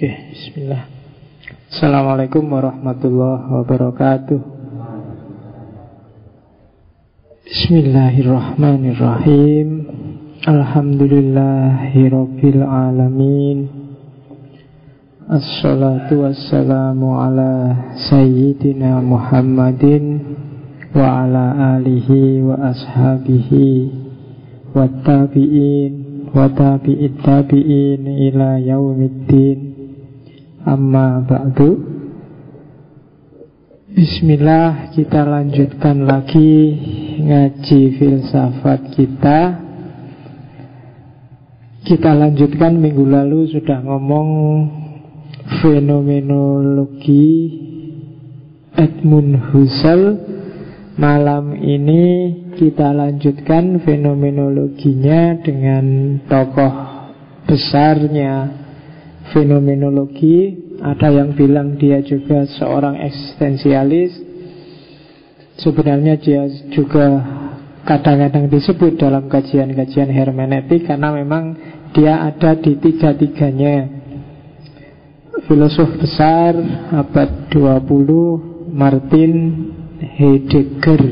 Oke, bismillah. Assalamualaikum warahmatullahi wabarakatuh. Bismillahirrahmanirrahim. Alhamdulillahirabbil alamin. Assalatu wassalamu ala sayyidina Muhammadin wa ala alihi wa ashabihi wa tabi'in wa tabi'it tabi'in ila yaumiddin. Amma ba'du. Bismillah, kita lanjutkan lagi ngaji filsafat kita. Kita lanjutkan, minggu lalu sudah ngomong fenomenologi Edmund Husserl. Malam ini kita lanjutkan fenomenologinya dengan tokoh besarnya fenomenologi. Ada yang bilang dia juga seorang eksistensialis. Sebenarnya dia juga kadang-kadang disebut dalam kajian-kajian hermeneutik karena memang dia ada di tiga-tiganya. Filosof besar abad 20, Martin Heidegger.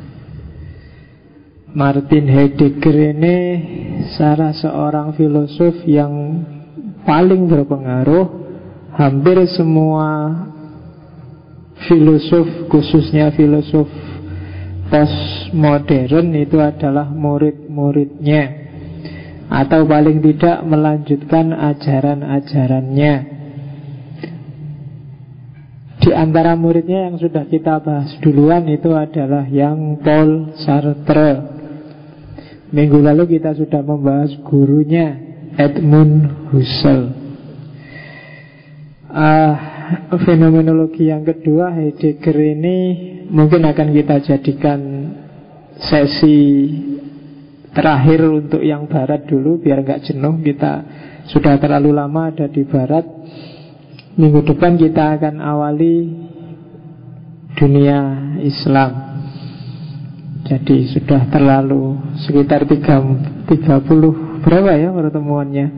Martin Heidegger ini salah seorang filosof yang paling berpengaruh. Hampir semua filosof, khususnya filosof postmodern, itu adalah murid-muridnya, atau paling tidak melanjutkan ajaran-ajarannya. Di antara muridnya yang sudah kita bahas duluan itu adalah yang Paul Sartre. Minggu lalu kita sudah membahas gurunya, Edmund Husserl. Fenomenologi yang kedua, Heidegger ini mungkin akan kita jadikan sesi terakhir untuk yang barat dulu, biar gak jenuh. Kita sudah terlalu lama ada di barat. Minggu depan kita akan awali dunia Islam. Jadi sudah terlalu sekitar 30 berapa ya pertemuannya?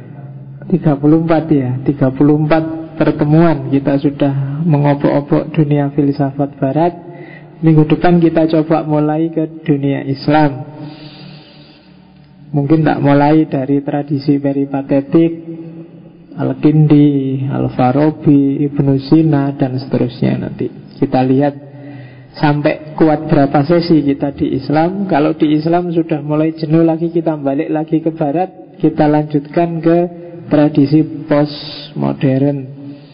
34 ya, 34 pertemuan kita sudah mengobok-obok dunia filsafat barat. Minggu depan kita coba mulai ke dunia Islam. Mungkin tak mulai dari tradisi peripatetik, Al-Kindi, Al-Farabi, Ibnu Sina, dan seterusnya. Nanti kita lihat sampai kuat berapa sesi kita di Islam. Kalau di Islam sudah mulai jenuh lagi, kita balik lagi ke barat. Kita lanjutkan ke tradisi postmodern.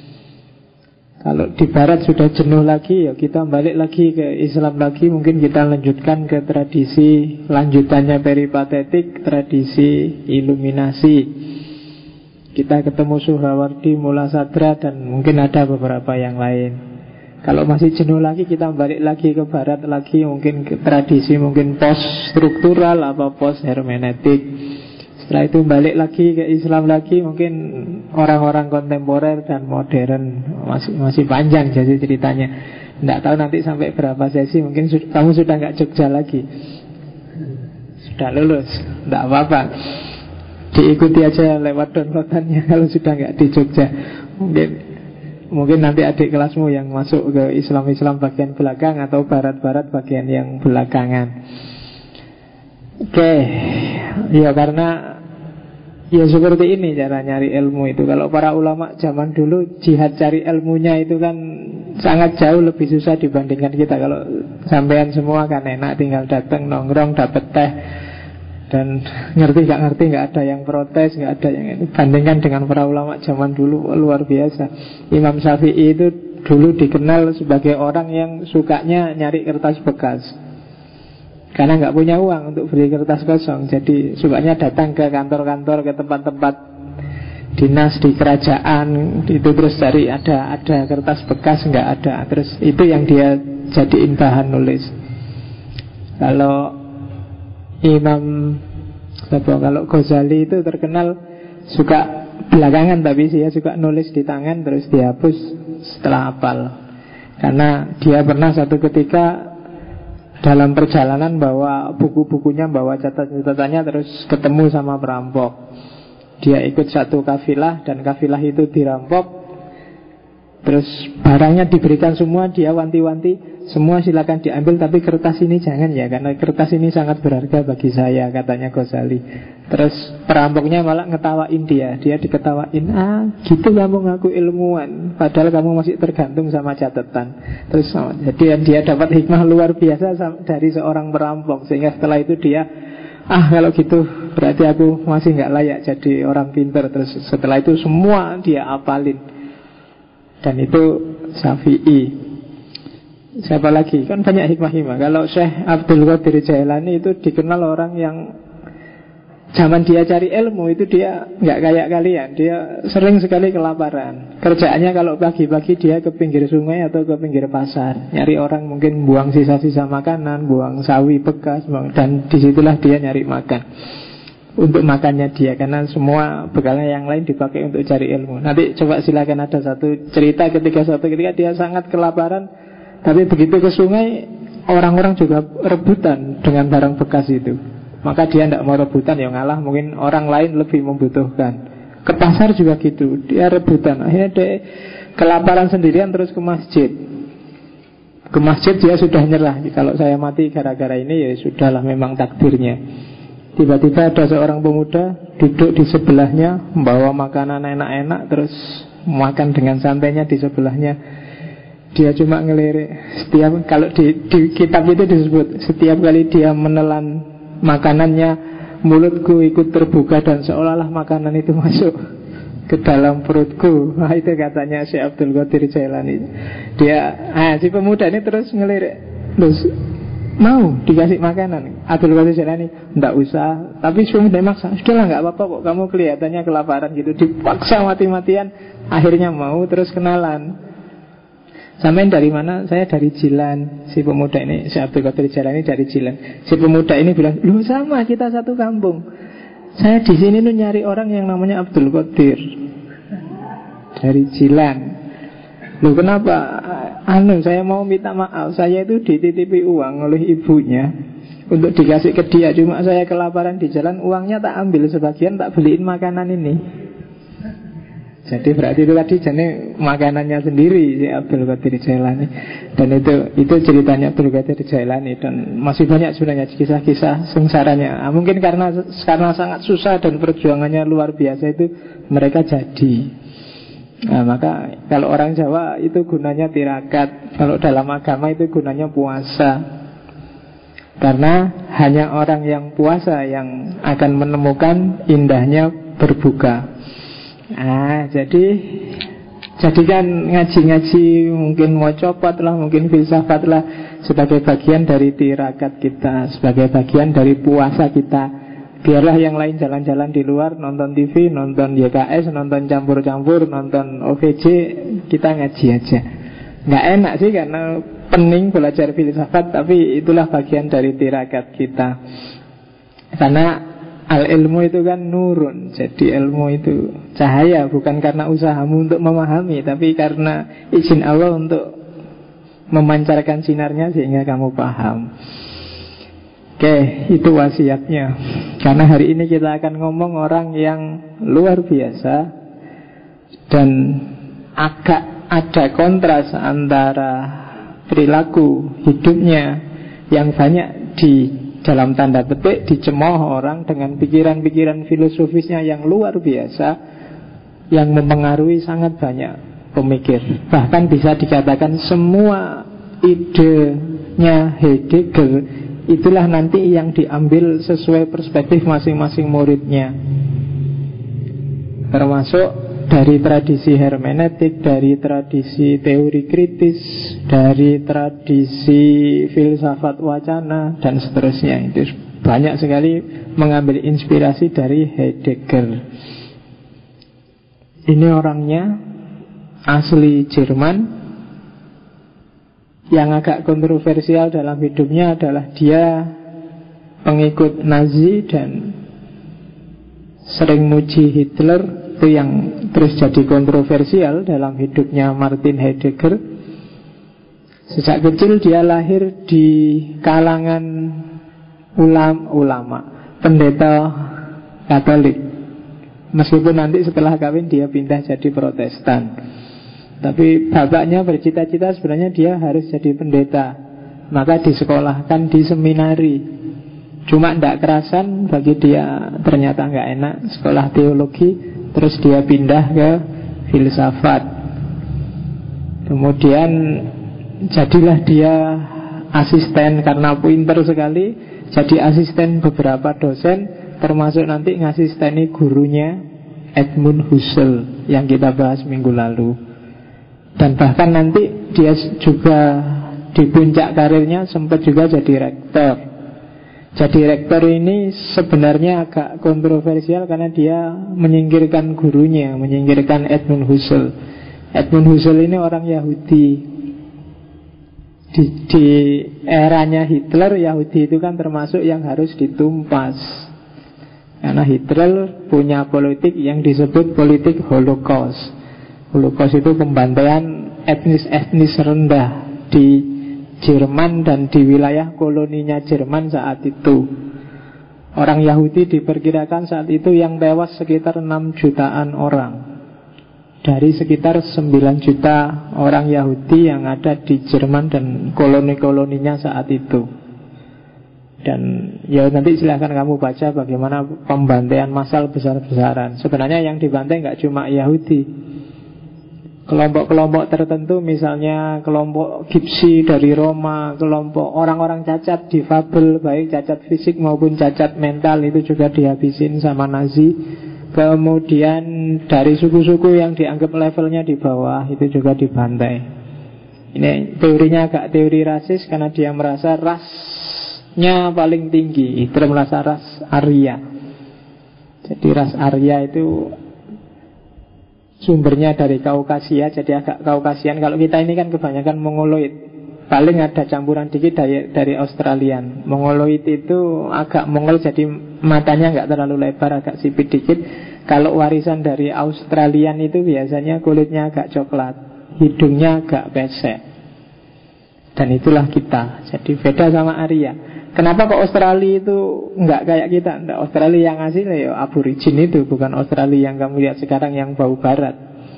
Kalau di barat sudah jenuh lagi, ya kita balik lagi ke Islam lagi. Mungkin kita lanjutkan ke tradisi lanjutannya peripatetik, tradisi iluminasi. Kita ketemu Suhrawardi, Mula Sadra, dan mungkin ada beberapa yang lain. Kalau masih jenuh lagi, kita balik lagi ke barat lagi. Mungkin ke tradisi mungkin post struktural atau post hermeneutik. Setelah itu balik lagi ke Islam lagi. Mungkin orang-orang kontemporer dan modern. Masih panjang jadi ceritanya. Tidak tahu nanti sampai berapa sesi. Mungkin kamu sudah nggak Jogja lagi, sudah lulus, tidak apa-apa, diikuti aja lewat downloadannya kalau sudah nggak di Jogja. Mungkin nanti adik kelasmu yang masuk ke Islam bagian belakang atau barat-barat bagian yang belakangan. Oke, ya karena ya seperti ini cara nyari ilmu itu. Kalau para ulama zaman dulu jihad cari ilmunya itu kan sangat jauh lebih susah dibandingkan kita. Kalau sampean semua kan enak, tinggal datang nongkrong dapet teh dan ngerti gak ada yang protes, gak ada yang ini. Bandingkan dengan para ulama zaman dulu, luar biasa. Imam Syafi'i itu dulu dikenal sebagai orang yang sukanya nyari kertas bekas, karena nggak punya uang untuk beli kertas kosong. Jadi sukanya datang ke kantor-kantor, ke tempat-tempat dinas di kerajaan itu, terus cari ada kertas bekas, nggak ada, terus itu yang dia jadiin bahan nulis. Kalau kalau Ghazali itu terkenal suka belakangan, tapi dia suka nulis di tangan terus dihapus setelah hafal. Karena dia pernah satu ketika dalam perjalanan bawa buku-bukunya, bawa catatan-catatannya, terus ketemu sama perampok. Dia ikut satu kafilah dan kafilah itu dirampok. Terus barangnya diberikan semua, dia wanti-wanti, semua silakan diambil, tapi kertas ini jangan ya, karena kertas ini sangat berharga bagi saya, katanya Ghazali. Terus perampoknya malah ngetawain dia diketawain, gitu kamu ngaku ilmuwan, padahal kamu masih tergantung sama catatan. Terus jadi dia dapat hikmah luar biasa dari seorang perampok, sehingga setelah itu dia, kalau gitu berarti aku masih gak layak jadi orang pintar. Terus setelah itu semua dia apalin. Dan itu Syafi'i. Siapa lagi? Kan banyak hikmah-hikmah. Kalau Syekh Abdul Qadir Jailani itu dikenal orang yang zaman dia cari ilmu itu dia nggak kayak kalian. Dia sering sekali kelaparan. Kerjaannya kalau pagi-pagi dia ke pinggir sungai atau ke pinggir pasar, nyari orang mungkin buang sisa-sisa makanan, buang sawi bekas, dan disitulah dia nyari makan untuk makannya dia, karena semua bekalnya yang lain dipakai untuk cari ilmu. Nanti coba silakan ada satu cerita ketika dia sangat kelaparan, tapi begitu ke sungai orang-orang juga rebutan dengan barang bekas itu. Maka dia tidak mau rebutan, ya ngalah, mungkin orang lain lebih membutuhkan. Ke pasar juga gitu, dia rebutan. Akhirnya dia kelaparan sendirian terus ke masjid. Ke masjid dia sudah nyerah, kalau saya mati gara-gara ini ya sudahlah, memang takdirnya. Tiba-tiba ada seorang pemuda duduk di sebelahnya, membawa makanan enak-enak, terus makan dengan santainya di sebelahnya. Dia cuma ngelirik. Kalau di kitab itu disebut, setiap kali dia menelan makanannya, mulutku ikut terbuka dan seolah-olah makanan itu masuk ke dalam perutku. Itu katanya Syekh Abdul Qadir Jailani. Si pemuda ini terus ngelirik, terus mau dikasih makanan. Abdul Qadir Jailani, enggak usah. Tapi sudah maksa, sudahlah enggak apa-apa kok, kamu kelihatannya kelaparan gitu. Dipaksa mati-matian, akhirnya mau, terus kenalan. Sampai dari mana? Saya dari Jilan. Si pemuda ini, si Abdul Qadir Jailani dari Jilan. Si pemuda ini bilang, loh sama, kita satu kampung. Saya di sini tuh nyari orang yang namanya Abdul Qadir dari Jilan. Loh kenapa? Saya mau minta maaf. Saya itu dititipi uang oleh ibunya untuk dikasih ke dia. Cuma saya kelaparan di jalan, uangnya tak ambil, sebagian tak beliin makanan ini. Jadi berarti itu tadi jadi makanannya sendiri si Abdul Qadir Jailani. Dan itu ceritanya Abdul Qadir Jailani. Dan masih banyak sebenarnya kisah-kisah sengsaranya. Mungkin karena sangat susah dan perjuangannya luar biasa itu mereka jadi. Maka kalau orang Jawa itu gunanya tirakat, kalau dalam agama itu gunanya puasa. Karena hanya orang yang puasa yang akan menemukan indahnya berbuka. Jadikan ngaji-ngaji, mungkin mau copot lah, mungkin filsafat lah, sebagai bagian dari tirakat kita, sebagai bagian dari puasa kita. Biarlah yang lain jalan-jalan di luar, nonton TV, nonton YKS, nonton campur-campur, nonton OVJ, kita ngaji aja. Nggak enak sih karena pening belajar filsafat, tapi itulah bagian dari tirakat kita. Karena al-ilmu itu kan nurun. Jadi ilmu itu cahaya, bukan karena usahamu untuk memahami, tapi karena izin Allah untuk memancarkan sinarnya sehingga kamu paham. Oke, itu wasiatnya. Karena hari ini kita akan ngomong orang yang luar biasa dan agak ada kontras antara perilaku hidupnya yang banyak di dalam tanda petik dicemooh orang dengan pikiran-pikiran filosofisnya yang luar biasa, yang mempengaruhi sangat banyak pemikir. Bahkan bisa dikatakan semua idenya Heidegger itulah nanti yang diambil sesuai perspektif masing-masing muridnya. Termasuk dari tradisi hermeneutik, dari tradisi teori kritis, dari tradisi filsafat wacana, dan seterusnya. Itu banyak sekali mengambil inspirasi dari Heidegger. Ini orangnya asli Jerman. Yang agak kontroversial dalam hidupnya adalah dia pengikut Nazi dan sering muji Hitler. Itu yang terus jadi kontroversial dalam hidupnya Martin Heidegger. Sejak kecil dia lahir di kalangan ulama, pendeta Katolik. Meskipun nanti setelah kawin dia pindah jadi Protestan. Tapi bapaknya bercita-cita sebenarnya dia harus jadi pendeta. Maka disekolahkan di seminari. Cuma tidak kerasan bagi dia, ternyata nggak enak sekolah teologi. Terus dia pindah ke filsafat. Kemudian jadilah dia asisten karena pinter sekali. Jadi asisten beberapa dosen, termasuk nanti ngasisteni gurunya Edmund Husserl yang kita bahas minggu lalu. Dan bahkan nanti dia juga di puncak karirnya sempat juga jadi rektor. Jadi rektor ini sebenarnya agak kontroversial karena dia menyingkirkan gurunya, menyingkirkan Edmund Husserl. Edmund Husserl ini orang Yahudi. Di eranya Hitler, Yahudi itu kan termasuk yang harus ditumpas. Karena Hitler punya politik yang disebut politik Holocaust. Holocaust itu pembantaian etnis-etnis rendah di Jerman dan di wilayah koloninya Jerman saat itu. Orang Yahudi diperkirakan saat itu yang tewas sekitar 6 jutaan orang. Dari sekitar 9 juta orang Yahudi yang ada di Jerman dan koloni-koloninya saat itu. Dan ya nanti silahkan kamu baca bagaimana pembantaian massal besar-besaran. Sebenarnya yang dibantai nggak cuma Yahudi. Kelompok-kelompok tertentu, misalnya kelompok Gipsi dari Roma, kelompok orang-orang cacat, difabel, baik cacat fisik maupun cacat mental, itu juga dihabisin sama Nazi. Kemudian dari suku-suku yang dianggap levelnya di bawah, itu juga dibantai. Ini teorinya agak teori rasis, karena dia merasa rasnya paling tinggi. Hitler merasa ras Arya. Jadi ras Arya itu sumbernya dari Kaukasia, jadi agak Kaukasian. Kalau kita ini kan kebanyakan Mongoloid, paling ada campuran dikit dari Australian. Mongoloid itu agak Mongol, jadi matanya nggak terlalu lebar, agak sipit dikit. Kalau warisan dari Australian itu biasanya kulitnya agak coklat, hidungnya agak pesek. Dan itulah kita. Jadi beda sama Arya. Kenapa kok Australia itu nggak kayak kita? Nggak, Australia yang asli ya aborigin itu, bukan Australia yang kamu lihat sekarang yang bau barat.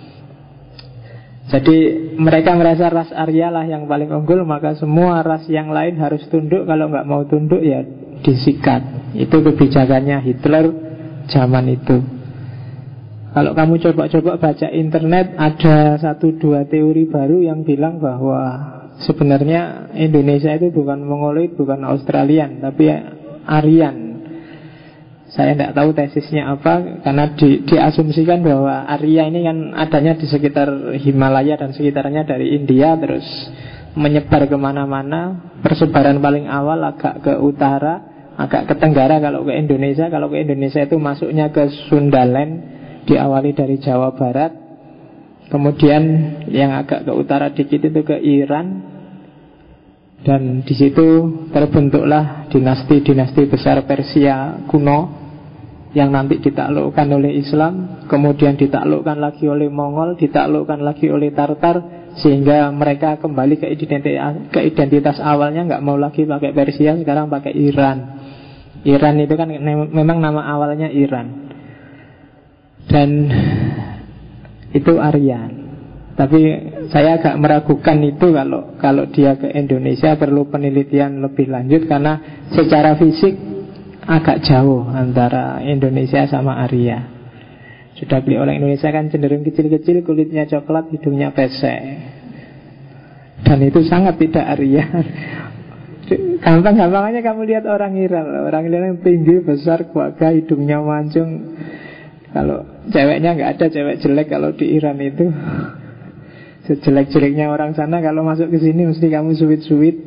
Jadi mereka merasa ras Arya lah yang paling unggul, maka semua ras yang lain harus tunduk. Kalau nggak mau tunduk ya disikat. Itu kebijakannya Hitler zaman itu. Kalau kamu coba-coba baca internet, ada 1-2 teori baru yang bilang bahwa sebenarnya Indonesia itu bukan Mongoloid, bukan Australian, tapi Aryan. Saya tidak tahu tesisnya apa, karena diasumsikan bahwa Arya ini kan adanya di sekitar Himalaya dan sekitarnya dari India, terus menyebar kemana-mana. Persebaran paling awal agak ke utara, agak ke tenggara kalau ke Indonesia. Kalau ke Indonesia itu masuknya ke Sundaland, diawali dari Jawa Barat. Kemudian yang agak ke utara dikit itu ke Iran. Dan di situ terbentuklah dinasti-dinasti besar Persia kuno yang nanti ditaklukkan oleh Islam, kemudian ditaklukkan lagi oleh Mongol, ditaklukkan lagi oleh Tartar, sehingga mereka kembali ke identitas awalnya, nggak mau lagi pakai Persia, sekarang pakai Iran. Iran itu kan memang nama awalnya Iran. Dan itu Aryan. Tapi saya agak meragukan itu kalau dia ke Indonesia, perlu penelitian lebih lanjut, karena secara fisik agak jauh antara Indonesia sama Arya. Sudah beli orang Indonesia kan cenderung kecil-kecil, kulitnya coklat, hidungnya pesek. Dan itu sangat tidak Arya. Gampang-gampangannya kamu lihat orang Iran. Orang Iran yang tinggi, besar, kuaga, hidungnya mancung. Kalau ceweknya nggak ada cewek jelek kalau di Iran itu. Sejelek-jeleknya orang sana, kalau masuk ke sini mesti kamu suwit-suwit.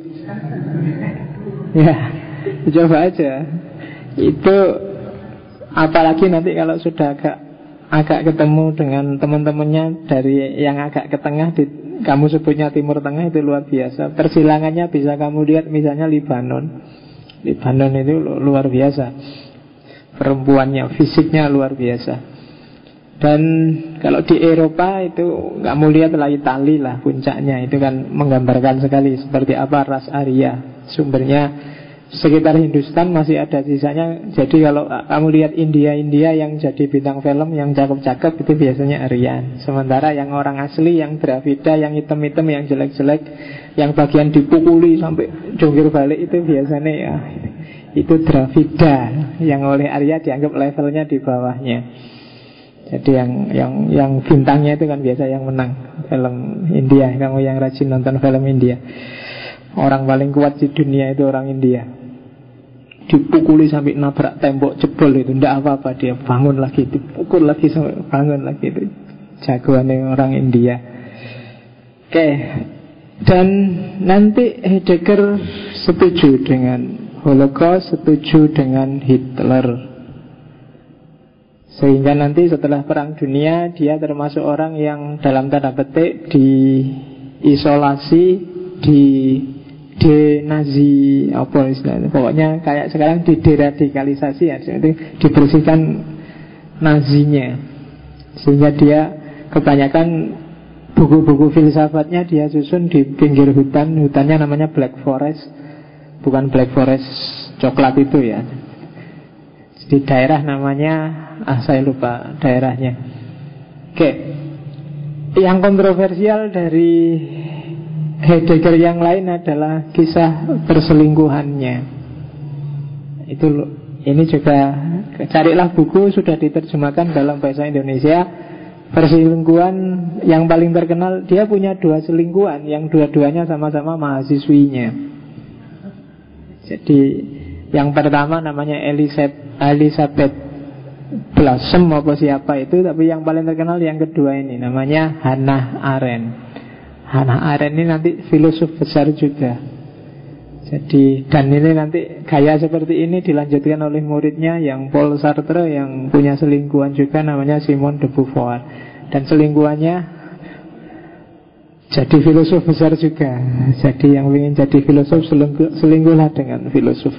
Ya, coba aja. Itu apalagi nanti kalau sudah agak ketemu dengan teman-temannya dari yang agak ke tengah, kamu sebutnya Timur Tengah, itu luar biasa. Persilangannya bisa kamu lihat misalnya Libanon. Libanon itu luar biasa. Perempuannya, fisiknya luar biasa. Dan kalau di Eropa itu kamu lihat lah Itali lah puncaknya, itu kan menggambarkan sekali seperti apa ras Arya. Sumbernya sekitar Hindustan masih ada sisanya. Jadi kalau kamu lihat India yang jadi bintang film, yang cakep-cakep, itu biasanya Aryan. Sementara yang orang asli, yang Dravida, yang hitam-hitam, yang jelek-jelek, yang bagian dipukuli sampai jungkir balik, itu biasanya ya itu Dravida. Yang oleh Arya dianggap levelnya di bawahnya. Jadi yang bintangnya itu kan biasa yang menang film India. Kamu yang rajin nonton film India, orang paling kuat di dunia itu orang India. Dipukuli sampai nabrak tembok, jebol itu, tidak apa-apa, dia bangun lagi, dipukul lagi sampai bangun lagi. Itu jagoannya orang India. Oke. Dan nanti Heidegger setuju dengan Holocaust, setuju dengan Hitler. Sehingga nanti setelah Perang Dunia, dia termasuk orang yang dalam tanda petik diisolasi, Nazi apa istilahnya, pokoknya kayak sekarang dideradikalisasi ya, itu dibersihkan Nazinya, sehingga dia kebanyakan buku-buku filsafatnya dia susun di pinggir hutan. Hutannya namanya Black Forest, bukan Black Forest coklat itu ya, di daerah namanya saya lupa daerahnya. Oke. Yang kontroversial dari Heidegger yang lain adalah kisah perselingkuhannya. Ini juga carilah buku, sudah diterjemahkan dalam bahasa Indonesia. Perselingkuhan yang paling terkenal, dia punya 2 selingkuhan yang dua-duanya sama-sama mahasiswinya. Jadi yang pertama namanya Elizabeth Blossom apa siapa itu, tapi yang paling terkenal yang kedua ini namanya Hannah Arendt. Hannah Arendt ini nanti filosof besar juga. Jadi, dan ini nanti gaya seperti ini dilanjutkan oleh muridnya yang Paul Sartre, yang punya selingkuhan juga namanya Simone de Beauvoir. Dan selingkuhannya jadi filosof besar juga. Jadi yang ingin jadi filosof, selingkuhlah dengan filosof.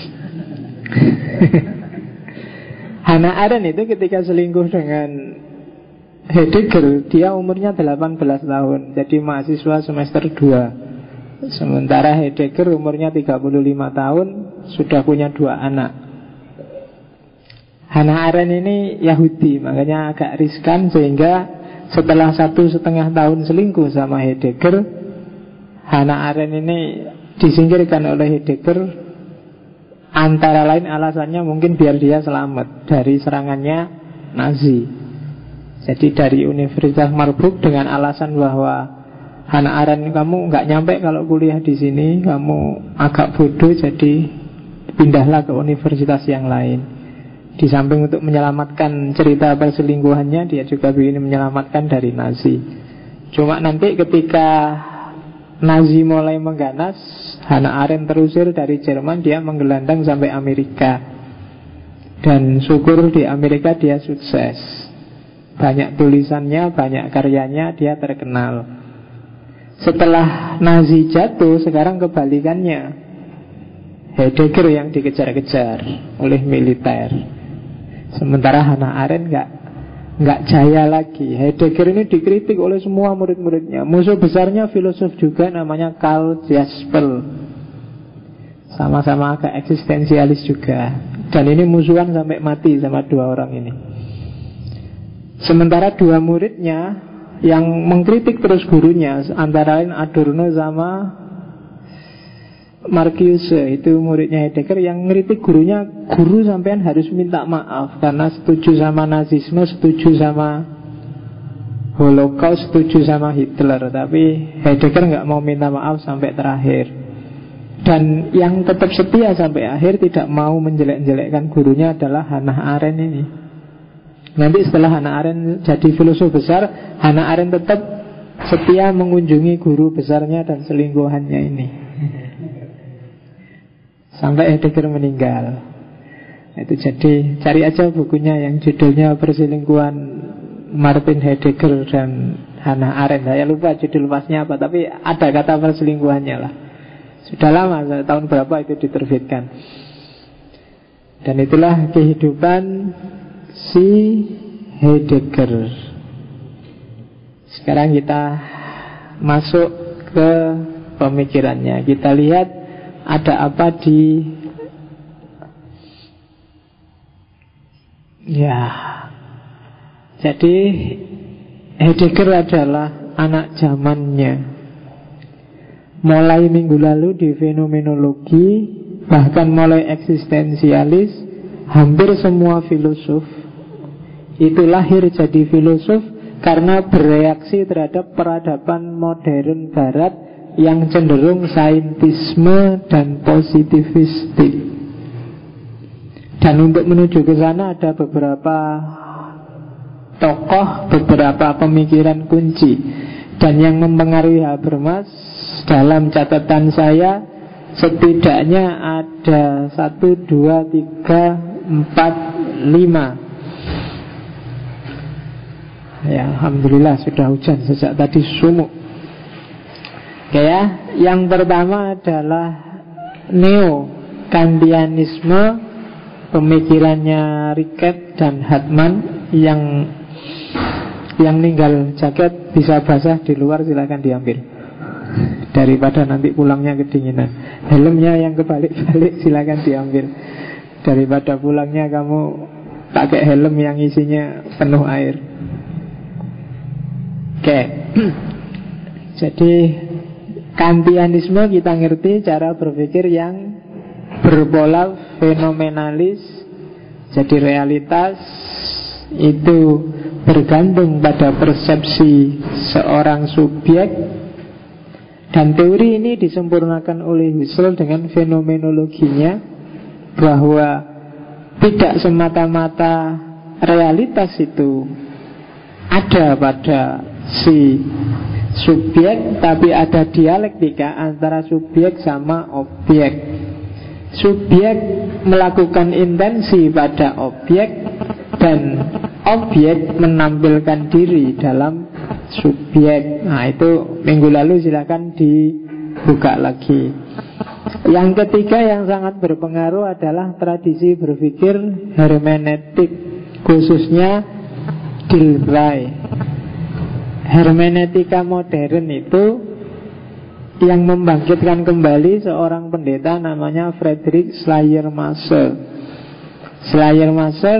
Hannah Arendt itu ketika selingkuh dengan Heidegger, dia umurnya 18 tahun, jadi mahasiswa semester 2. Sementara Heidegger umurnya 35 tahun, sudah punya 2 anak. Hannah Arendt ini Yahudi, makanya agak riskan, sehingga setelah 1,5 tahun selingkuh sama Heidegger, Hannah Arendt ini disingkirkan oleh Heidegger. Antara lain alasannya mungkin biar dia selamat dari serangannya Nazi. Jadi dari Universitas Marburg dengan alasan bahwa Hannah Arendt, kamu nggak nyampe kalau kuliah di sini, kamu agak bodoh, jadi pindahlah ke universitas yang lain. Di samping untuk menyelamatkan cerita perselingkuhannya, dia juga ingin menyelamatkan dari Nazi. Cuma nanti ketika Nazi mulai mengganas, Hannah Arendt terusir dari Jerman, dia menggelandang sampai Amerika. Dan syukur di Amerika dia sukses. Banyak tulisannya, banyak karyanya, dia terkenal. Setelah Nazi jatuh, sekarang kebalikannya. Heidegger yang dikejar-kejar oleh militer. Sementara Hannah Arendt nggak jaya lagi. Heidegger ini dikritik oleh semua murid-muridnya. Musuh besarnya filosof juga namanya Karl Jaspel. Sama-sama agak eksistensialis juga. Dan ini musuhan sampai mati sama 2 orang ini. Sementara 2 muridnya yang mengkritik terus gurunya, antara lain Adorno sama Marcuse, itu muridnya Heidegger yang ngeritik gurunya. Guru sampean harus minta maaf karena setuju sama nazisme, setuju sama Holocaust, setuju sama Hitler. Tapi Heidegger nggak mau minta maaf sampai terakhir. Dan yang tetap setia sampai akhir, tidak mau menjelek-jelekkan gurunya, adalah Hannah Arendt ini. Nanti setelah Hannah Arendt jadi filosof besar, Hannah Arendt tetap setia mengunjungi guru besarnya dan selingkuhannya ini sampai Heidegger meninggal. Itu jadi cari aja bukunya yang judulnya Perselingkuhan Martin Heidegger dan Hannah Arendt. Saya lupa judul pasnya apa, tapi ada kata perselingkuhannya lah. Sudah lama, tahun berapa itu diterbitkan. Dan itulah kehidupan si Heidegger. Sekarang kita masuk ke pemikirannya. Kita lihat ada apa di Ya, jadi Heidegger adalah anak zamannya. Mulai minggu lalu di fenomenologi, bahkan mulai eksistensialis, hampir semua filosof itu lahir jadi filosof karena bereaksi terhadap peradaban modern barat yang cenderung saintisme dan positivistik. Dan untuk menuju ke sana ada beberapa tokoh, beberapa pemikiran kunci. Dan yang mempengaruhi Habermas dalam catatan saya setidaknya ada 1, 2, 3, 4, 5. Ya, alhamdulillah sudah hujan sejak tadi sumuk. Oke ya, yang pertama adalah neo-kantianisme, pemikirannya Rickert dan Hartmann. Yang ninggal jaket bisa basah di luar, silakan diambil, daripada nanti pulangnya kedinginan. Helmnya yang kebalik-balik silakan diambil, daripada pulangnya kamu pakai helm yang isinya penuh air. Oke. Jadi Kantianisme kita ngerti cara berpikir yang berpola fenomenalis. Jadi realitas itu bergantung pada persepsi seorang subjek. Dan teori ini disempurnakan oleh Husserl dengan fenomenologinya, bahwa tidak semata-mata realitas itu ada pada si subjek, tapi ada dialektika antara subjek sama objek. Subjek melakukan intensi pada objek, dan objek menampilkan diri dalam subjek. Nah, itu minggu lalu silakan dibuka lagi. Yang ketiga yang sangat berpengaruh adalah tradisi berpikir hermeneutik, khususnya Dilthey. Hermeneutika modern itu yang membangkitkan kembali seorang pendeta namanya Friedrich Schleiermacher. Schleiermacher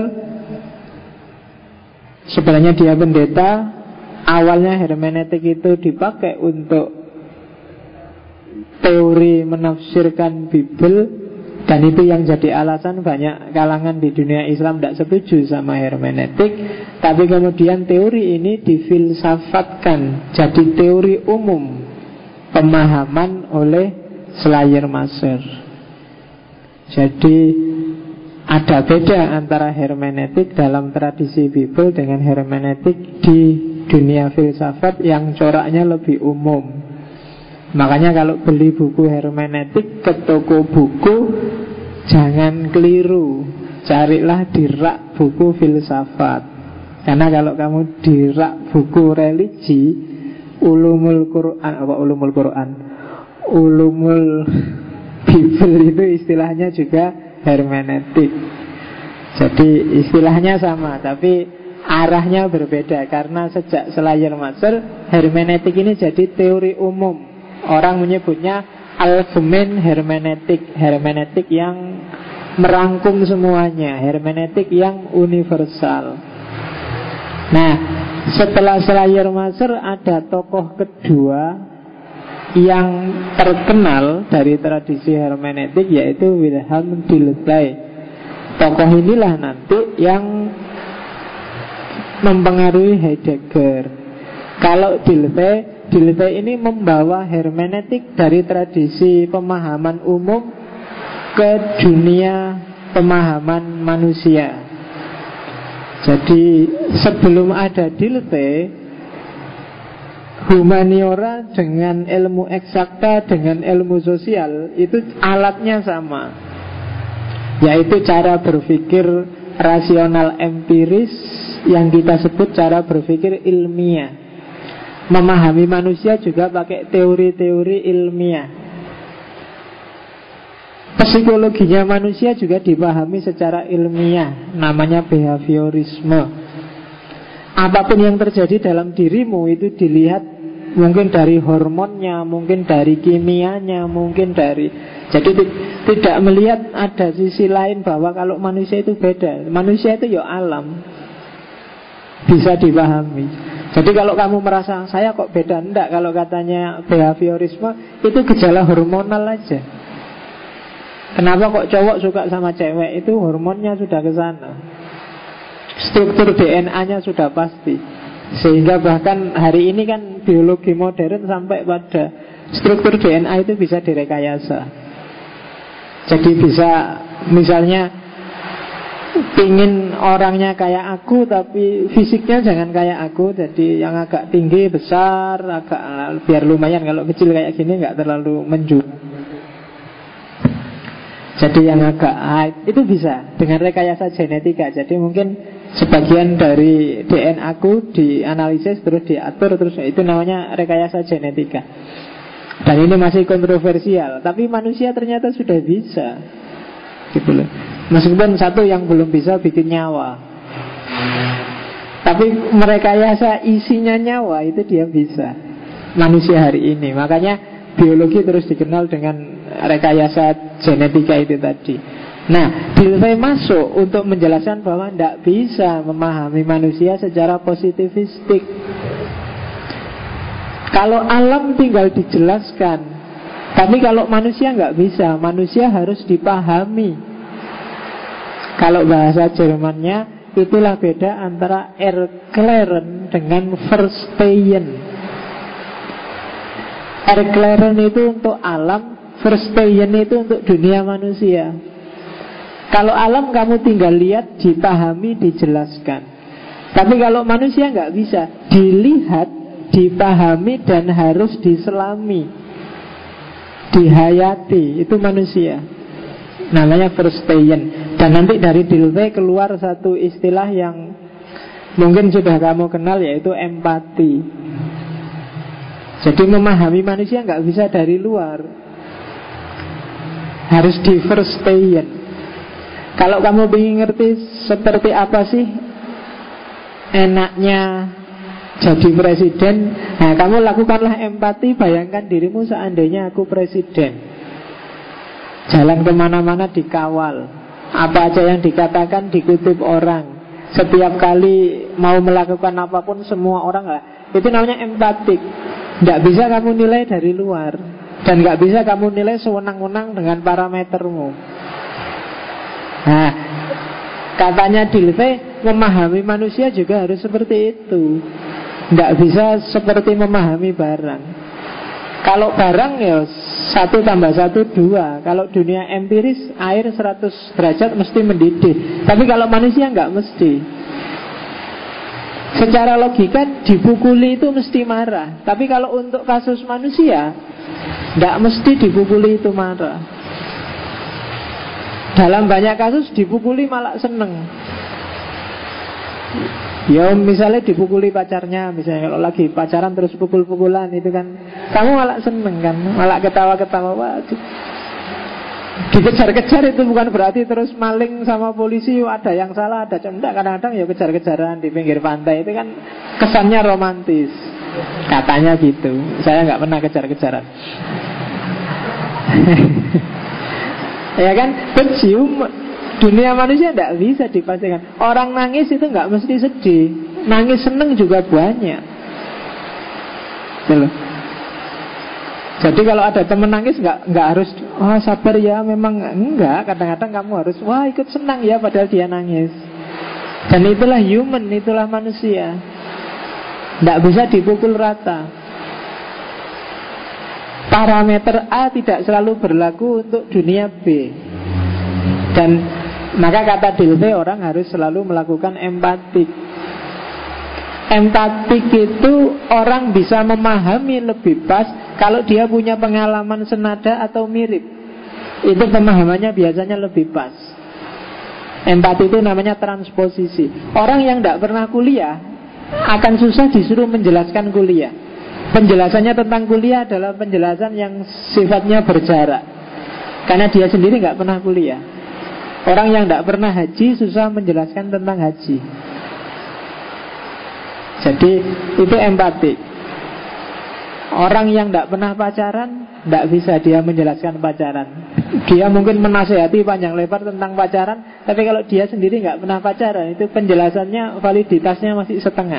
sebenarnya dia pendeta. Awalnya hermeneutik itu dipakai untuk teori menafsirkan Bible, dan itu yang jadi alasan banyak kalangan di dunia Islam tidak setuju sama hermeneutik. Tapi kemudian teori ini difilsafatkan jadi teori umum pemahaman oleh Schleiermacher. Jadi ada beda antara hermeneutik dalam tradisi Bible dengan hermeneutik di dunia filsafat yang coraknya lebih umum. Makanya kalau beli buku hermeneutik ke toko buku, jangan keliru, carilah di rak buku filsafat. Karena kalau kamu di rak buku religi, ulumul Bible itu istilahnya juga hermeneutik. Jadi istilahnya sama, tapi arahnya berbeda. Karena sejak Schleiermacher, hermeneutik ini jadi teori umum. Orang menyebutnya allgemein hermeneutik, hermeneutik yang merangkum semuanya, hermeneutik yang universal. Nah, setelah Schleiermacher ada tokoh kedua yang terkenal dari tradisi hermeneutik, yaitu Wilhelm Dilthey. Tokoh inilah nanti yang mempengaruhi Heidegger. Kalau Dilthey ini membawa hermeneutik dari tradisi pemahaman umum ke dunia pemahaman manusia. Jadi sebelum ada Dilthey, humaniora dengan ilmu eksakta, dengan ilmu sosial itu alatnya sama, yaitu cara berpikir rasional empiris yang kita sebut cara berpikir ilmiah. Memahami manusia juga pakai teori-teori ilmiah. Psikologinya manusia juga dipahami secara ilmiah, namanya behaviorisme. Apapun yang terjadi dalam dirimu itu dilihat mungkin dari hormonnya, mungkin dari kimianya, mungkin dari... Jadi tidak melihat ada sisi lain bahwa kalau manusia itu beda. Manusia itu ya alam, bisa dipahami. Jadi kalau kamu merasa saya kok beda, enggak. Kalau katanya behaviorisme, itu gejala hormonal aja. Kenapa kok cowok suka sama cewek? Itu hormonnya sudah ke sana. Struktur DNA-nya sudah pasti. Sehingga bahkan hari ini kan biologi modern sampai pada struktur DNA itu bisa direkayasa. Jadi bisa misalnya pingin orangnya kayak aku tapi fisiknya jangan kayak aku. Jadi yang agak tinggi, besar, agak biar lumayan. Kalau kecil kayak gini gak terlalu menjual. Jadi yang agak itu bisa dengan rekayasa genetika. Jadi mungkin sebagian dari DNA aku dianalisis terus diatur, terus itu namanya rekayasa genetika. Dan ini masih kontroversial, tapi manusia ternyata sudah bisa, gitu loh. Meskipun satu yang belum bisa bikin nyawa, tapi merekayasa isinya nyawa itu dia bisa. Manusia hari ini, makanya biologi terus dikenal dengan rekayasa genetika itu tadi. Nah, Dilthey masuk untuk menjelaskan bahwa tidak bisa memahami manusia secara positivistik. Kalau alam tinggal dijelaskan, tapi kalau manusia nggak bisa. Manusia harus dipahami. Kalau bahasa Jermannya, itulah beda antara Erklären dengan Verstehen. Erklären itu untuk alam, Verstehen itu untuk dunia manusia. Kalau alam kamu tinggal lihat, dipahami, dijelaskan. Tapi kalau manusia nggak bisa, dilihat, dipahami, dan harus diselami, dihayati. Itu manusia, namanya Verstehen. Dan nanti dari Dilthey keluar satu istilah yang mungkin sudah kamu kenal, yaitu empati. Jadi memahami manusia nggak bisa dari luar, harus di Verstehen. Kalau kamu ingin ngerti seperti apa sih enaknya jadi presiden, nah kamu lakukanlah empati. Bayangkan dirimu seandainya aku presiden, jalan kemana-mana dikawal, apa aja yang dikatakan dikutip orang, setiap kali mau melakukan apapun semua orang lah. Itu namanya empatik. Tidak bisa kamu nilai dari luar, dan tidak bisa kamu nilai sewenang-wenang dengan parametermu. Nah, katanya Dilthey, memahami manusia juga harus seperti itu. Tidak bisa seperti memahami barang. Kalau barang ya 1 tambah 1 2. Kalau dunia empiris, air 100 derajat mesti mendidih. Tapi kalau manusia nggak mesti. Secara logika dipukuli itu mesti marah. Tapi kalau untuk kasus manusia, nggak mesti dipukuli itu marah. Dalam banyak kasus dipukuli malah seneng. Ya misalnya dipukuli pacarnya, misalnya kalau lagi pacaran terus pukul-pukulan, itu kan kamu malah seneng kan, malah ketawa-ketawa. Wah, dikejar-kejar itu bukan berarti terus maling sama polisi ada yang salah, ada enggak. Kadang-kadang ya kejar-kejaran di pinggir pantai, itu kan kesannya romantis, katanya gitu. Saya nggak pernah kejar-kejaran. Ya kan, pencium. Dunia manusia tidak bisa dipastikan. Orang nangis itu nggak mesti sedih, nangis seneng juga banyak. Gitu. Jadi kalau ada temen nangis nggak harus wah sabar ya, memang enggak. Kadang-kadang kamu harus wah ikut senang ya padahal dia nangis. Dan itulah human, itulah manusia. Tidak bisa dipukul rata. Parameter A tidak selalu berlaku untuk dunia B. Dan maka kata Dilthey, orang harus selalu melakukan empatik. Empatik itu orang bisa memahami lebih pas kalau dia punya pengalaman senada atau mirip. Itu pemahamannya biasanya lebih pas. Empati itu namanya transposisi. Orang yang tidak pernah kuliah akan susah disuruh menjelaskan kuliah. Penjelasannya tentang kuliah adalah penjelasan yang sifatnya berjarak, karena dia sendiri nggak pernah kuliah. Orang yang tidak pernah haji susah menjelaskan tentang haji. Jadi itu empatik. Orang yang tidak pernah pacaran tidak bisa dia menjelaskan pacaran. Dia mungkin menasehati panjang lebar tentang pacaran, tapi kalau dia sendiri nggak pernah pacaran, itu penjelasannya, validitasnya masih setengah.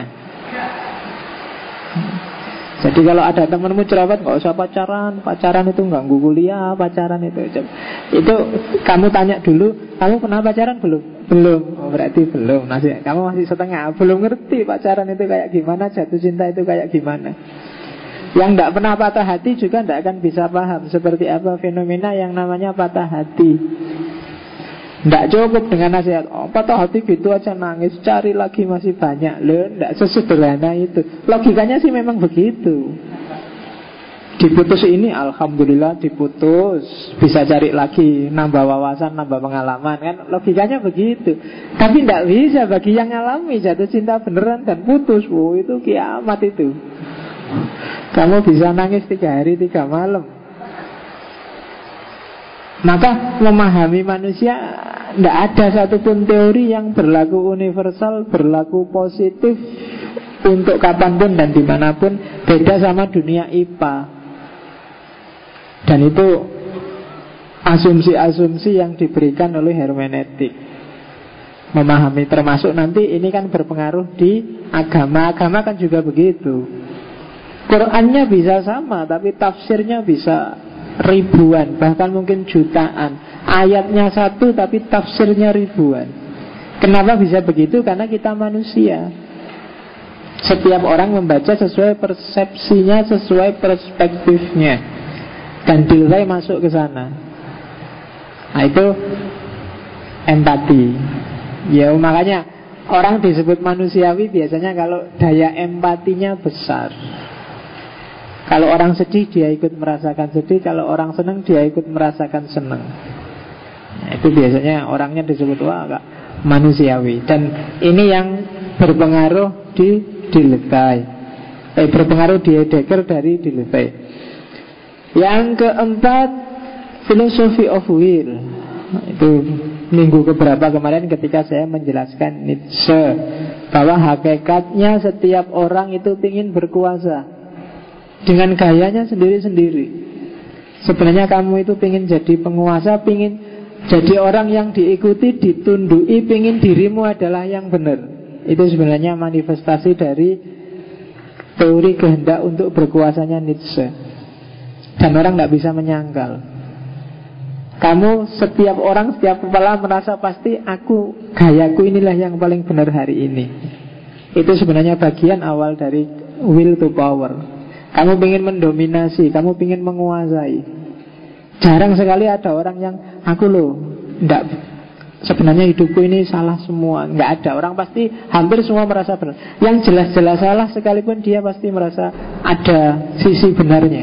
Jadi kalau ada temanmu cerewet, nggak usah pacaran, pacaran itu ganggu kuliah, pacaran itu kamu tanya dulu, kamu pernah pacaran belum? Belum, oh, berarti belum. Kamu masih setengah, belum ngerti pacaran itu kayak gimana, jatuh cinta itu kayak gimana. Yang tidak pernah patah hati juga tidak akan bisa paham seperti apa fenomena yang namanya patah hati. Tidak cukup dengan nasihat, oh patah hati gitu aja nangis, cari lagi masih banyak. Loh, tidak sesederhana itu. Logikanya sih memang begitu. Diputus ini, alhamdulillah diputus, bisa cari lagi, nambah wawasan, nambah pengalaman, kan logikanya begitu. Tapi tidak bisa bagi yang ngalami jatuh cinta beneran dan putus. Wow, itu kiamat itu. Kamu bisa nangis 3 hari 3 malam. Maka memahami manusia, tidak ada satupun teori yang berlaku universal, berlaku positif untuk kapanpun dan dimanapun. Beda sama dunia IPA. Dan itu asumsi-asumsi yang diberikan oleh hermeneutik. Memahami, termasuk nanti ini kan berpengaruh di agama. Agama kan juga begitu. Qurannya bisa sama, tapi tafsirnya bisa ribuan, bahkan mungkin jutaan. Ayatnya satu, tapi tafsirnya ribuan. Kenapa bisa begitu? Karena kita manusia. Setiap orang membaca sesuai persepsinya, sesuai perspektifnya, dan nilai masuk ke sana. Nah itu empati. Ya makanya orang disebut manusiawi biasanya kalau daya empatinya besar. Kalau orang sedih dia ikut merasakan sedih, kalau orang senang dia ikut merasakan senang. Nah, itu biasanya orangnya disebut manusiawi. Dan ini yang berpengaruh di Deleuze, berpengaruh di Heidegger dari Deleuze. Yang keempat, philosophy of will. Itu minggu keberapa kemarin ketika saya menjelaskan Nietzsche, bahwa hakikatnya setiap orang itu ingin berkuasa dengan gayanya sendiri-sendiri. Sebenarnya kamu itu pengen jadi penguasa, pengen jadi orang yang diikuti, ditundui, pengen dirimu adalah yang benar. Itu sebenarnya manifestasi dari teori kehendak untuk berkuasanya Nietzsche. Dan orang tidak bisa menyangkal. Kamu, setiap orang, setiap kepala merasa pasti gayaku inilah yang paling benar hari ini. Itu sebenarnya bagian awal dari will to power. Kamu ingin mendominasi, kamu ingin menguasai. Jarang sekali ada orang yang sebenarnya hidupku ini salah semua. Nggak ada. Orang pasti hampir semua merasa benar. Yang jelas-jelas salah sekalipun dia pasti merasa ada sisi benarnya.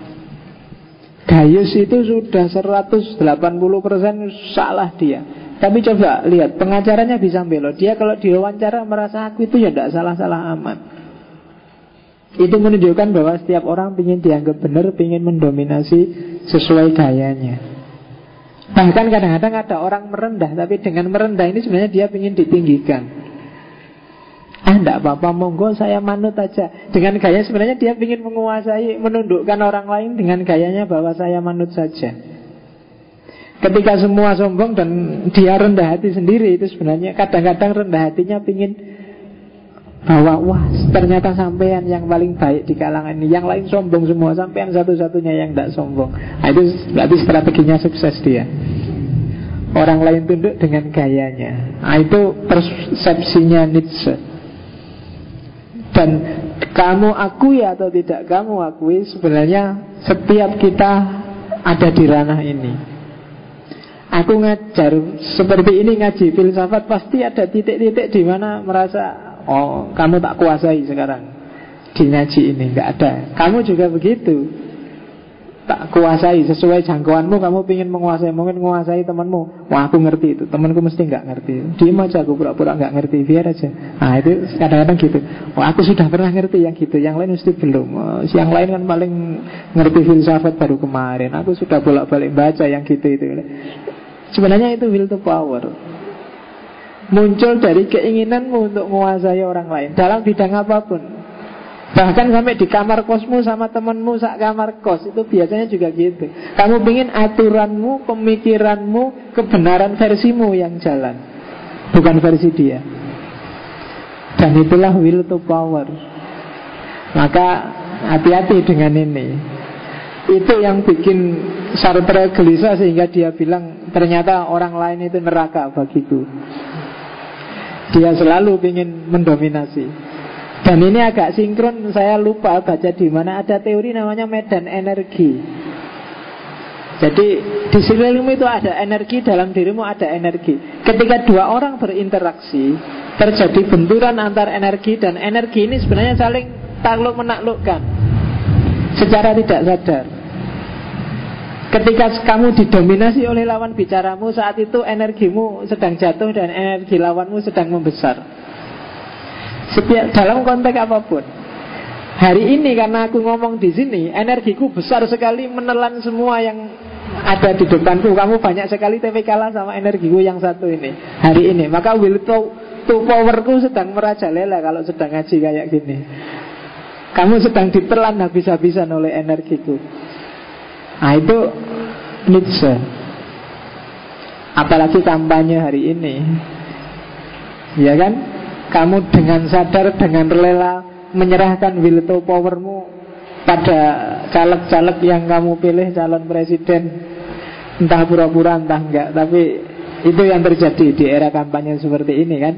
Gayus itu sudah 180% salah dia. Tapi coba lihat, pengacaranya bisa belok. Dia kalau diwawancara merasa aku itu ya tidak salah-salah amat. Itu menunjukkan bahwa setiap orang ingin dianggap benar, ingin mendominasi sesuai gayanya. Bahkan kadang-kadang ada orang merendah, tapi dengan merendah ini sebenarnya dia ingin ditinggikan. Tidak apa-apa, monggo saya manut aja. Dengan gaya sebenarnya dia ingin menguasai, menundukkan orang lain dengan gayanya bahwa saya manut saja. Ketika semua sombong dan dia rendah hati sendiri, itu sebenarnya kadang-kadang rendah hatinya ingin bahwa wah ternyata sampean yang paling baik di kalangan ini, yang lain sombong semua, sampean satu-satunya yang tidak sombong. Nah, itu berarti strateginya sukses dia. Orang lain tunduk dengan gayanya. Nah, itu persepsinya Nietzsche. Dan kamu akui atau tidak kamu akui, sebenarnya setiap kita ada di ranah ini. Aku ngajar seperti ini, ngaji filsafat, pasti ada titik-titik di mana merasa kamu tak kuasai sekarang di ngaji ini. Nggak ada. Kamu juga begitu, tak kuasai sesuai jangkauanmu. Kamu ingin menguasai, mungkin menguasai temanmu. Wah aku ngerti itu, temanku mesti nggak ngerti. Diem aja, aku pura-pura nggak ngerti, biar aja. Nah itu kadang-kadang gitu. Aku sudah pernah ngerti yang gitu, yang lain mesti belum. Yang lain kan paling ngerti filsafat baru kemarin. Aku sudah bolak-balik baca yang gitu itu. Sebenarnya itu will to power. Muncul dari keinginanmu untuk menguasai orang lain dalam bidang apapun. Bahkan sampai di kamar kosmu sama temenmu sak kamar kos, itu biasanya juga gitu. Kamu pingin aturanmu, pemikiranmu, kebenaran versimu yang jalan, bukan versi dia. Dan itulah will to power. Maka hati-hati dengan ini. Itu yang bikin Sartre gelisah, sehingga dia bilang ternyata orang lain itu neraka bagiku. Dia selalu ingin mendominasi. Dan ini agak sinkron, saya lupa baca di mana ada teori namanya medan energi. Jadi di sekeliling itu ada energi, dalam dirimu ada energi. Ketika dua orang berinteraksi, terjadi benturan antar energi, dan energi ini sebenarnya saling takluk menaklukkan secara tidak sadar. Ketika kamu didominasi oleh lawan bicaramu, saat itu energimu sedang jatuh dan energi lawanmu sedang membesar. Setiap dalam konteks apapun. Hari ini karena aku ngomong di sini, energiku besar sekali menelan semua yang ada di depanku. Kamu banyak sekali tapi kalah sama energiku yang satu ini. Hari ini, maka will to powerku sedang merajalela kalau sedang ngaji kayak gini. Kamu sedang ditelan habis-habisan oleh energiku. Nah itu Nietzsche. Apalagi kampanye hari ini, ya kan? Kamu dengan sadar, dengan rela menyerahkan will to powermu pada caleg-caleg yang kamu pilih calon presiden. Entah pura-pura, entah enggak. Tapi itu yang terjadi di era kampanye seperti ini kan.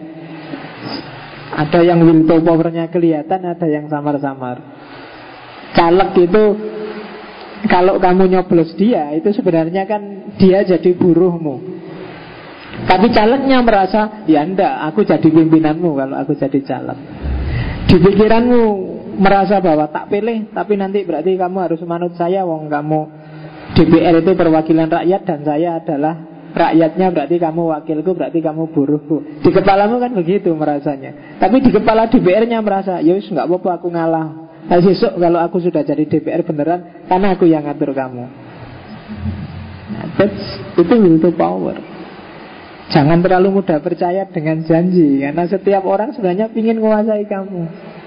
Ada yang will to powernya kelihatan, ada yang samar-samar. Caleg itu, kalau kamu nyoblos dia, itu sebenarnya kan dia jadi buruhmu. Tapi calegnya merasa, ya enggak, aku jadi pimpinanmu kalau aku jadi caleg. Di pikiranmu merasa bahwa tak pilih, tapi nanti berarti kamu harus manut saya. Wong kamu DPR itu perwakilan rakyat dan saya adalah rakyatnya, berarti kamu wakilku, berarti kamu buruhku. Di kepalamu kan begitu merasanya. Tapi di kepala DPR-nya merasa, yowis enggak apa-apa aku ngalah. Nah, besok kalau aku sudah jadi DPR beneran, karena aku yang ngatur kamu. Nah, itu will to power. Jangan terlalu mudah percaya dengan janji, karena setiap orang sebenarnya ingin menguasai kamu.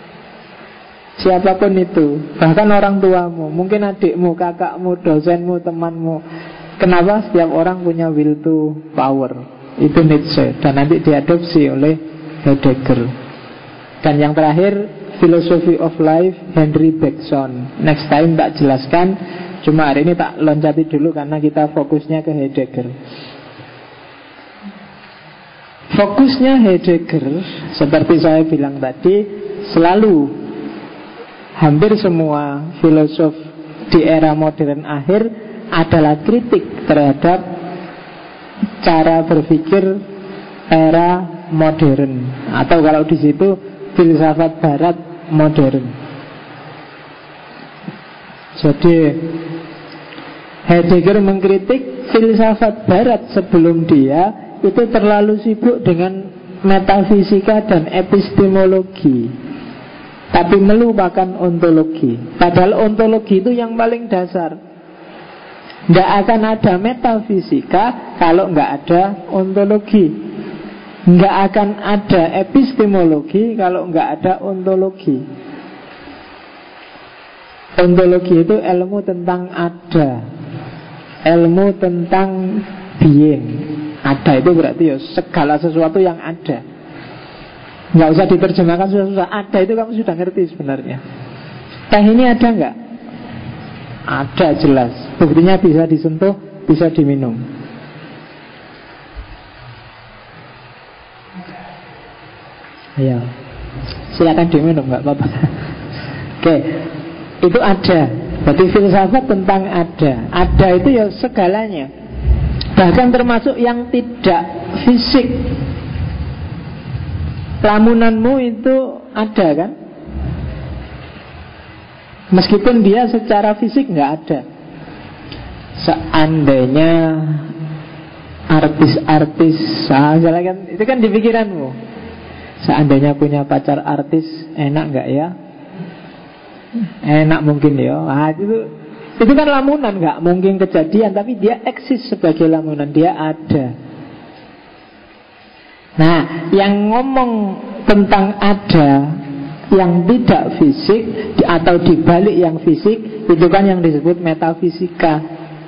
Siapapun itu, bahkan orang tuamu, mungkin adikmu, kakakmu, dosenmu, temanmu. Kenapa? Setiap orang punya will to power. Itu Nietzsche, dan nanti diadopsi oleh Heidegger. Dan yang terakhir, Philosophy of Life, Henry Bergson. Next time tak jelaskan, cuma hari ini tak loncati dulu karena kita fokusnya ke Heidegger. Fokusnya Heidegger, seperti saya bilang tadi, selalu hampir semua filosof di era modern akhir adalah kritik terhadap cara berpikir era modern, atau kalau di situ filsafat barat modern. Jadi Heidegger mengkritik filsafat barat sebelum dia itu terlalu sibuk dengan metafisika dan epistemologi, tapi melupakan ontologi. Padahal ontologi itu yang paling dasar. Tidak akan ada metafisika kalau nggak ada ontologi. Nggak akan ada epistemologi kalau nggak ada ontologi. Ontologi itu ilmu tentang ada, ilmu tentang being. Ada itu berarti ya segala sesuatu yang ada. Nggak usah diterjemahkan susah-susah. Ada itu kamu sudah ngerti sebenarnya. Teh ini ada nggak? Ada, jelas. Buktinya bisa disentuh, bisa diminum. Ya, silakan diminum, nggak apa-apa. Oke, itu ada. Berarti filsafat tentang ada. Ada itu ya segalanya, bahkan termasuk yang tidak fisik. Lamunanmu itu ada kan? Meskipun dia secara fisik nggak ada. Seandainya artis-artis, misalnya kan, itu kan di pikiranmu. Seandainya punya pacar artis, enak nggak ya? Enak mungkin ya. Nah, itu kan lamunan, nggak mungkin kejadian, tapi dia eksis sebagai lamunan, dia ada. Nah, yang ngomong tentang ada yang tidak fisik atau dibalik yang fisik, itu kan yang disebut metafisika.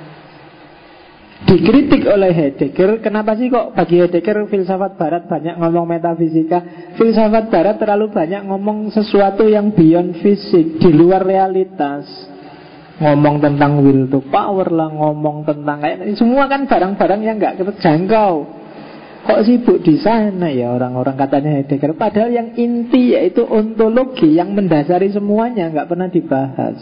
Dikritik oleh Heidegger, kenapa sih kok bagi Heidegger filsafat barat banyak ngomong metafisika? Filsafat barat terlalu banyak ngomong sesuatu yang beyond fisik, di luar realitas. Ngomong tentang will to power lah, ngomong tentang kayak semua kan barang-barang yang gak terjangkau. Kok sibuk di sana ya orang-orang, katanya Heidegger. Padahal yang inti yaitu ontologi yang mendasari semuanya nggak pernah dibahas.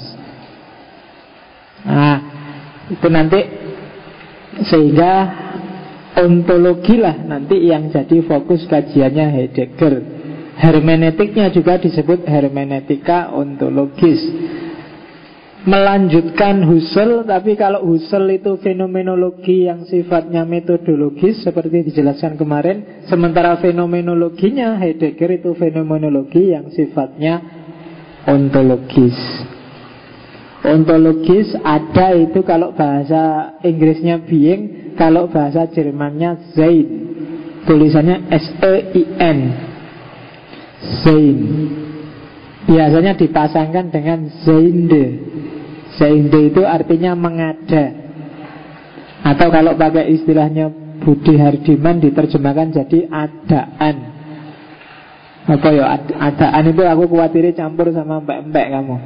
Nah, itu nanti sehingga ontologi lah nanti yang jadi fokus kajiannya Heidegger. Hermeneutiknya juga disebut hermeneutika ontologis. Melanjutkan Husserl, tapi kalau Husserl itu fenomenologi yang sifatnya metodologis seperti dijelaskan kemarin, sementara fenomenologinya Heidegger itu fenomenologi yang sifatnya ontologis. Ontologis ada itu kalau bahasa Inggrisnya being, kalau bahasa Jermannya Sein. Tulisannya S-E-I-N, Sein. Biasanya dipasangkan dengan Seinde. Seinde itu artinya mengada. Atau kalau pakai istilahnya Budi Hardiman diterjemahkan jadi adaan. Apa ya adaan itu aku khawatir campur sama empek-empek kamu.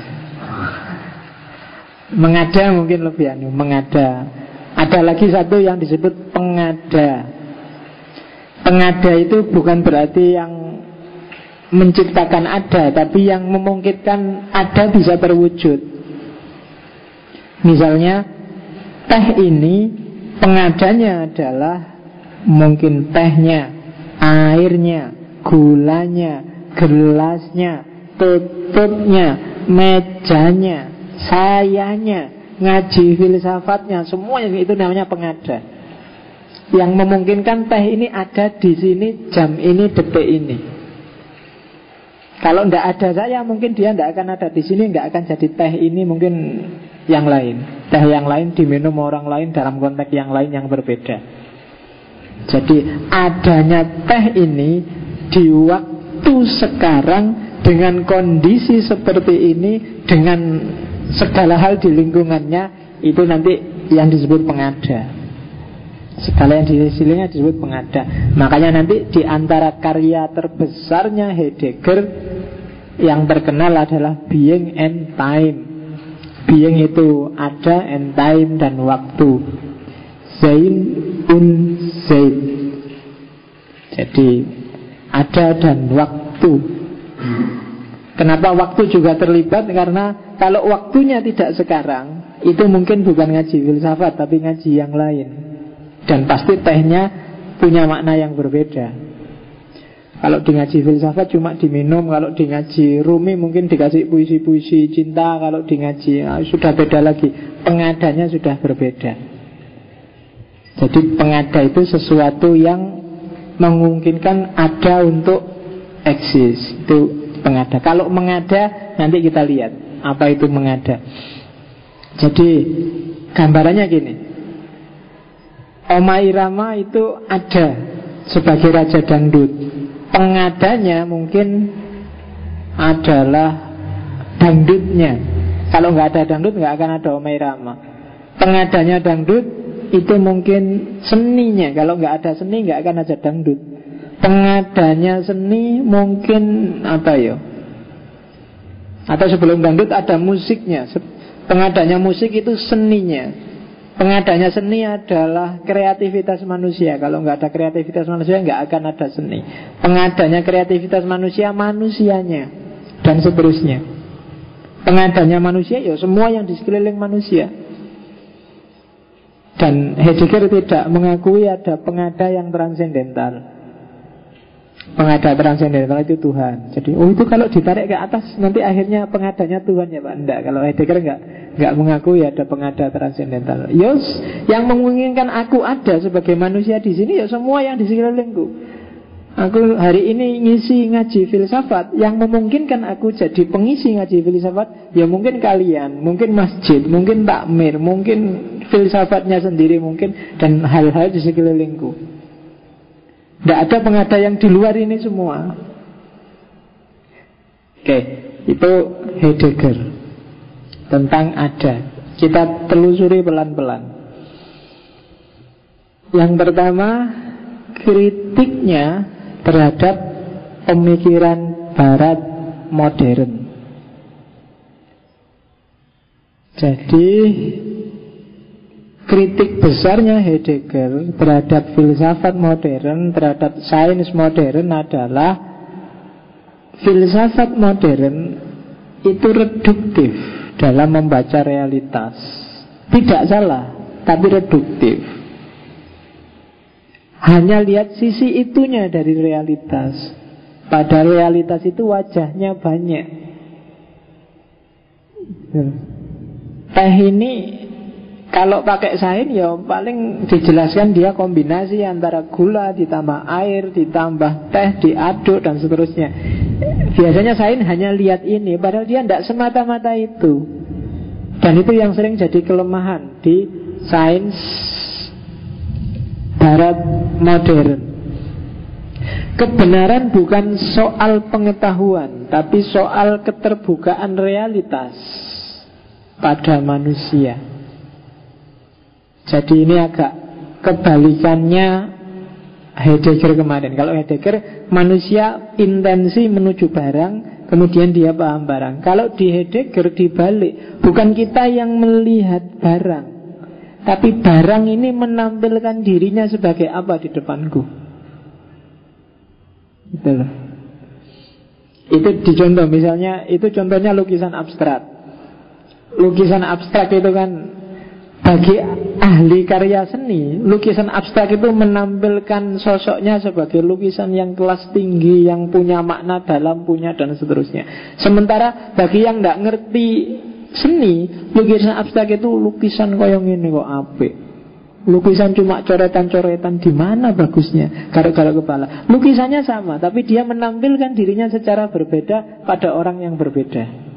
Mengada mungkin lebih mengada. Ada lagi satu yang disebut pengada. Pengada itu bukan berarti yang menciptakan ada, tapi yang memungkinkan ada bisa terwujud. Misalnya teh ini pengadanya adalah mungkin tehnya, airnya, gulanya, gelasnya, tutupnya, mejanya, sayanya, ngaji filsafatnya, semuanya itu namanya pengada. Yang memungkinkan teh ini ada di sini, jam ini, detik ini. Kalau tidak ada saya, mungkin dia tidak akan ada di sini, tidak akan jadi teh ini, mungkin yang lain. Teh yang lain diminum orang lain dalam konteks yang lain yang berbeda. Jadi adanya teh ini di waktu sekarang dengan kondisi seperti ini, dengan segala hal di lingkungannya, itu nanti yang disebut pengada. Segala yang di sekelilingnya disebut pengada. Makanya nanti di antara karya terbesarnya Heidegger yang terkenal adalah Being and Time. Being itu ada, and time dan waktu. Sein und Zeit. Jadi ada dan waktu. Kenapa waktu juga terlibat? Karena kalau waktunya tidak sekarang, itu mungkin bukan ngaji filsafat, tapi ngaji yang lain. Dan pasti tehnya punya makna yang berbeda. Kalau di ngaji filsafat cuma diminum, kalau di ngaji Rumi mungkin dikasih puisi-puisi cinta, kalau di ngaji sudah beda lagi. Pengadanya sudah berbeda. Jadi pengada itu sesuatu yang memungkinkan ada untuk eksis. Itu pengada. Kalau mengada nanti kita lihat apa itu mengada. Jadi gambarannya gini. Oma Irama itu ada sebagai raja dangdut. Pengadanya mungkin adalah dangdutnya. Kalau nggak ada dangdut nggak akan ada Oma Irama. Pengadanya dangdut itu mungkin seninya. Kalau nggak ada seni nggak akan ada dangdut. Pengadanya seni mungkin apa ya? Atau sebelum dangdut ada musiknya. Pengadanya musik itu seninya. Pengadanya seni adalah kreativitas manusia. Kalau nggak ada kreativitas manusia nggak akan ada seni. Pengadanya kreativitas manusia, manusianya, dan seterusnya. Pengadanya manusia ya semua yang di sekeliling manusia. Dan Heidegger tidak mengakui ada pengada yang transendental. Pengada transendental itu Tuhan. Jadi itu kalau ditarik ke atas nanti akhirnya pengadanya Tuhan ya Pak. Enggak, kalau Heidegger enggak mengakui ada pengada transendental. Yos, yang memungkinkan aku ada sebagai manusia di sini ya semua yang di sekelilingku. Aku hari ini ngisi ngaji filsafat, yang memungkinkan aku jadi pengisi ngaji filsafat ya mungkin kalian, mungkin masjid, mungkin takmir, mungkin filsafatnya sendiri mungkin, dan hal-hal di sekelilingku. Tidak ada pengada yang di luar ini semua. Oke, itu Heidegger tentang ada. Kita telusuri pelan-pelan. Yang pertama, kritiknya terhadap pemikiran Barat modern. Jadi kritik besarnya Heidegger terhadap filsafat modern, terhadap sains modern adalah filsafat modern itu reduktif dalam membaca realitas. Tidak salah, tapi reduktif. Hanya lihat sisi itunya dari realitas. Pada realitas itu wajahnya banyak. Teh ini kalau pakai sains ya paling dijelaskan dia kombinasi antara gula ditambah air ditambah teh diaduk dan seterusnya. Biasanya sains hanya lihat ini, padahal dia tidak semata-mata itu. Dan itu yang sering jadi kelemahan di sains Barat modern. Kebenaran bukan soal pengetahuan, tapi soal keterbukaan realitas pada manusia. Jadi ini agak kebalikannya Heidegger kemarin. Kalau Heidegger manusia intensi menuju barang, kemudian dia paham barang. Kalau di Heidegger dibalik, bukan kita yang melihat barang, tapi barang ini menampilkan dirinya sebagai apa di depanku. Gitu loh. Itu dicontoh, misalnya itu contohnya lukisan abstrak. Lukisan abstrak itu kan bagi ahli karya seni, lukisan abstrak itu menampilkan sosoknya sebagai lukisan yang kelas tinggi, yang punya makna dalam, punya dan seterusnya. Sementara bagi yang tidak ngerti seni, lukisan abstrak itu lukisan koyong ini kok apik. Lukisan cuma coretan-coretan, di mana bagusnya? Garuk-garuk kepala. Lukisannya sama, tapi dia menampilkan dirinya secara berbeda pada orang yang berbeda.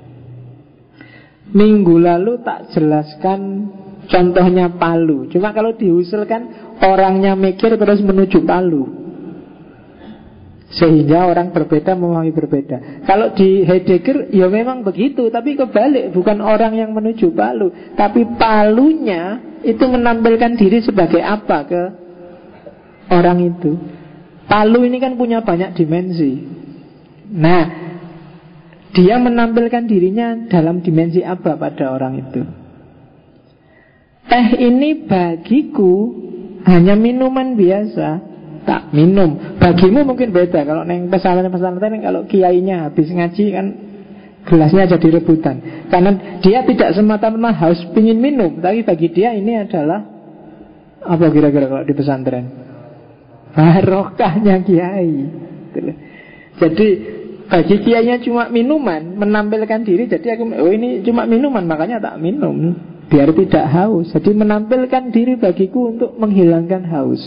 Minggu lalu tak jelaskan contohnya Palu. Cuma kalau diusulkan orangnya mikir terus menuju Palu, sehingga orang berbeda memahami berbeda. Kalau di Heidegger ya memang begitu, tapi kebalik, bukan orang yang menuju Palu, tapi Palunya itu menampilkan diri sebagai apa ke orang itu. Palu ini kan punya banyak dimensi. Nah, dia menampilkan dirinya dalam dimensi apa pada orang itu. Teh ini bagiku hanya minuman biasa, tak minum. Bagimu mungkin beda. Kalau neng pesantren kalau kiainya habis ngaji kan gelasnya jadi rebutan. Karena dia tidak semata-mata haus pingin minum, tapi bagi dia ini adalah apa kira-kira kalau di pesantren? Barokahnya kiai. Jadi bagi kiainya cuma minuman, menampilkan diri. Jadi aku, oh ini cuma minuman, makanya tak minum biar tidak haus. Jadi menampilkan diri bagiku untuk menghilangkan haus.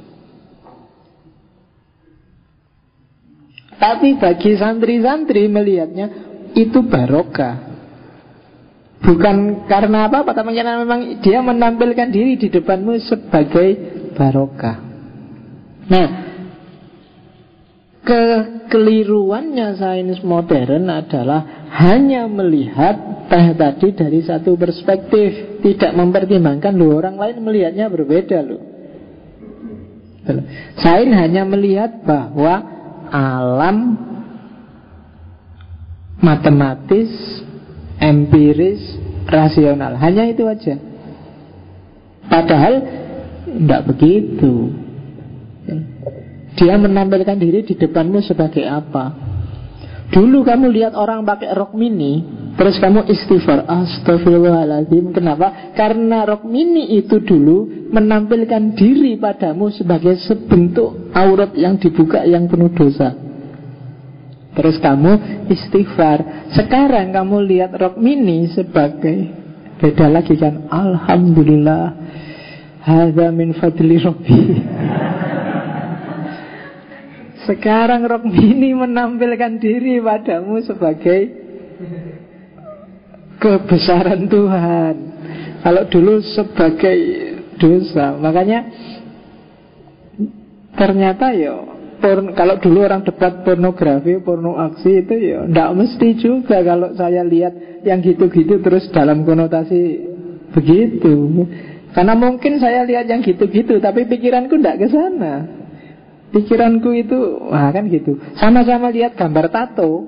Tapi bagi santri-santri melihatnya itu barokah. Bukan karena apa-apa, tapi karena memang dia menampilkan diri di depanmu sebagai barokah. Nah, kekeliruannya sains modern adalah hanya melihat teh tadi dari satu perspektif, tidak mempertimbangkan loh orang lain melihatnya berbeda loh. Sains hanya melihat bahwa alam matematis, empiris, rasional, hanya itu aja. Padahal tidak begitu. Dia menampilkan diri di depanmu sebagai apa. Dulu kamu lihat orang pakai rok mini, terus kamu istighfar, astagfirullahaladzim. Kenapa? Karena rok mini itu dulu menampilkan diri padamu sebagai sebentuk aurat yang dibuka yang penuh dosa. Terus kamu istighfar. Sekarang kamu lihat rok mini sebagai beda lagi kan. Alhamdulillah, hadza min fadli Rabbi. Sekarang rok mini menampilkan diri padamu sebagai kebesaran Tuhan. Kalau dulu sebagai dosa. Makanya ternyata ya kalau dulu orang debat pornografi, porno aksi itu ya tidak mesti juga. Kalau saya lihat yang gitu-gitu terus dalam konotasi begitu. Karena mungkin saya lihat yang gitu-gitu, tapi pikiranku tidak ke sana. Pikiranku itu, wah kan gitu. Sama-sama lihat gambar tato,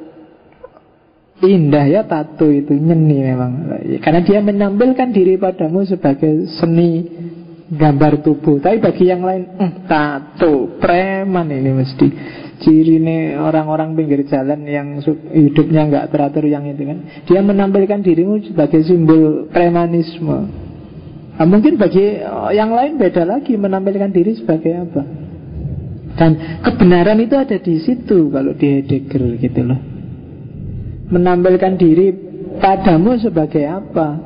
indah ya tato itu, nyeni memang. Karena dia menampilkan diri padamu sebagai seni gambar tubuh. Tapi bagi yang lain, tato, preman ini mesti. Ciri nih orang-orang pinggir jalan yang hidupnya nggak teratur yang itu kan. Dia menampilkan dirimu sebagai simbol premanisme. Nah, mungkin bagi yang lain beda lagi menampilkan diri sebagai apa. Dan kebenaran itu ada di situ kalau di Heidegger gitu loh. Menampilkan diri padamu sebagai apa.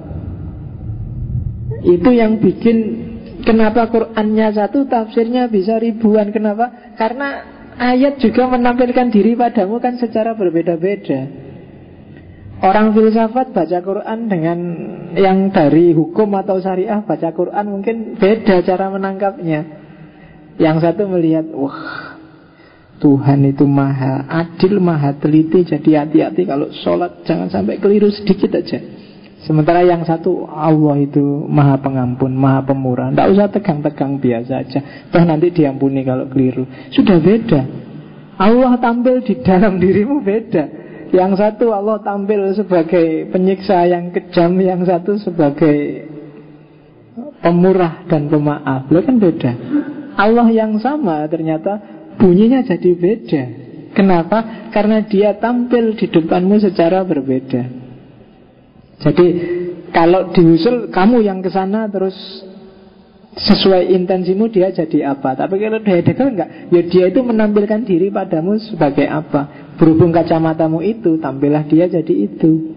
Itu yang bikin kenapa Qur'annya satu, tafsirnya bisa ribuan. Kenapa? Karena ayat juga menampilkan diri padamu kan secara berbeda-beda. Orang filsafat baca Quran dengan yang dari hukum atau syariah baca Quran mungkin beda cara menangkapnya. Yang satu melihat, wah, Tuhan itu maha adil, maha teliti, jadi hati-hati kalau sholat jangan sampai keliru sedikit aja. Sementara yang satu, Allah itu maha pengampun, maha pemurah, tidak usah tegang-tegang, biasa aja, toh nanti diampuni kalau keliru. Sudah beda. Allah tampil di dalam dirimu beda. Yang satu Allah tampil sebagai penyiksa yang kejam, yang satu sebagai pemurah dan pemaaf. Itu kan beda. Allah yang sama ternyata bunyinya jadi beda. Kenapa? Karena dia tampil di depanmu secara berbeda. Jadi kalau diusul kamu yang kesana terus sesuai intensimu dia jadi apa. Tapi kalau Heidegger enggak, ya dia itu menampilkan diri padamu sebagai apa. Berhubung kacamatamu itu, tampillah dia jadi itu.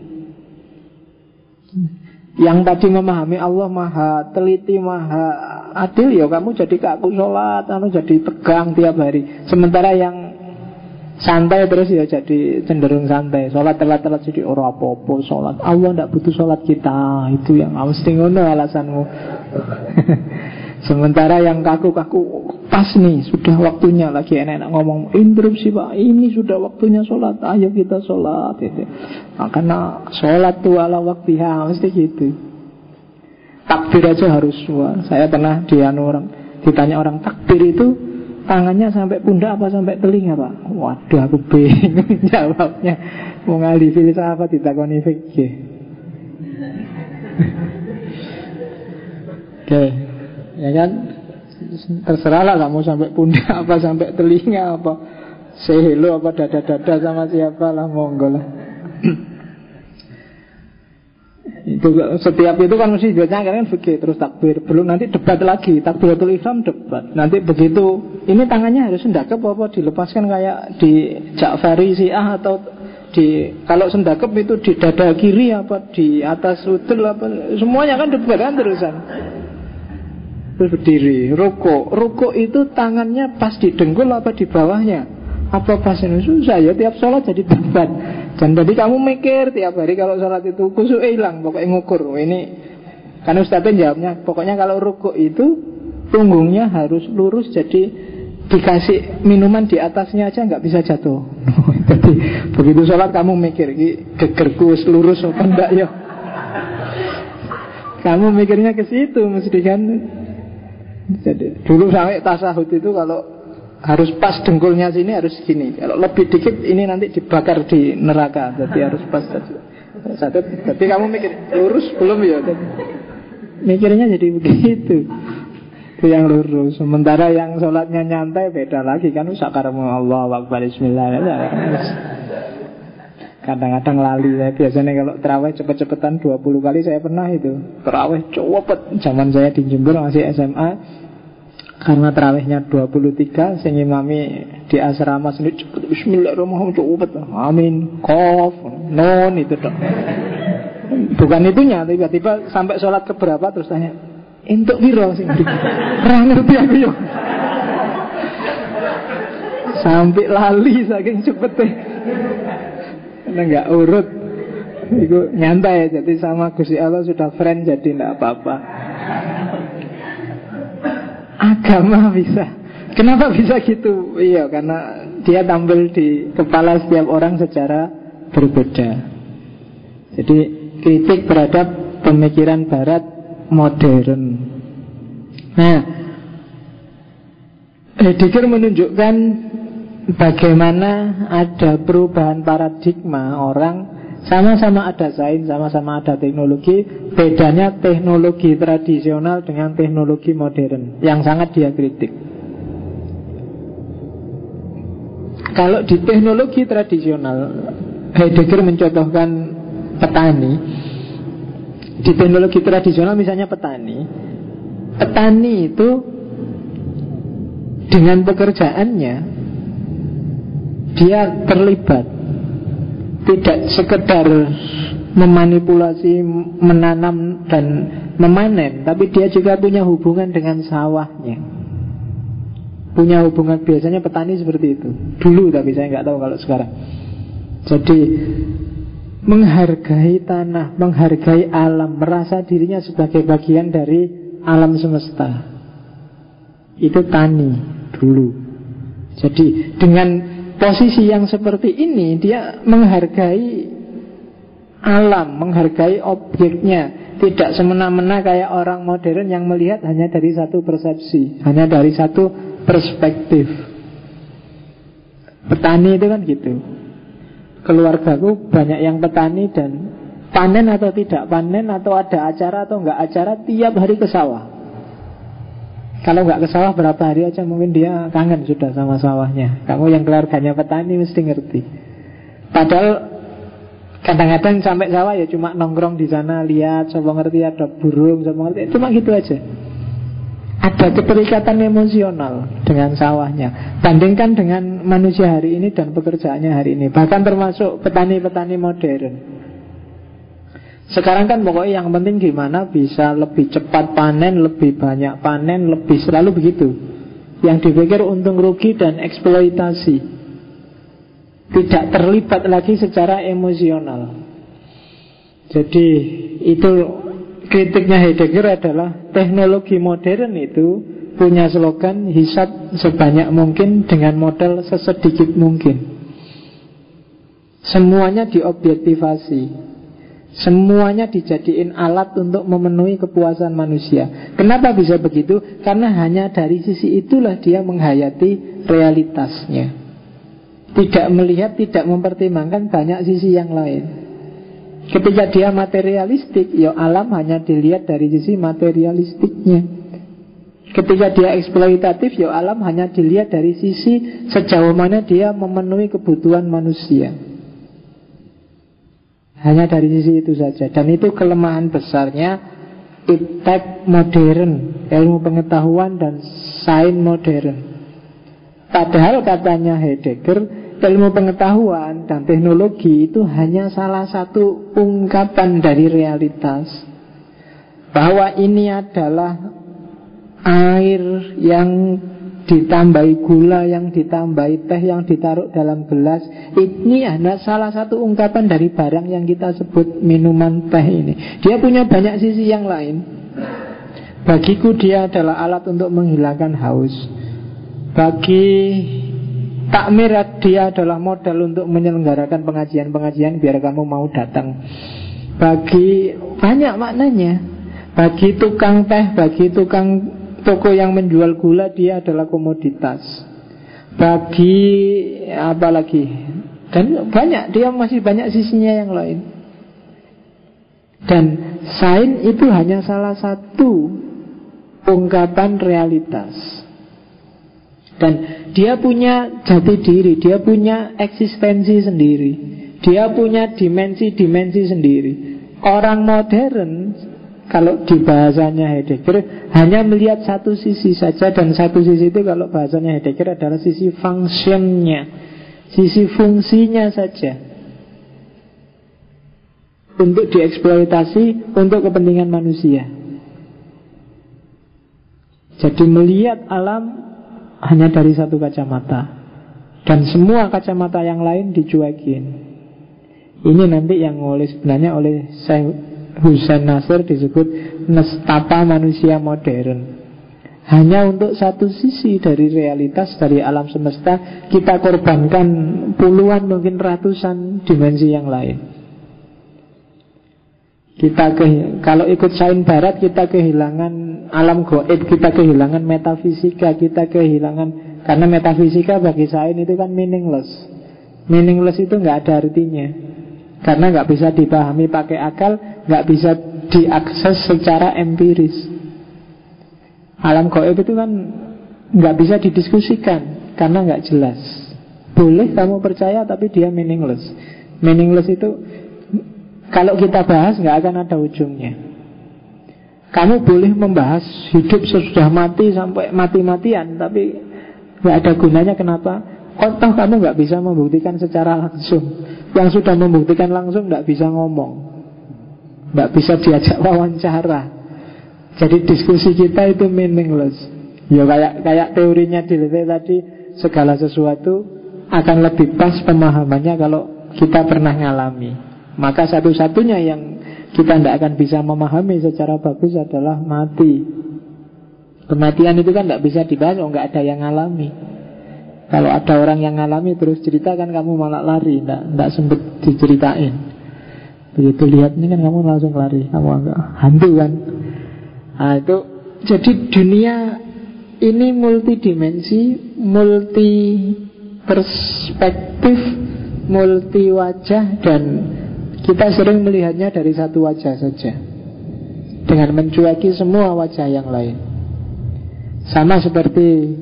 Yang tadi memahami Allah maha teliti, maha adil, ya kamu jadi kaku sholat, kamu jadi tegang tiap hari. Sementara yang santai terus ya jadi cenderung santai. Sholat telat-telat jadi ora apa-apa sholat. Allah tidak butuh sholat kita. Itu yang mesti ngono alasanmu. Sementara yang kaku-kaku, pas nih, sudah waktunya, lagi enak-enak ngomong, interupsi pak, ini sudah waktunya sholat, ayo kita sholat gitu. Nah, karena sholat tu ala waktiha, mesti gitu. Takbir aja harus. Wah, saya pernah ditanya orang, takbir itu tangannya sampai pundak apa sampai telinga pak? Waduh, aku bingung jawabnya. Mau ngali filsafat ditakoni fikih. Oke. Ya kan, terserahlah kamu sampai pundak apa sampai telinga apa, say hello apa dada-dada sama siapa lah, monggo lah. Itu setiap itu kan mesti biasanya kan fikih terus takbir, belum nanti debat lagi, takbiratul ihram debat. Nanti begitu ini tangannya harus sendakep apa dilepaskan kayak di Ja'fari Syiah atau kalau sendakep itu di dada kiri apa di atas udel apa, semuanya kan debat kan terusan. Terus berdiri, rukuk itu tangannya pas di dengkul apa di bawahnya, apa pas ini, susah ya tiap sholat jadi debat. Dan tadi kamu mikir tiap hari kalau sholat itu khusyuk hilang, pokoknya ngukur ini. Karena ustadznya jawabnya, pokoknya kalau rukuk itu punggungnya harus lurus, jadi dikasih minuman di atasnya aja nggak bisa jatuh. Jadi begitu sholat kamu mikir, gegerku lurus apa enggak ya? Kamu mikirnya ke situ mesti kan. Jadi dulu sampai tasahud itu kalau harus pas dengkulnya sini harus gini. Kalau lebih dikit ini nanti dibakar di neraka. Jadi harus pas satu. Tapi kamu mikir lurus belum ya? Mikirnya jadi begitu. Itu yang lurus. Sementara yang sholatnya nyantai beda lagi kan. Sakarmu Allah Akbar Bismillah. Kadang-kadang lali saya. Biasanya kalau terawih cepet-cepetan 20 kali saya pernah itu. Terawih cepet. Zaman saya di Jember masih SMA. Karena terawihnya 23, saya ngimami di asrama sendiri cepet. Bismillahirrahmanirrahim, cepet. Amin, kof, non itu dong. Bukan itunya, tiba-tiba sampai sholat keberapa terus tanya, entuk piro sing ora ngerti aku yo. Sampai lali saking cepetnya. Karena nggak urut. Itu nyantai. Jadi sama Gusti Allah sudah friend, jadi nggak apa-apa. Agama bisa Kenapa bisa gitu? Iya, karena dia tampil di kepala setiap orang secara berbeda. Jadi kritik terhadap pemikiran barat modern. Nah, Heidegger menunjukkan bagaimana ada perubahan paradigma orang. Sama-sama ada sains, sama-sama ada teknologi. Bedanya teknologi tradisional dengan teknologi modern, yang sangat dia kritik. Kalau di teknologi tradisional, Heidegger mencontohkan petani. Di teknologi tradisional misalnya petani itu dengan pekerjaannya dia terlibat, tidak sekedar memanipulasi, menanam dan memanen, tapi dia juga punya hubungan dengan sawahnya. Punya hubungan, biasanya petani seperti itu dulu, tapi saya nggak tahu kalau sekarang. Jadi menghargai tanah, menghargai alam, merasa dirinya sebagai bagian dari alam semesta. Itu tani dulu. Jadi dengan posisi yang seperti ini, dia menghargai alam, menghargai objeknya. Tidak semena-mena kayak orang modern yang melihat hanya dari satu persepsi, hanya dari satu perspektif. Petani itu kan gitu. Keluargaku banyak yang petani, dan panen atau tidak panen, atau ada acara atau enggak acara, tiap hari ke sawah. Kalau nggak ke sawah berapa hari aja mungkin dia kangen sudah sama sawahnya. Kamu yang keluarganya petani mesti ngerti. Padahal kadang-kadang sampai sawah ya cuma nongkrong di sana, lihat, coba ngerti ada burung, coba ngerti, cuma gitu aja. Ada keterikatan emosional dengan sawahnya. Bandingkan dengan manusia hari ini dan pekerjaannya hari ini. Bahkan termasuk petani-petani modern. Sekarang kan pokoknya yang penting gimana bisa lebih cepat panen, lebih banyak panen, lebih, selalu begitu. Yang dipikir untung rugi dan eksploitasi. Tidak terlibat lagi secara emosional. Jadi itu kritiknya Heidegger adalah teknologi modern itu punya slogan hisab sebanyak mungkin dengan modal sesedikit mungkin. Semuanya diobjektivasi. Semuanya dijadiin alat untuk memenuhi kepuasan manusia. Kenapa bisa begitu? Karena hanya dari sisi itulah dia menghayati realitasnya. Tidak melihat, tidak mempertimbangkan banyak sisi yang lain. Ketika dia materialistik, ya alam hanya dilihat dari sisi materialistiknya. Ketika dia eksploitatif, ya alam hanya dilihat dari sisi sejauh mana dia memenuhi kebutuhan manusia. Hanya dari sisi itu saja. Dan itu kelemahan besarnya iptek modern, ilmu pengetahuan dan sains modern. Padahal katanya Heidegger, ilmu pengetahuan dan teknologi itu hanya salah satu ungkapan dari realitas. Bahwa ini adalah air yang ditambahi gula, yang ditambahi teh, yang ditaruh dalam gelas. Ini hanya salah satu ungkapan dari barang yang kita sebut minuman teh ini. Dia punya banyak sisi yang lain. Bagiku dia adalah alat untuk menghilangkan haus. Bagi takmir dia adalah modal untuk menyelenggarakan pengajian-pengajian biar kamu mau datang. Bagi banyak maknanya. Bagi tukang teh, bagi tukang toko yang menjual gula, dia adalah komoditas. Bagi apa lagi? Dan banyak, dia masih banyak sisinya yang lain. Dan sains itu hanya salah satu ungkapan realitas. Dan dia punya jati diri, dia punya eksistensi sendiri, dia punya dimensi-dimensi sendiri. Orang modern, kalau di bahasanya Heidegger, hanya melihat satu sisi saja. Dan satu sisi itu kalau bahasanya Heidegger adalah sisi functionnya, sisi fungsinya saja, untuk dieksploitasi untuk kepentingan manusia. Jadi melihat alam hanya dari satu kacamata, dan semua kacamata yang lain dicuekin. Ini nanti yang sebenarnya oleh Syekh Hussein Nasr disebut nestapa manusia modern. Hanya untuk satu sisi dari realitas, dari alam semesta, kita korbankan puluhan, mungkin ratusan dimensi yang lain. Kalau ikut sains barat, kita kehilangan alam gaib, kita kehilangan metafisika, kita kehilangan, karena metafisika bagi sains itu kan meaningless. Meaningless itu nggak ada artinya, karena nggak bisa dipahami pakai akal, nggak bisa diakses secara empiris. Alam gaib itu kan nggak bisa didiskusikan karena nggak jelas. Boleh kamu percaya tapi dia meaningless. Meaningless itu kalau kita bahas nggak akan ada ujungnya. Kamu boleh membahas hidup sesudah mati sampai mati-matian, tapi nggak ada gunanya. Kenapa? Toh kamu nggak bisa membuktikan secara langsung. Yang sudah membuktikan langsung nggak bisa ngomong, nggak bisa diajak wawancara. Jadi diskusi kita itu meaningless. Ya kayak teorinya Dilthey tadi, segala sesuatu akan lebih pas pemahamannya kalau kita pernah ngalami. Maka satu-satunya yang kita tidak akan bisa memahami secara bagus adalah mati. Kematian itu kan tidak bisa dibahas, nggak ada yang ngalami. Kalau ada orang yang ngalami terus cerita kan kamu malah lari, tidak sempet diceritain. Begitu lihat ini kan kamu langsung lari, kamu agak hantu kan. Nah itu, jadi dunia ini multidimensi, multi perspektif, multi wajah, dan kita sering melihatnya dari satu wajah saja, dengan mencueki semua wajah yang lain. Sama seperti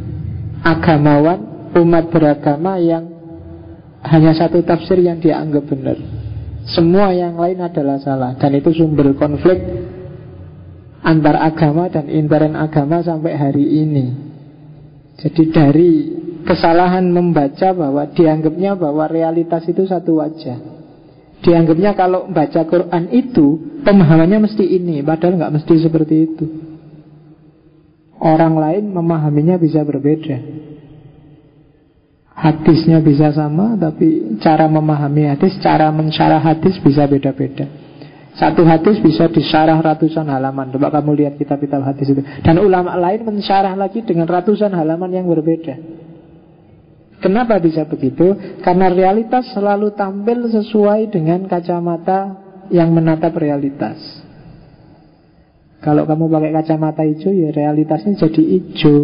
agamawan, umat beragama yang hanya satu tafsir yang dia anggap benar, semua yang lain adalah salah. Dan itu sumber konflik antar agama dan intern agama sampai hari ini. Jadi dari kesalahan membaca bahwa dianggapnya bahwa realitas itu satu wajah, dianggapnya kalau baca Quran itu pemahamannya mesti ini, padahal nggak mesti seperti itu. Orang lain memahaminya bisa berbeda. Hadisnya bisa sama, tapi cara memahami hadis, cara mensyarah hadis bisa beda-beda. Satu hadis bisa disyarah ratusan halaman. Coba kamu lihat kitab-kitab hadis itu. Dan ulama lain mensyarah lagi dengan ratusan halaman yang berbeda. Kenapa bisa begitu? Karena realitas selalu tampil sesuai dengan kacamata yang menatap realitas. Kalau kamu pakai kacamata hijau, ya realitasnya jadi hijau.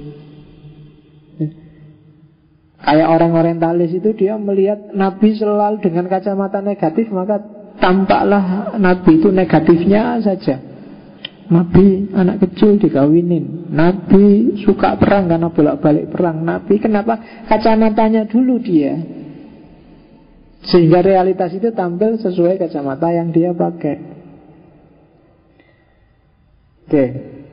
Kayak orang orientalis itu, dia melihat Nabi selalu dengan kacamata negatif, maka tampaklah Nabi itu negatifnya saja. Nabi anak kecil dikawinin, Nabi suka perang karena bolak-balik perang. Nabi kenapa? Kacamatanya dulu dia, sehingga realitas itu tampil sesuai kacamata yang dia pakai. Oke.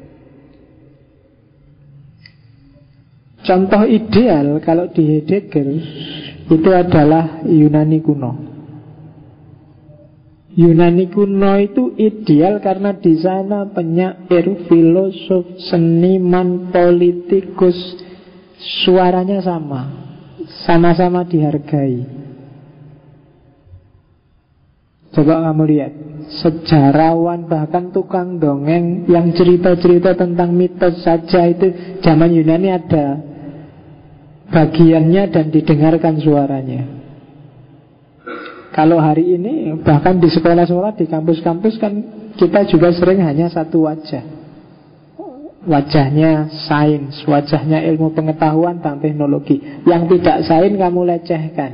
Contoh ideal kalau di Heidegger itu adalah Yunani kuno. Yunani kuno itu ideal karena di sana penyair, filosof, seniman, politikus, suaranya sama, sama-sama dihargai. Coba kamu lihat, sejarawan bahkan tukang dongeng yang cerita-cerita tentang mitos saja itu zaman Yunani ada bagiannya dan didengarkan suaranya. Kalau hari ini bahkan di sekolah-sekolah, di kampus-kampus kan kita juga sering hanya satu wajah. Wajahnya sains, wajahnya ilmu pengetahuan dan teknologi. Yang tidak sains kamu lecehkan.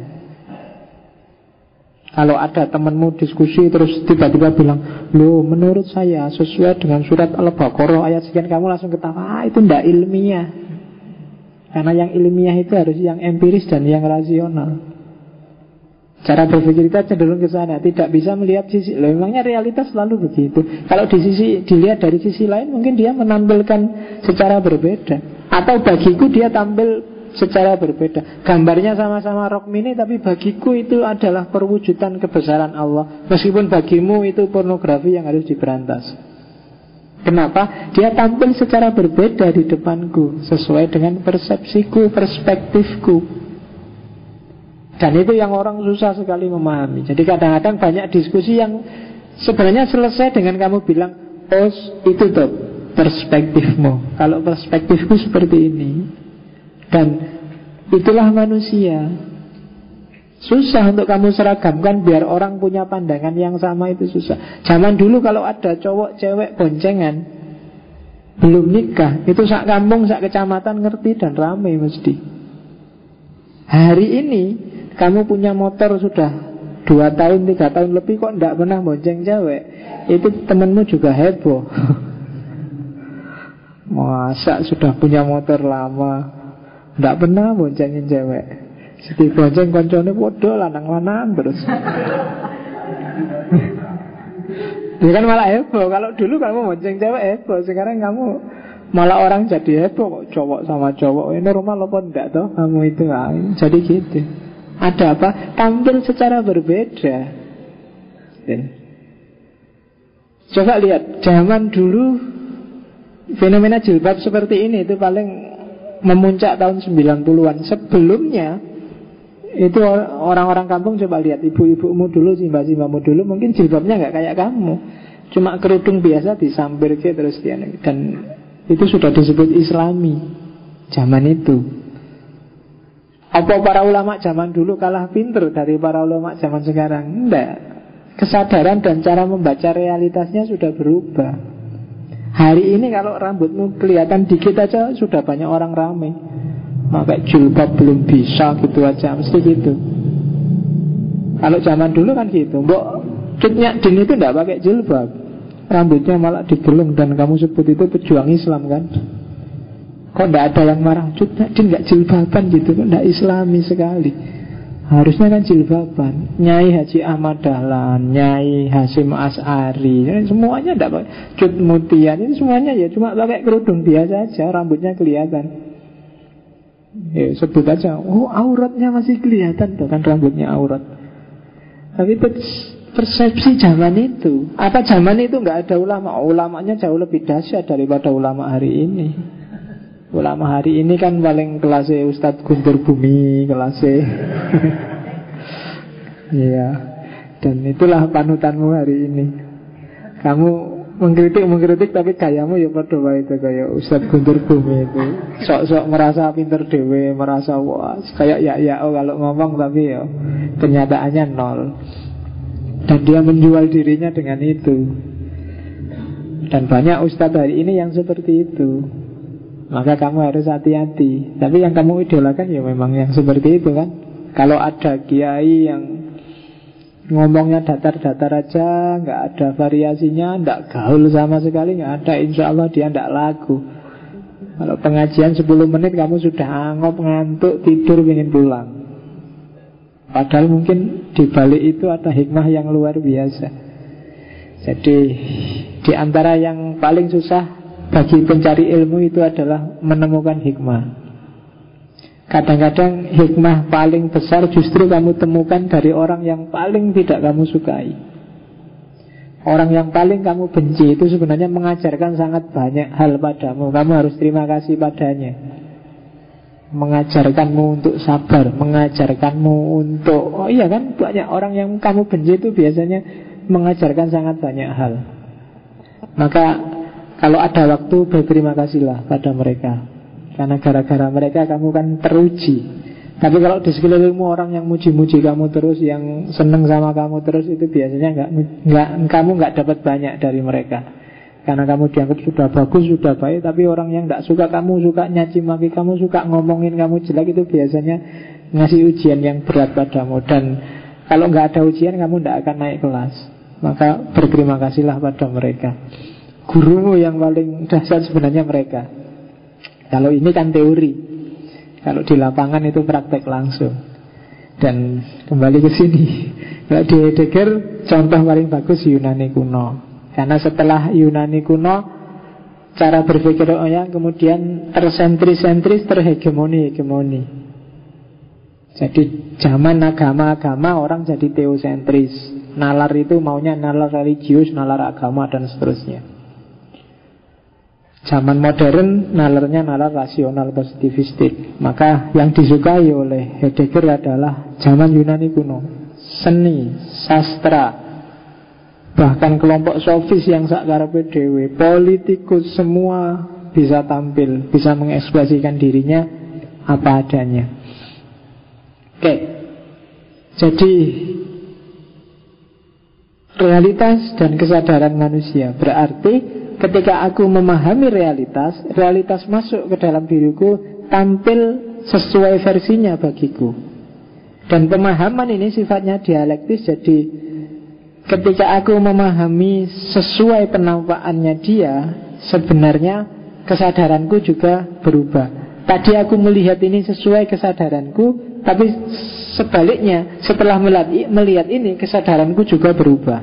Kalau ada temanmu diskusi terus tiba-tiba bilang, loh menurut saya sesuai dengan surat Al-Baqarah ayat sekian, kamu langsung ketawa, itu tidak ilmiah. Karena yang ilmiah itu harus yang empiris dan yang rasional. Cara berpikir kita cenderung ke sana, tidak bisa melihat sisi. Loh, memangnya realitas selalu begitu. Kalau dilihat dari sisi lain, mungkin dia menampilkan secara berbeda. Atau bagiku dia tampil secara berbeda. Gambarnya sama-sama rock mini, tapi bagiku itu adalah perwujudan kebesaran Allah. Meskipun bagimu itu pornografi yang harus diberantas. Kenapa? Dia tampil secara berbeda di depanku, sesuai dengan persepsiku, perspektifku. Dan itu yang orang susah sekali memahami. Jadi kadang-kadang banyak diskusi yang sebenarnya selesai dengan kamu bilang, oh itu tuh perspektifmu. Kalau perspektifku seperti ini. Dan itulah manusia. Susah untuk kamu seragamkan biar orang punya pandangan yang sama, itu susah. Zaman dulu kalau ada cowok cewek boncengan belum nikah, itu sak kampung sak kecamatan ngerti dan ramai mesti. Hari ini kamu punya motor sudah 2 tahun 3 tahun lebih kok tidak pernah bonceng cewek, itu temenmu juga heboh. Masa sudah punya motor lama tidak pernah boncengin cewek. Jadi bonceng koncone podo lanang-lanang terus. Dia kan malah heboh. Kalau dulu kamu bonceng cewek heboh, sekarang kamu malah orang jadi heboh kok cowok sama cowok. Ini normal apa enggak toh kamu itu jadi gitu. Ada apa? Tampil secara berbeda. Coba lihat zaman dulu fenomena jilbab seperti ini itu paling memuncak tahun 90-an. Sebelumnya itu orang-orang kampung coba lihat ibu-ibumu dulu, simbah-simbahmu dulu, mungkin jilbabnya nggak kayak kamu, cuma kerudung biasa disampir ke terus dia, dan itu sudah disebut Islami zaman itu. Apa para ulama zaman dulu kalah pinter dari para ulama zaman sekarang? Enggak. Kesadaran dan cara membaca realitasnya sudah berubah. Hari ini kalau rambutmu kelihatan dikit aja sudah banyak orang ramai. Pakai jilbab belum bisa gitu aja, mesti gitu. Kalau zaman dulu kan gitu. Mbok Cutnya Din itu tidak pakai jilbab, rambutnya malah digelung, dan kamu sebut itu pejuang Islam kan. Kok tidak ada yang marah, Cutnya Din nggak jilbaban gitu, kok tidak Islami sekali. Harusnya kan jilbaban. Nyai Haji Ahmad Dahlan, Nyai Hasyim As'ari, semuanya tidak pakai. Cut Mutian ini semuanya ya cuma pakai kerudung biasa aja, rambutnya kelihatan. Ya, sebut aja, oh auratnya masih kelihatan tuh kan, rambutnya aurat. Tapi persepsi zaman itu. Apa zaman itu nggak ada ulama? Ulamanya jauh lebih dahsyat daripada ulama hari ini. Ulama hari ini kan paling kelasnya Ustadz Guntur Bumi, kelasnya. Iya. Dan itulah panutanmu hari ini. Kamu mengkritik tapi gayamu ya pada itu kayak Ustadz Guntur Bumi itu. Sok-sok merasa pinter dewe, merasa wah kayak ya kalau ngomong, tapi ya kenyataannya nol. Dan dia menjual dirinya dengan itu. Dan banyak ustadz hari ini yang seperti itu. Maka kamu harus hati-hati. Tapi yang kamu idolakan ya memang yang seperti itu kan. Kalau ada kiai yang ngomongnya datar-datar aja, nggak ada variasinya, nggak gaul sama sekali, nggak ada, insya Allah dia nggak laku. Kalau pengajian 10 menit kamu sudah angop, ngantuk, tidur, ingin pulang. Padahal mungkin di balik itu ada hikmah yang luar biasa. Jadi di antara yang paling susah bagi pencari ilmu itu adalah menemukan hikmah. Kadang-kadang hikmah paling besar justru kamu temukan dari orang yang paling tidak kamu sukai. Orang yang paling kamu benci itu sebenarnya mengajarkan sangat banyak hal padamu. Kamu harus terima kasih padanya. Mengajarkanmu untuk sabar, mengajarkanmu untuk, oh iya kan, banyak orang yang kamu benci itu biasanya mengajarkan sangat banyak hal. Maka kalau ada waktu berterima kasihlah pada mereka. Karena gara-gara mereka kamu kan teruji. Tapi kalau di sekelilingmu orang yang muji-muji kamu terus, yang seneng sama kamu terus, itu biasanya kamu nggak dapat banyak dari mereka. Karena kamu dianggap sudah bagus, sudah baik. Tapi orang yang tidak suka kamu, suka nyaci maki kamu, suka ngomongin kamu jelek, itu biasanya ngasih ujian yang berat padamu. Dan kalau nggak ada ujian, kamu tidak akan naik kelas. Maka berterima kasihlah pada mereka. Gurumu yang paling dahsyat sebenarnya mereka. Kalau ini kan teori, kalau di lapangan itu praktek langsung. Dan kembali ke sini, kalau di Heidegger contoh paling bagus Yunani kuno. Karena setelah Yunani kuno, cara berpikir orang kemudian tersentris-sentris, terhegemoni. Jadi zaman agama-agama orang jadi teosentris. Nalar itu maunya nalar religius, nalar agama, dan seterusnya. Zaman modern nalarnya nalar rasional positivistik. Maka yang disukai oleh Heidegger adalah zaman Yunani kuno. Seni, sastra, Bahkan kelompok sofis yang sakarepe dhewe, politikus, semua bisa tampil, bisa mengekspresikan dirinya apa adanya. Oke. Jadi realitas dan kesadaran manusia berarti ketika aku memahami realitas, realitas masuk ke dalam diriku, tampil sesuai versinya bagiku. Dan pemahaman ini sifatnya dialektis. Jadi ketika aku memahami sesuai penampakannya dia, sebenarnya kesadaranku juga berubah. Tadi aku melihat ini sesuai kesadaranku, tapi sebaliknya setelah melihat ini, kesadaranku juga berubah.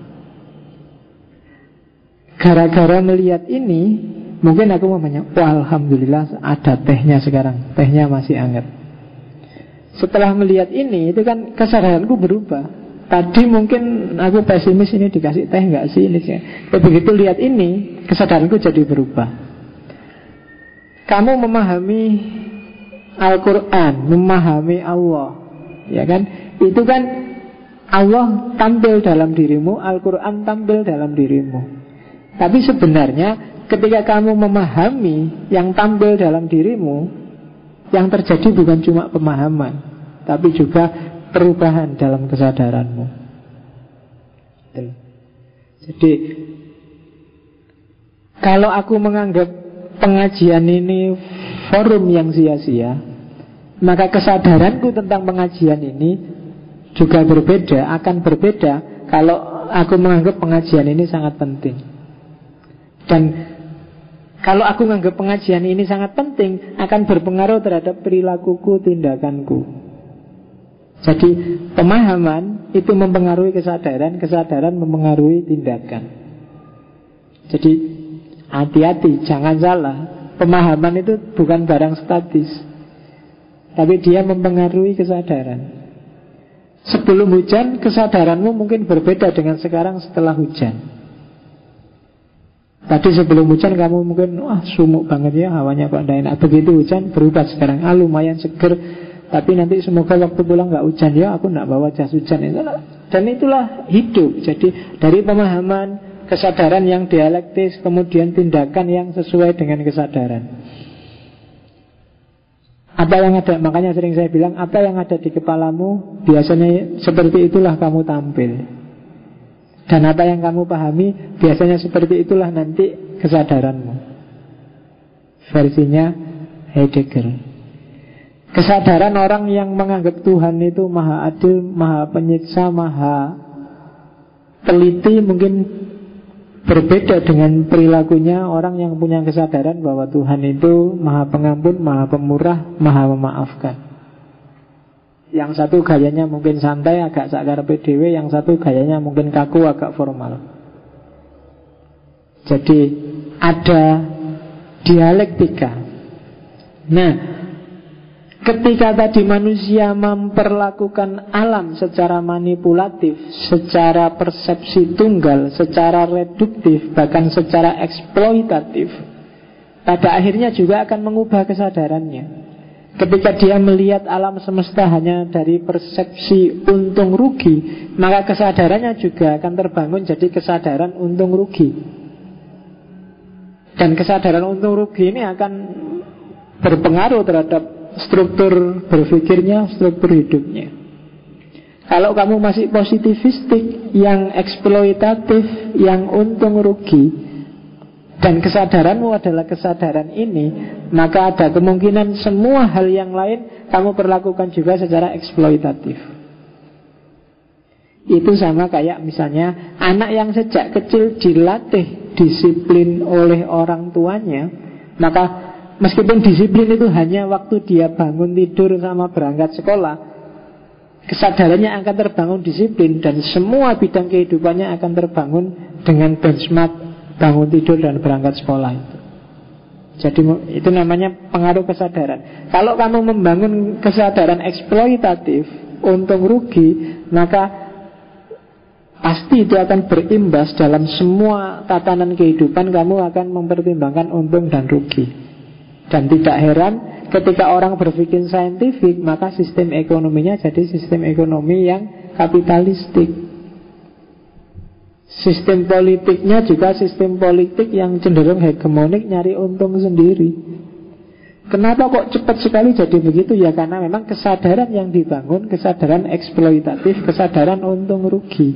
Gara-gara melihat ini, mungkin aku mamanya, wah alhamdulillah ada tehnya sekarang, tehnya masih hangat. Setelah melihat ini, itu kan kesadaranku berubah. Tadi mungkin aku pesimis, ini dikasih teh nggak sih ini. Begitu lihat ini, kesadaranku jadi berubah. Kamu memahami Al-Quran, memahami Allah, ya kan? Itu kan Allah tampil dalam dirimu, Al-Quran tampil dalam dirimu. Tapi sebenarnya ketika kamu memahami yang tampil dalam dirimu, yang terjadi bukan cuma pemahaman, tapi juga perubahan dalam kesadaranmu. Jadi kalau aku menganggap pengajian ini forum yang sia-sia, maka kesadaranku tentang pengajian ini juga berbeda, akan berbeda kalau aku menganggap pengajian ini sangat penting. Dan kalau aku menganggap pengajian ini sangat penting, akan berpengaruh terhadap perilakuku, tindakanku. Jadi pemahaman itu mempengaruhi kesadaran, kesadaran mempengaruhi tindakan. Jadi hati-hati, jangan salah. Pemahaman itu bukan barang statis, tapi dia mempengaruhi kesadaran. Sebelum hujan, kesadaranmu mungkin berbeda dengan sekarang setelah hujan. Tadi sebelum hujan kamu mungkin, wah sumuk banget ya, hawanya kok tidak enak. Begitu hujan berubah sekarang, lumayan seger. Tapi nanti semoga waktu pulang gak hujan ya, aku gak bawa jas hujan. Dan itulah hidup. Jadi dari pemahaman, kesadaran yang dialektis, kemudian tindakan yang sesuai dengan kesadaran. Apa yang ada, makanya sering saya bilang, apa yang ada di kepalamu, biasanya seperti itulah kamu tampil. Dan apa yang kamu pahami, biasanya seperti itulah nanti kesadaranmu. Versinya Heidegger. Kesadaran orang yang menganggap Tuhan itu maha adil, maha penyiksa, maha teliti, mungkin berbeda dengan perilakunya orang yang punya kesadaran bahwa Tuhan itu maha pengampun, maha pemurah, maha memaafkan. Yang satu gayanya mungkin santai, agak sakarepe dhewe, yang satu gayanya mungkin kaku, agak formal. Jadi ada dialektika. Nah, ketika tadi manusia memperlakukan alam secara manipulatif, secara persepsi tunggal, secara reduktif, bahkan secara eksploitatif, pada akhirnya juga akan mengubah kesadarannya. Ketika dia melihat alam semesta hanya dari persepsi untung rugi, maka kesadarannya juga akan terbangun jadi kesadaran untung rugi. Dan kesadaran untung rugi ini akan berpengaruh terhadap struktur berpikirnya, struktur hidupnya. Kalau kamu masih positivistik, yang eksploitatif, yang untung rugi, dan kesadaranmu adalah kesadaran ini, maka ada kemungkinan semua hal yang lain kamu perlakukan juga secara eksploitatif. Itu sama kayak misalnya anak yang sejak kecil dilatih disiplin oleh orang tuanya, maka meskipun disiplin itu hanya waktu dia bangun tidur sama berangkat sekolah, kesadarannya akan terbangun disiplin, dan semua bidang kehidupannya akan terbangun dengan benchmark bangun tidur dan berangkat sekolah itu. Jadi itu namanya pengaruh kesadaran. Kalau kamu membangun kesadaran eksploitatif, untung rugi, maka pasti itu akan berimbas dalam semua tatanan kehidupan. Kamu akan mempertimbangkan untung dan rugi. Dan tidak heran ketika orang berpikir saintifik, maka sistem ekonominya jadi sistem ekonomi yang kapitalistik. Sistem politiknya juga sistem politik yang cenderung hegemonik, nyari untung sendiri. Kenapa kok cepat sekali jadi begitu? Ya karena memang kesadaran yang dibangun, kesadaran eksploitatif, kesadaran untung rugi.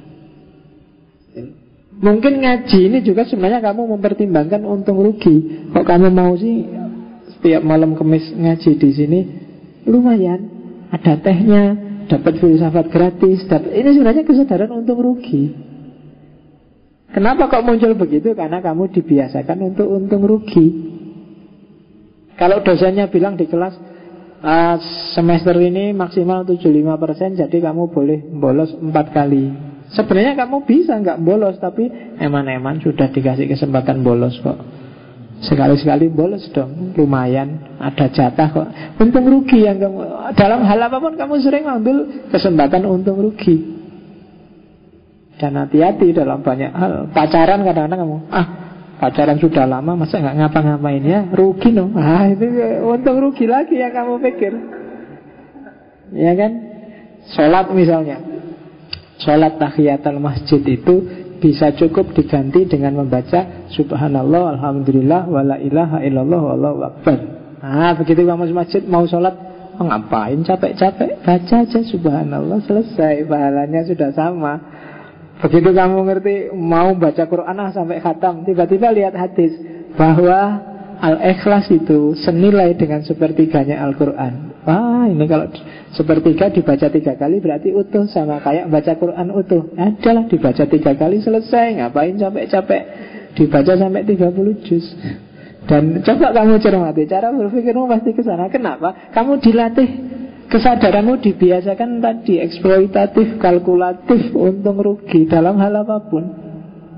Mungkin ngaji ini juga sebenarnya kamu mempertimbangkan untung rugi. Kok kamu mau sih setiap malam Kamis ngaji di sini? Lumayan, ada tehnya, dapat filsafat gratis, ini sebenarnya kesadaran untung rugi. Kenapa kok muncul begitu? Karena kamu dibiasakan untuk untung rugi. Kalau dosennya bilang di kelas semester ini maksimal 75%, jadi kamu boleh bolos 4 kali. Sebenarnya kamu bisa nggak bolos, tapi eman-eman sudah dikasih kesempatan bolos kok. Sekali-sekali bolos dong, lumayan, ada jatah kok. Untung rugi yang kamu, dalam hal apapun kamu sering ambil kesempatan untung rugi. Dan hati-hati dalam banyak hal. Pacaran kadang-kadang kamu, pacaran sudah lama masa nggak ngapa-ngapain ya, rugi no. Itu untung rugi lagi yang kamu pikir. Ya kan? Sholat misalnya, sholat tahiyatul masjid itu bisa cukup diganti dengan membaca subhanallah, alhamdulillah, wala ilaha illallah, wallahu akbar. Begitu kamu masjid mau sholat, ngapain capek-capek, baca aja subhanallah, selesai, pahalanya sudah sama. Begitu kamu ngerti mau baca Quran sampai khatam, tiba-tiba lihat hadis bahwa Al-Ikhlas itu senilai dengan sepertiganya Al-Quran. Ini kalau sepertiga dibaca 3 kali berarti utuh, sama kayak baca Quran utuh. Adalah dibaca 3 kali selesai, ngapain capek-capek dibaca sampai 30 juz. Dan coba kamu cermati, cara berpikirmu pasti ke sana. Kenapa? Kamu dilatih, kesadaranmu dibiasakan tadi eksploitatif, kalkulatif, untung rugi dalam hal apapun.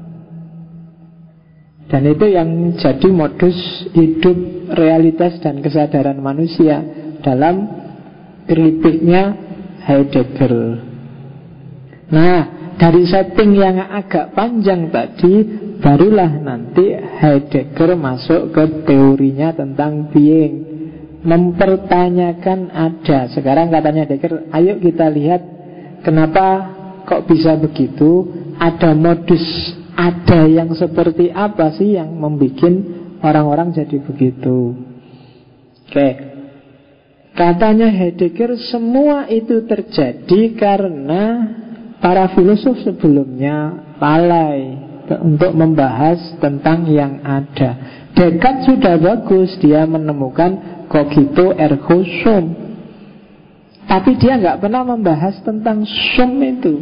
Dan itu yang jadi modus hidup realitas dan kesadaran manusia dalam kritiknya Heidegger. Nah, dari setting yang agak panjang tadi, barulah nanti Heidegger masuk ke teorinya tentang being, mempertanyakan ada. Sekarang katanya Heidegger, ayo kita lihat kenapa kok bisa begitu, ada modus, ada yang seperti apa sih yang membuat orang-orang jadi begitu. Oke. Katanya Heidegger, semua itu terjadi karena para filosof sebelumnya lalai untuk membahas tentang yang ada. Descartes sudah bagus, dia menemukan cogito ergo sum, tapi dia nggak pernah membahas tentang sum itu.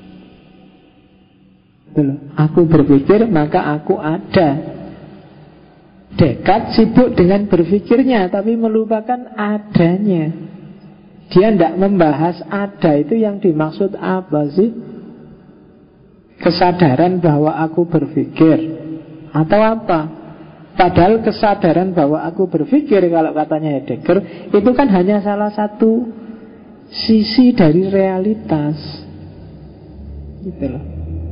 Aku berpikir maka aku ada. Descartes sibuk dengan berpikirnya tapi melupakan adanya. Dia tidak membahas ada itu yang dimaksud apa sih? Kesadaran bahwa aku berpikir atau apa? Padahal kesadaran bahwa aku berpikir, kalau katanya Heidegger, itu kan hanya salah satu sisi dari realitas. Gitu loh.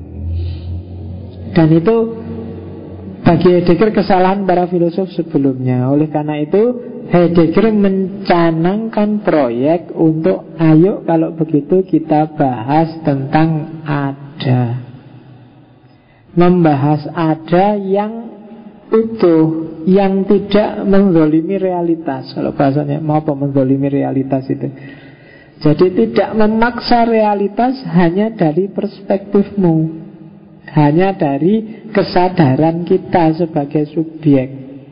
Dan itu bagi Heidegger kesalahan para filosof sebelumnya. Oleh karena itu Heidegger mencanangkan proyek untuk ayo kalau begitu kita bahas tentang ada. Membahas ada yang utuh, yang tidak menzalimi realitas. Kalau bahasanya mau apa menzalimi realitas itu? Jadi tidak memaksa realitas hanya dari perspektifmu, hanya dari kesadaran kita sebagai subjek.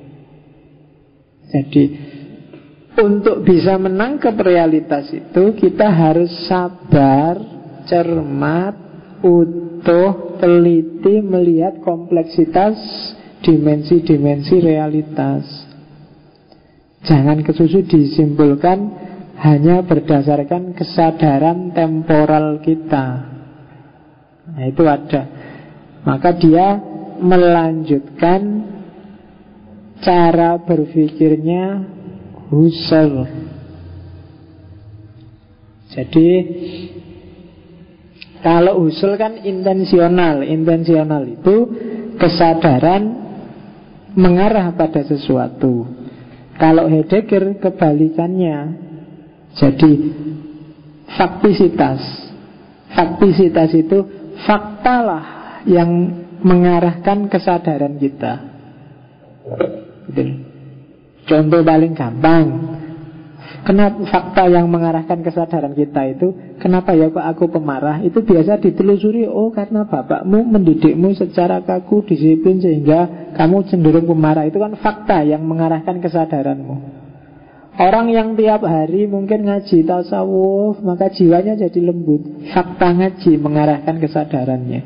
Jadi untuk bisa menangkap realitas itu kita harus sabar, cermat, utuh, teliti melihat kompleksitas dimensi-dimensi realitas. Jangan kesusu disimpulkan hanya berdasarkan kesadaran temporal kita. Nah itu ada. Maka dia melanjutkan cara berpikirnya Husserl. Jadi kalau Husserl kan intensional. Intensional itu kesadaran mengarah pada sesuatu. Kalau Heidegger kebalikannya. Jadi faktisitas. Faktisitas itu faktalah yang mengarahkan kesadaran kita. Contoh paling gampang, kenapa fakta yang mengarahkan kesadaran kita itu, kenapa ya kok aku pemarah? Itu biasa ditelusuri, oh karena bapakmu mendidikmu secara kaku, disiplin, sehingga kamu cenderung pemarah. Itu kan fakta yang mengarahkan kesadaranmu. Orang yang tiap hari mungkin ngaji tasawuf, maka jiwanya jadi lembut. Fakta ngaji mengarahkan kesadarannya.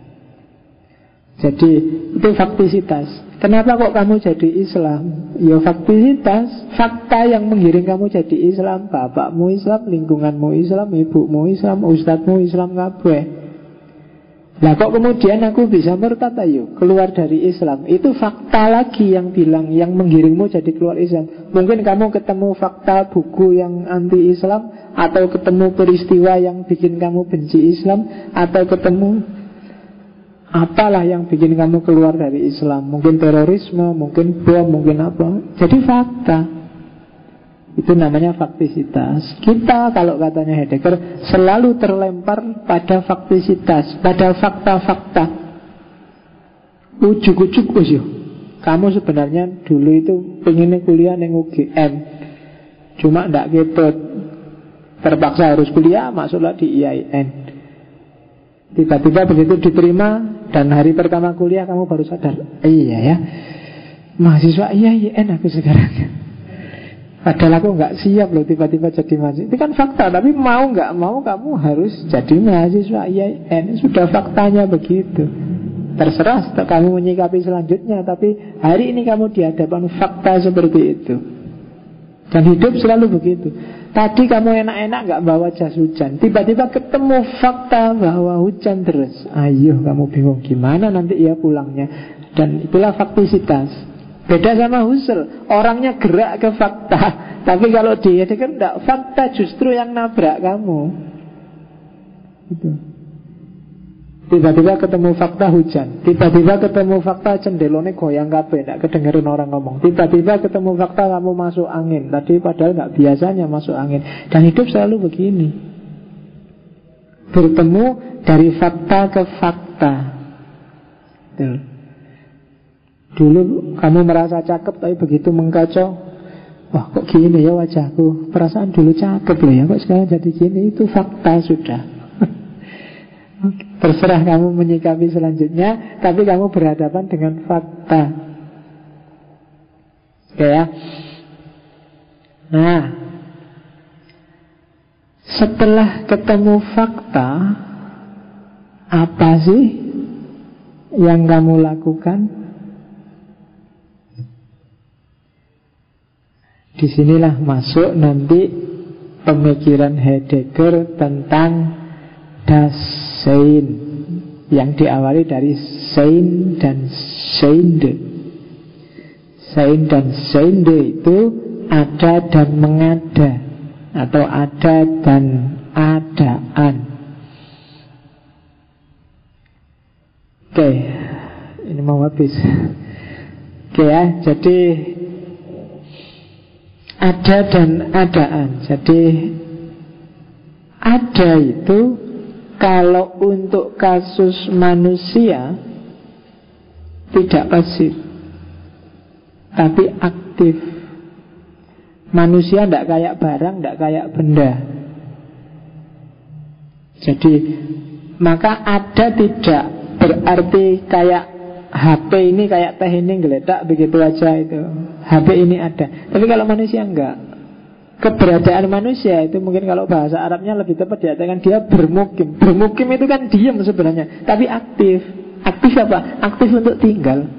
Jadi itu faktisitas. Kenapa kok kamu jadi Islam? Ya faktisitas. Fakta yang menggiring kamu jadi Islam. Bapakmu Islam, lingkunganmu Islam, ibumu Islam, ustadzmu Islam kabeh. Nah kok kemudian aku bisa murtad, ayo keluar dari Islam? Itu fakta lagi yang bilang, yang menggiringmu jadi keluar Islam. Mungkin kamu ketemu fakta buku yang anti-Islam, atau ketemu peristiwa yang bikin kamu benci Islam, atau ketemu apalah yang bikin kamu keluar dari Islam. Mungkin terorisme, mungkin bom, mungkin apa. Jadi fakta. Itu namanya faktisitas. Kita, kalau katanya Heidegger, selalu terlempar pada faktisitas, pada fakta-fakta. Ujuk-ujuk ujuk. Kamu sebenarnya dulu itu pengennya kuliah di UGM, cuma ndak ketut, terpaksa harus kuliah, masuklah di IAIN. Tiba-tiba begitu diterima, dan hari pertama kuliah kamu baru sadar, iya ya, mahasiswa IAIN aku sekarang. Padahal aku nggak siap loh tiba-tiba jadi mahasiswa. Itu kan fakta, tapi mau nggak mau kamu harus jadi mahasiswa IAIN. Sudah faktanya begitu. Terserah kamu menyikapi selanjutnya, tapi hari ini kamu di hadapan fakta seperti itu. Dan hidup selalu begitu. Tadi kamu enak-enak nggak bawa jas hujan, tiba-tiba ketemu fakta bahwa hujan terus. Ayo kamu bingung gimana nanti ia pulangnya. Dan itulah faktisitas. Beda sama Husserl, orangnya gerak ke fakta. Tapi kalau dia kan enggak, fakta justru yang nabrak kamu. Gitu. Tiba-tiba ketemu fakta hujan, tiba-tiba ketemu fakta cendelone goyang kabeh, enggak kedengeran orang ngomong. Tiba-tiba ketemu fakta kamu masuk angin. Tadi padahal enggak biasanya masuk angin. Dan hidup selalu begini. Bertemu dari fakta ke fakta. Tuh. Dulu kamu merasa cakep, tapi begitu mengkacau, wah kok gini ya wajahku, perasaan dulu cakep loh ya, kok sekarang jadi gini. Itu fakta sudah. Terserah kamu menyikapi selanjutnya, tapi kamu berhadapan dengan fakta. Oke ya. Nah, setelah ketemu fakta, apa sih yang kamu lakukan? Disinilah masuk nanti pemikiran Heidegger tentang Das Sein, yang diawali dari Sein dan Seinde. Sein dan Seinde itu ada dan mengada, atau ada dan adaan. Oke, ini mau habis. Oke ya, jadi ada dan adaan. Jadi ada itu kalau untuk kasus manusia tidak pasif, tapi aktif. Manusia tidak kayak barang, tidak kayak benda. Jadi maka ada tidak berarti kayak HP ini kayak teh ini geledak begitu aja itu. HP ini ada. Tapi kalau manusia enggak. Keberadaan manusia itu mungkin kalau bahasa Arabnya lebih tepat dikatakan dia bermukim. Bermukim itu kan diam sebenarnya, tapi aktif. Aktif apa? Aktif untuk tinggal.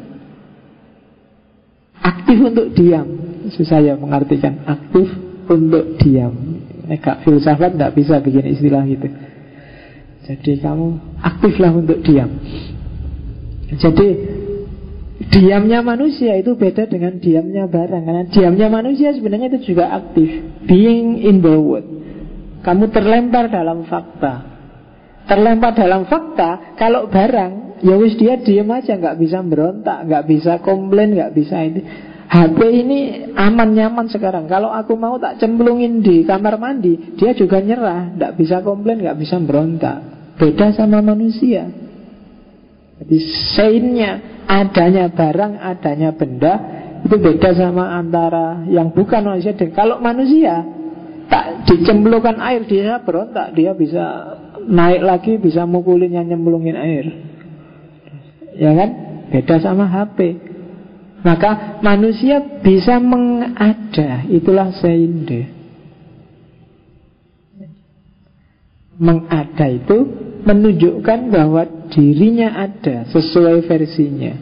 Aktif untuk diam. Susah ya mengartikan aktif untuk diam. Agak filsafat tidak bisa bikin istilah gitu. Jadi kamu aktiflah untuk diam. Jadi diamnya manusia itu beda dengan diamnya barang. Karena diamnya manusia sebenarnya itu juga aktif. Being in the world. Kamu terlempar dalam fakta. Terlempar dalam fakta. Kalau barang, ya wis dia diam aja, nggak bisa berontak, nggak bisa komplain, nggak bisa ini. HP ini aman nyaman sekarang. Kalau aku mau tak cemplungin di kamar mandi, dia juga nyerah, nggak bisa komplain, nggak bisa berontak. Beda sama manusia. Jadi seinnya, adanya barang, adanya benda, itu beda sama antara yang bukan manusia. Dan kalau manusia tak dicemplungkan air, dia berontak, dia bisa naik lagi, bisa mukulin yang nyemplungin air. Ya kan? Beda sama HP. Maka manusia bisa mengada, itulah seinde. Mengada itu menunjukkan bahwa dirinya ada sesuai versinya.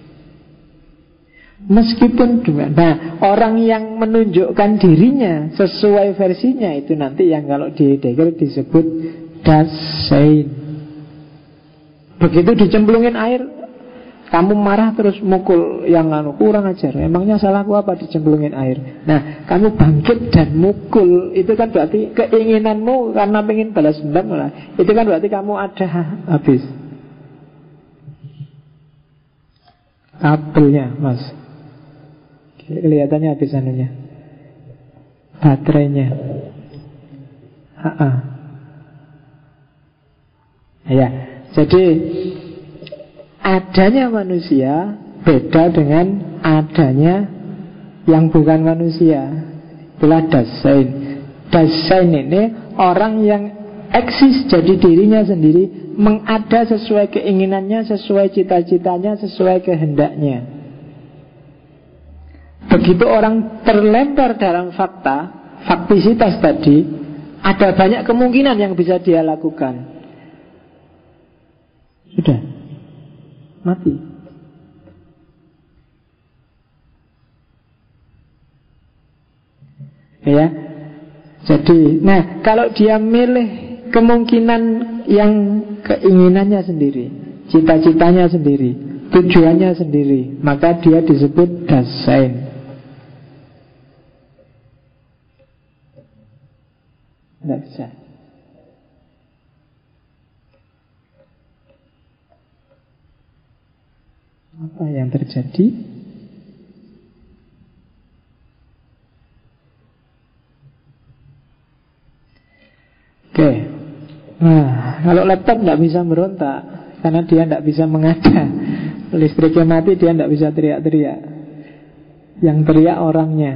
Meskipun nah, orang yang menunjukkan dirinya sesuai versinya itu nanti yang kalau di Heidegger disebut Dasein. Begitu dicemplungin air, kamu marah terus mukul yang kurang ajar. Emangnya salahku apa dicemplungin air? Nah, kamu bangkit dan mukul, itu kan berarti keinginanmu karena pengen balas dendam lah. Itu kan berarti kamu ada habis. Kabelnya, Mas. Kelihatannya habis anunya. Baterainya. Ya, jadi adanya manusia beda dengan adanya yang bukan manusia. Itulah Dasein. Dasein ini orang yang eksis jadi dirinya sendiri, mengada sesuai keinginannya, sesuai cita-citanya, sesuai kehendaknya. Begitu orang terlempar dalam fakta, faktisitas tadi, ada banyak kemungkinan yang bisa dia lakukan. Sudah mati. Ya. Jadi, nah, kalau dia milih kemungkinan yang keinginannya sendiri, cita-citanya sendiri, tujuannya sendiri, maka dia disebut Dasein. Tidak bisa. Apa yang terjadi? Oke. Nah, kalau laptop tidak bisa berontak karena dia tidak bisa mengada. Listriknya mati, dia tidak bisa teriak-teriak. Yang teriak orangnya.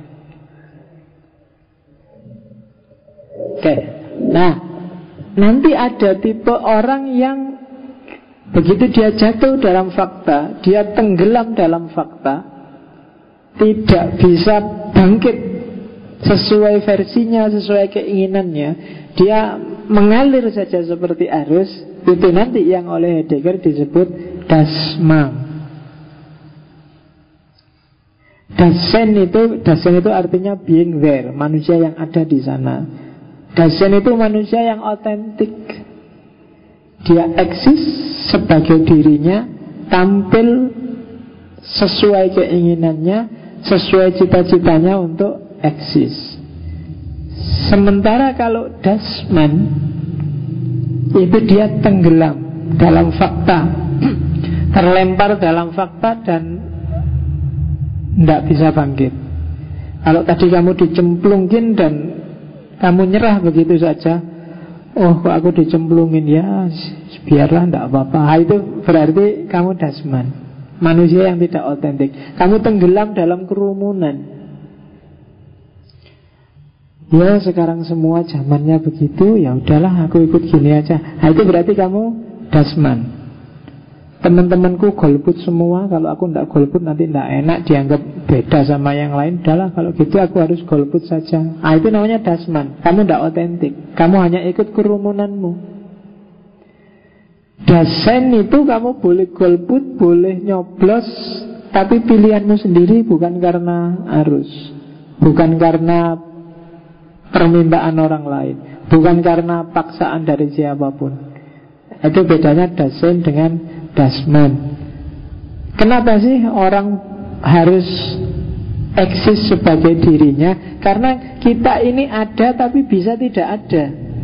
Oke. Nah, nanti ada tipe orang yang begitu dia jatuh dalam fakta, dia tenggelam dalam fakta, tidak bisa bangkit sesuai versinya, sesuai keinginannya, dia mengalir saja seperti arus. Itu nanti yang oleh Heidegger disebut Dasmang. Dasein itu artinya being there, manusia yang ada di sana. Dasein itu manusia yang otentik. Dia eksis sebagai dirinya, tampil sesuai keinginannya, sesuai cita-citanya untuk eksis. Sementara kalau Dasman itu dia tenggelam dalam fakta, terlempar dalam fakta dan tidak bisa bangkit. Kalau tadi kamu dicemplungin dan kamu nyerah begitu saja, oh kok aku dicemplungin, ya biarlah, tidak apa-apa. Itu berarti kamu Dasman, manusia yang tidak otentik. Kamu tenggelam dalam kerumunan. Ya sekarang semua zamannya begitu, ya udahlah aku ikut gini aja. Nah, itu berarti kamu Dasman. Teman-temanku golput semua, kalau aku tidak golput nanti tidak enak, dianggap beda sama yang lain. Udahlah kalau gitu aku harus golput saja. Nah, itu namanya Dasman. Kamu tidak otentik, kamu hanya ikut kerumunanmu. Dasein itu kamu boleh golput, boleh nyoblos, tapi pilihanmu sendiri, bukan karena arus, bukan karena permintaan orang lain, bukan karena paksaan dari siapapun. Itu bedanya Dasein dengan Dasman. Kenapa sih orang harus eksis sebagai dirinya? Karena kita ini ada tapi bisa tidak ada.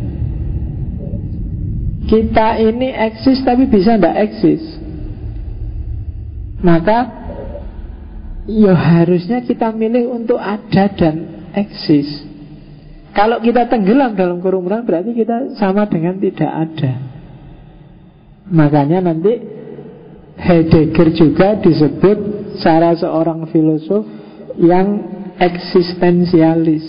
Kita ini eksis tapi bisa tidak eksis. Maka ya harusnya kita milih untuk ada dan eksis. Kalau kita tenggelam dalam kerumunan, berarti kita sama dengan tidak ada. Makanya nanti Heidegger juga disebut salah seorang filosof yang eksistensialis.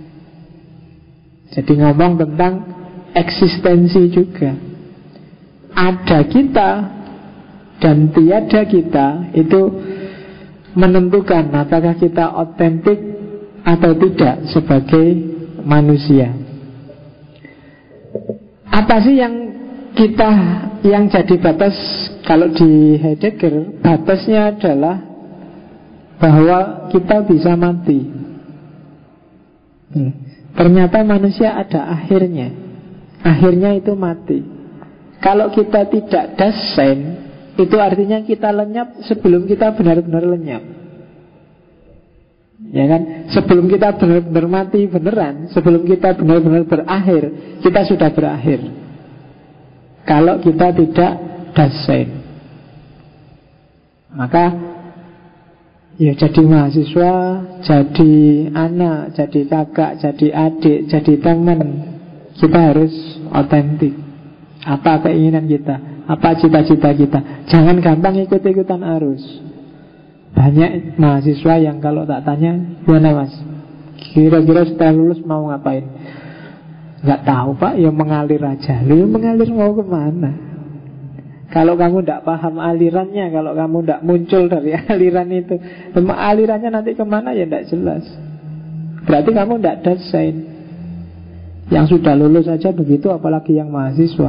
Jadi ngomong tentang eksistensi juga. Ada kita dan tiada kita itu menentukan apakah kita otentik atau tidak sebagai manusia. Apa sih yang jadi batas? Kalau di Heidegger, batasnya adalah bahwa kita bisa mati. Ternyata manusia ada akhirnya. Akhirnya itu mati. Kalau kita tidak dasein, itu artinya kita lenyap sebelum kita benar-benar lenyap. Ya kan? Sebelum kita benar-benar mati beneran, sebelum kita benar-benar berakhir, kita sudah berakhir. Kalau kita tidak dasein, maka ya jadi mahasiswa, jadi anak, jadi kakak, jadi adik, jadi teman, kita harus otentik. Apa keinginan kita, apa cita-cita kita. Jangan gampang ikut-ikutan arus. Banyak mahasiswa yang kalau tak tanya, gimana mas, kira-kira setelah lulus mau ngapain? Gak tahu pak, ya mengalir aja. Lu mengalir mau kemana? Kalau kamu tidak paham alirannya, kalau kamu tidak muncul dari aliran itu, alirannya nanti kemana ya tidak jelas. Berarti kamu tidak dasein. Yang sudah lulus saja begitu, apalagi yang mahasiswa.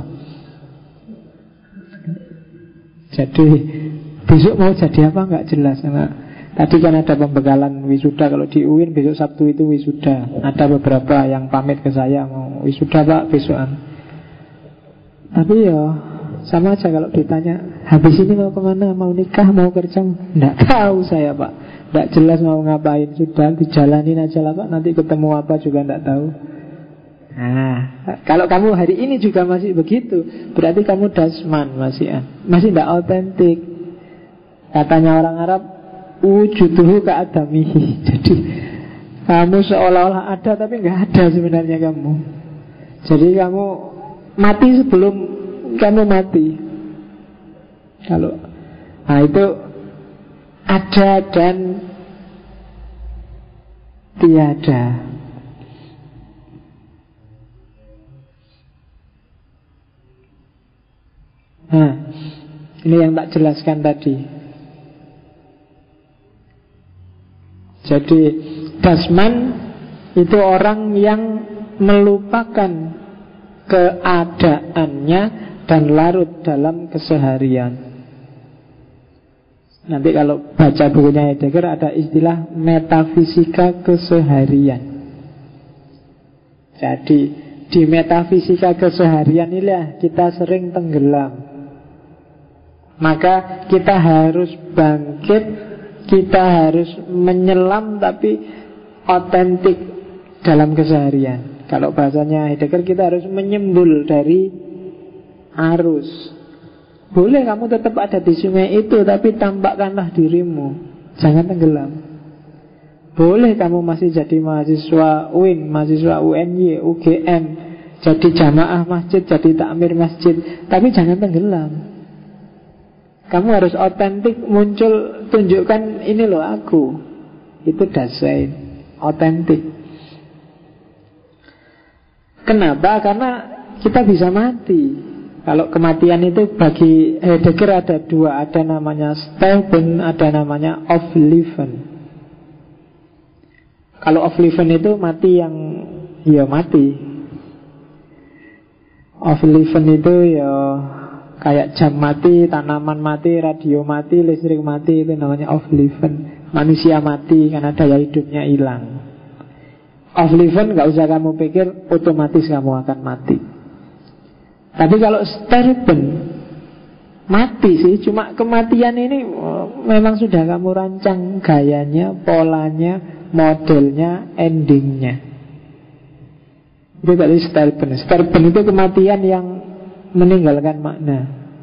Jadi besok mau jadi apa nggak jelas. Karena tadi kan ada pembekalan wisuda. Kalau di UIN besok Sabtu itu wisuda. Ada beberapa yang pamit ke saya, mau wisuda pak besokan. Tapi ya sama aja kalau ditanya, habis ini mau kemana, mau nikah, mau kerja, nggak tahu saya pak, nggak jelas mau ngapain. Sudah dijalanin aja lah pak, nanti ketemu apa juga nggak tahu. Nah, kalau kamu hari ini juga masih begitu, berarti kamu dasman, masih tidak otentik. Katanya orang Arab, wujuduhu ka'adamihi. Jadi kamu seolah-olah ada tapi nggak ada sebenarnya kamu. Jadi kamu mati sebelum kamu mati. Kalau nah itu ada dan tiada. Nah, ini yang tak jelaskan tadi. Jadi dasman itu orang yang melupakan keadaannya dan larut dalam keseharian. Nanti kalau baca bukunya Heidegger ada istilah metafisika keseharian. Jadi di metafisika keseharian inilah kita sering tenggelam. Maka kita harus bangkit, kita harus menyelam tapi otentik dalam keseharian. Kalau bahasanya Heidegger, kita harus menyembul dari arus. Boleh kamu tetap ada di sungai itu, tapi tampakkanlah dirimu, jangan tenggelam. Boleh kamu masih jadi mahasiswa UIN, mahasiswa UNY, UGM, jadi jamaah masjid, jadi takmir masjid, tapi jangan tenggelam. Kamu harus otentik, muncul, tunjukkan ini loh aku. Itu dasein, otentik. Kenapa? Karena kita bisa mati. Kalau kematian itu bagi Heidegger ada dua. Ada namanya sterben, ada namanya aufleben. Kalau aufleben itu mati yang ya mati. Aufleben itu ya kayak jam mati, tanaman mati, radio mati, listrik mati. Itu namanya aufleben. Manusia mati karena daya hidupnya hilang. Aufleben gak usah kamu pikir, otomatis kamu akan mati. Tapi kalau sterben, mati sih, cuma kematian ini memang sudah kamu rancang gayanya, polanya, modelnya, endingnya. Itu tadi sterben. Sterben itu kematian yang meninggalkan makna.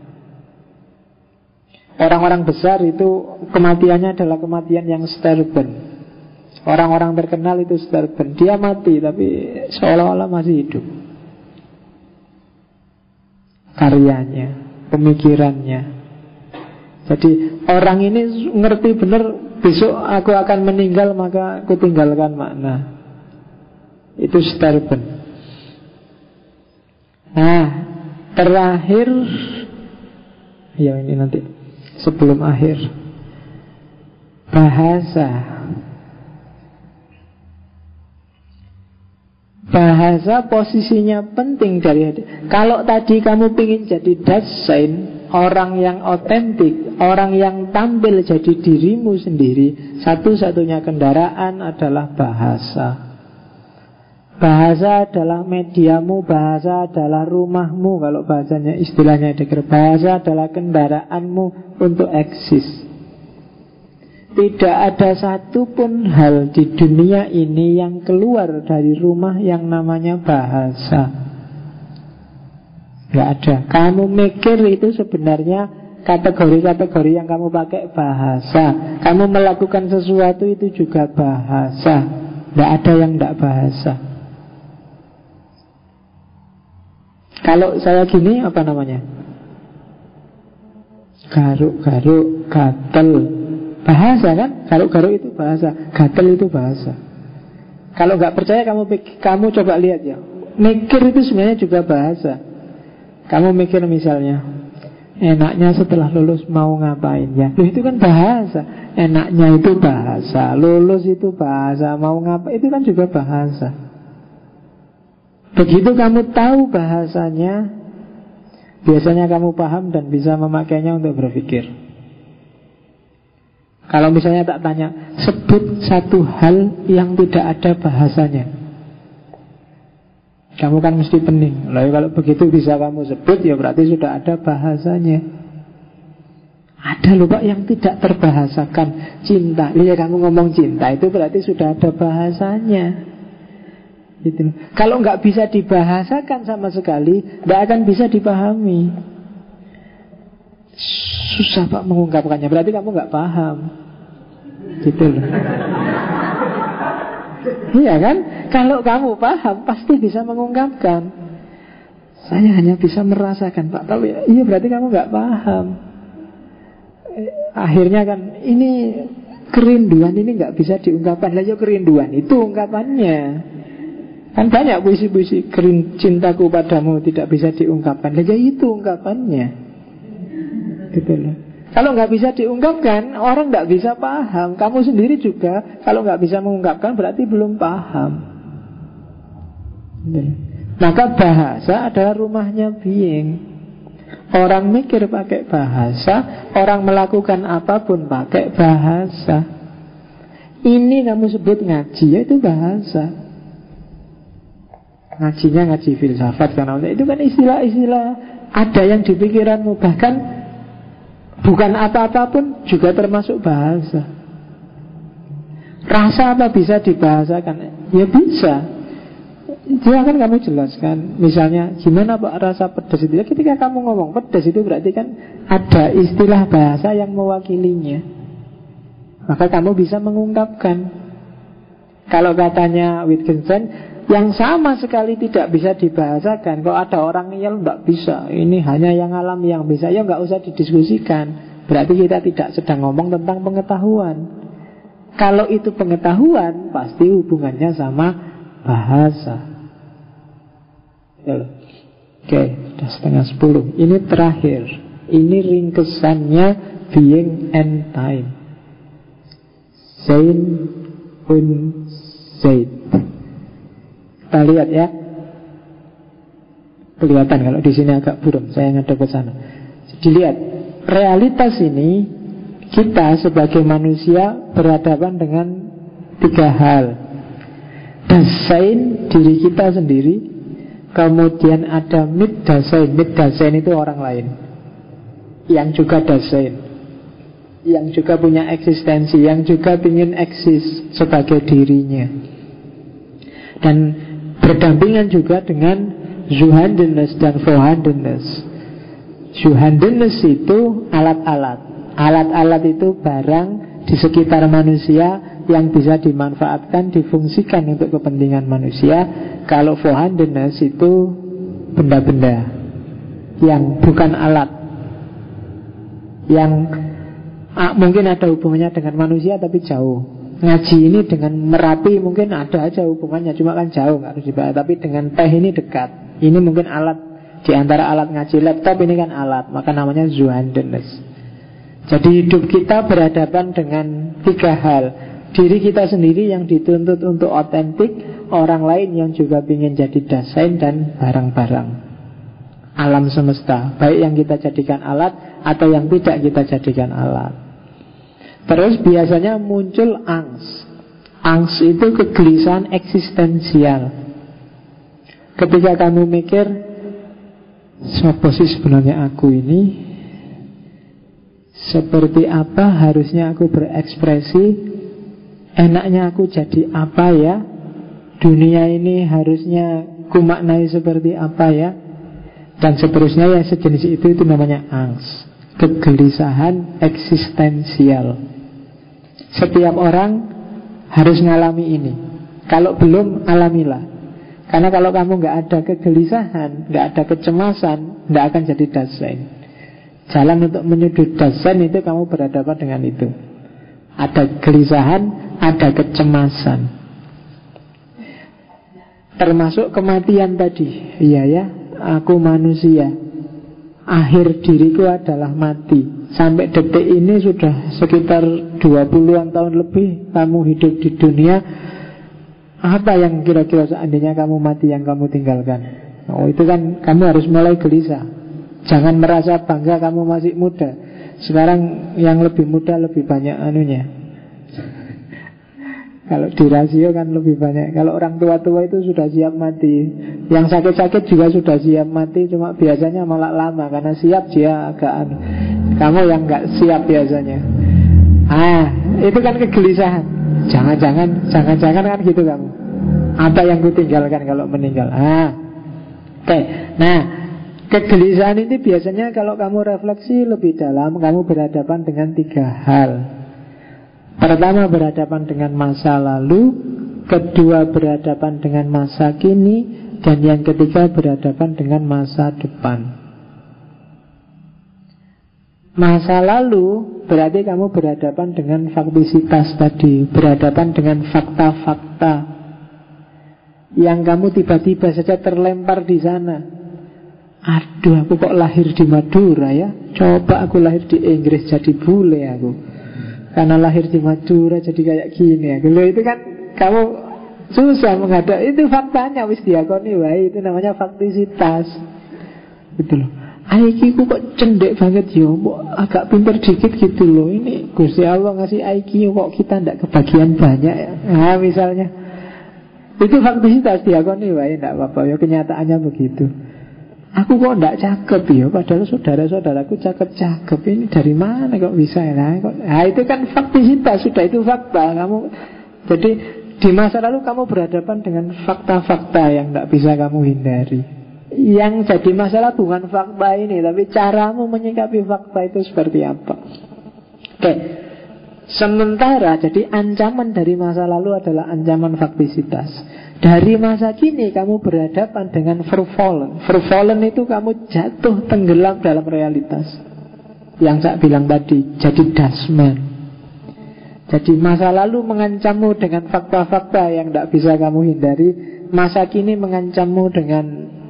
Orang-orang besar itu kematiannya adalah kematian yang sterben. Orang-orang terkenal itu sterben. Dia mati tapi seolah-olah masih hidup. Karyanya, pemikirannya, Jadi orang ini ngerti benar, besok aku akan meninggal maka aku tinggalkan makna. Itu sterben. Nah, terakhir, ya ini nanti sebelum akhir, bahasa. Bahasa posisinya penting dari. Kalau tadi kamu ingin jadi dasein, orang yang otentik, orang yang tampil jadi dirimu sendiri, satu-satunya kendaraan adalah bahasa. Bahasa adalah mediamu, bahasa adalah rumahmu. Kalau bahasanya istilahnya Heidegger, bahasa adalah kendaraanmu untuk eksis. Tidak ada satupun hal di dunia ini yang keluar dari rumah yang namanya bahasa. Gak ada. Kamu mikir itu sebenarnya kategori-kategori yang kamu pakai bahasa. Kamu melakukan sesuatu itu juga bahasa. Gak ada yang gak bahasa. Kalau saya gini apa namanya? Garuk-garuk, gatel. Bahasa kan? Garuk-garuk itu bahasa, gatel itu bahasa. Kalau nggak percaya kamu coba lihat ya. Mikir itu sebenarnya juga bahasa. Kamu mikir misalnya, enaknya setelah lulus mau ngapain ya? Loh, itu kan bahasa. Enaknya itu bahasa, lulus itu bahasa, mau ngapain itu kan juga bahasa. Begitu kamu tahu bahasanya, biasanya kamu paham dan bisa memakainya untuk berpikir. Kalau misalnya tak tanya, sebut satu hal yang tidak ada bahasanya, kamu kan mesti pening. Lalu kalau begitu bisa kamu sebut, ya berarti sudah ada bahasanya. Ada loh Pak yang tidak terbahasakan, cinta. Ya kamu ngomong cinta itu berarti sudah ada bahasanya. Gitu. Kalau nggak bisa dibahasakan sama sekali, nggak akan bisa dipahami. Susah Pak mengungkapkannya, berarti kamu nggak paham. Gitu loh. Iya kan? Kalau kamu paham, pasti bisa mengungkapkan. Saya hanya bisa merasakan Pak, tapi iya berarti kamu nggak paham. Akhirnya kan ini kerinduan ini nggak bisa diungkapkan. Lah ya kerinduan itu ungkapannya. Kan banyak puisi-puisi, cintaku padamu tidak bisa diungkapkan. Lah ya itu ungkapannya. Gitu loh. Kalau nggak bisa diungkapkan, orang nggak bisa paham. Kamu sendiri juga kalau nggak bisa mengungkapkan berarti belum paham. Maka bahasa adalah rumahnya being. Orang mikir pakai bahasa, orang melakukan apapun pakai bahasa. Ini kamu sebut ngaji, yaitu bahasa. Ngajinya ngaji filsafat karena itu kan istilah-istilah ada yang di pikiranmu. Bahkan bukan apa-apa pun juga termasuk bahasa. Rasa apa bisa dibahasakan? Ya bisa. Silahkan kamu jelaskan. Misalnya gimana Pak rasa pedas itu? Ya ketika kamu ngomong pedas itu berarti kan ada istilah bahasa yang mewakilinya. Maka kamu bisa mengungkapkan. Kalau katanya Wittgenstein, yang sama sekali tidak bisa dibahasakan. Kalau ada orang yang tidak bisa, ini hanya yang alam yang bisa, ya nggak usah didiskusikan. Berarti kita tidak sedang ngomong tentang pengetahuan. Kalau itu pengetahuan, pasti hubungannya sama bahasa. Oke, sudah 9:30. Ini terakhir. Ini ringkesannya being and time. Sein und Zeit. Kita lihat ya. Kelihatan kalau di sini agak buram, saya ngadep ke sana. Jadi lihat, realitas ini kita sebagai manusia berhadapan dengan tiga hal. Dasein, diri kita sendiri. Kemudian ada Mitdasein. Mitdasein itu orang lain yang juga dasein, yang juga punya eksistensi, yang juga ingin eksis sebagai dirinya. Dan berdampingan juga dengan Zuhandenes dan Vorhandenes. Zuhandenes itu alat-alat. Alat-alat itu barang di sekitar manusia yang bisa dimanfaatkan, difungsikan untuk kepentingan manusia. Kalau Vorhandenes itu benda-benda yang bukan alat, yang Mungkin ada hubungannya dengan manusia tapi jauh. Ngaji ini dengan Merapi mungkin ada aja hubungannya, cuma kan jauh, nggak harus dibahas. Tapi dengan teh ini dekat. Ini mungkin alat, di antara alat ngaji. Laptop ini kan alat, maka namanya Zuhandenes. Jadi hidup kita berhadapan dengan tiga hal. Diri kita sendiri yang dituntut untuk otentik, orang lain yang juga ingin jadi dasain, dan barang-barang alam semesta, baik yang kita jadikan alat atau yang tidak kita jadikan alat. Terus biasanya muncul angst. Angst itu kegelisahan eksistensial. Ketika kamu mikir, siapa sih sebenarnya aku ini? Seperti apa harusnya aku berekspresi? Enaknya aku jadi apa ya? Dunia ini harusnya kumaknai seperti apa ya? Dan seterusnya yang sejenis itu namanya angst. Kegelisahan eksistensial. Setiap orang harus ngalami ini. Kalau belum, alamilah. Karena kalau kamu gak ada kegelisahan, gak ada kecemasan, gak akan jadi dasain. Jalan untuk menyudut dasain itu kamu berhadapan dengan itu. Ada kegelisahan, ada kecemasan. Termasuk kematian tadi. Iya ya, aku manusia, akhir diriku adalah mati. Sampai detik ini sudah sekitar 20-an tahun lebih kamu hidup di dunia. Apa yang kira-kira seandainya kamu mati yang kamu tinggalkan? Oh, itu kan kamu harus mulai gelisah. Jangan merasa bangga kamu masih muda. Sekarang yang lebih muda lebih banyak anunya. Kalau di rasio kan lebih banyak. Kalau orang tua-tua itu sudah siap mati. Yang sakit-sakit juga sudah siap mati. Cuma biasanya malah lama. Karena siap dia agak kamu yang gak siap biasanya. Itu kan kegelisahan. Jangan-jangan kan gitu kamu. Apa yang kutinggalkan kalau meninggal? Oke. Nah, kegelisahan ini biasanya kalau kamu refleksi lebih dalam, kamu berhadapan dengan tiga hal. Pertama, berhadapan dengan masa lalu. Kedua, berhadapan dengan masa kini. Dan yang ketiga, berhadapan dengan masa depan. Masa lalu berarti kamu berhadapan dengan faktisitas tadi, berhadapan dengan fakta-fakta yang kamu tiba-tiba saja terlempar di sana. Aduh, aku kok lahir di Madura ya? Coba aku lahir di Inggris jadi bule aku. Karena lahir di Madura jadi kayak gini aku. Loh, itu kan kamu susah menghadapi. Itu faktanya wis diakoni wae. Itu namanya faktisitas. Gitu loh. IQ ku kok cendek banget ya, agak pinter dikit gitu loh. Ini Gusti Allah ngasih IQ kok kita ndak kebagian banyak ya. Nah misalnya, itu faktisitas diakoni wae, ndak apa-apa ya, kenyataannya begitu. Aku kok ndak cakep ya, padahal saudara-saudaraku cakep-cakep. Ini dari mana kok bisa ya? Nah itu kan faktisitas, sudah itu fakta. Kamu jadi di masa lalu kamu berhadapan dengan fakta-fakta yang ndak bisa kamu hindari. Yang jadi masalah bukan fakta ini, tapi caramu menyikapi fakta itu seperti apa. Oke. Sementara jadi ancaman dari masa lalu adalah ancaman faktisitas. Dari masa kini kamu berhadapan dengan vervallen. Vervallen itu kamu jatuh tenggelam dalam realitas. Yang saya bilang tadi, jadi dasman. Jadi masa lalu mengancammu dengan fakta-fakta yang tidak bisa kamu hindari. Masa kini mengancammu dengan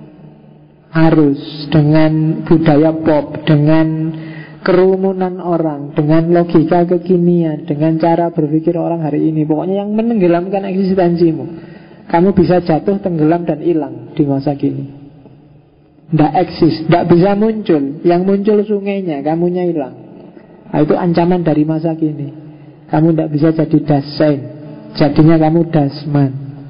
arus, dengan budaya pop, dengan kerumunan orang, dengan logika kekinian, dengan cara berpikir orang hari ini. Pokoknya yang menenggelamkan eksistensimu. Kamu bisa jatuh, tenggelam dan hilang di masa kini. Tidak eksis, tidak bisa muncul. Yang muncul sungainya, kamunya hilang. Nah, itu ancaman dari masa kini. Kamu tidak bisa jadi dasain, jadinya kamu dasman.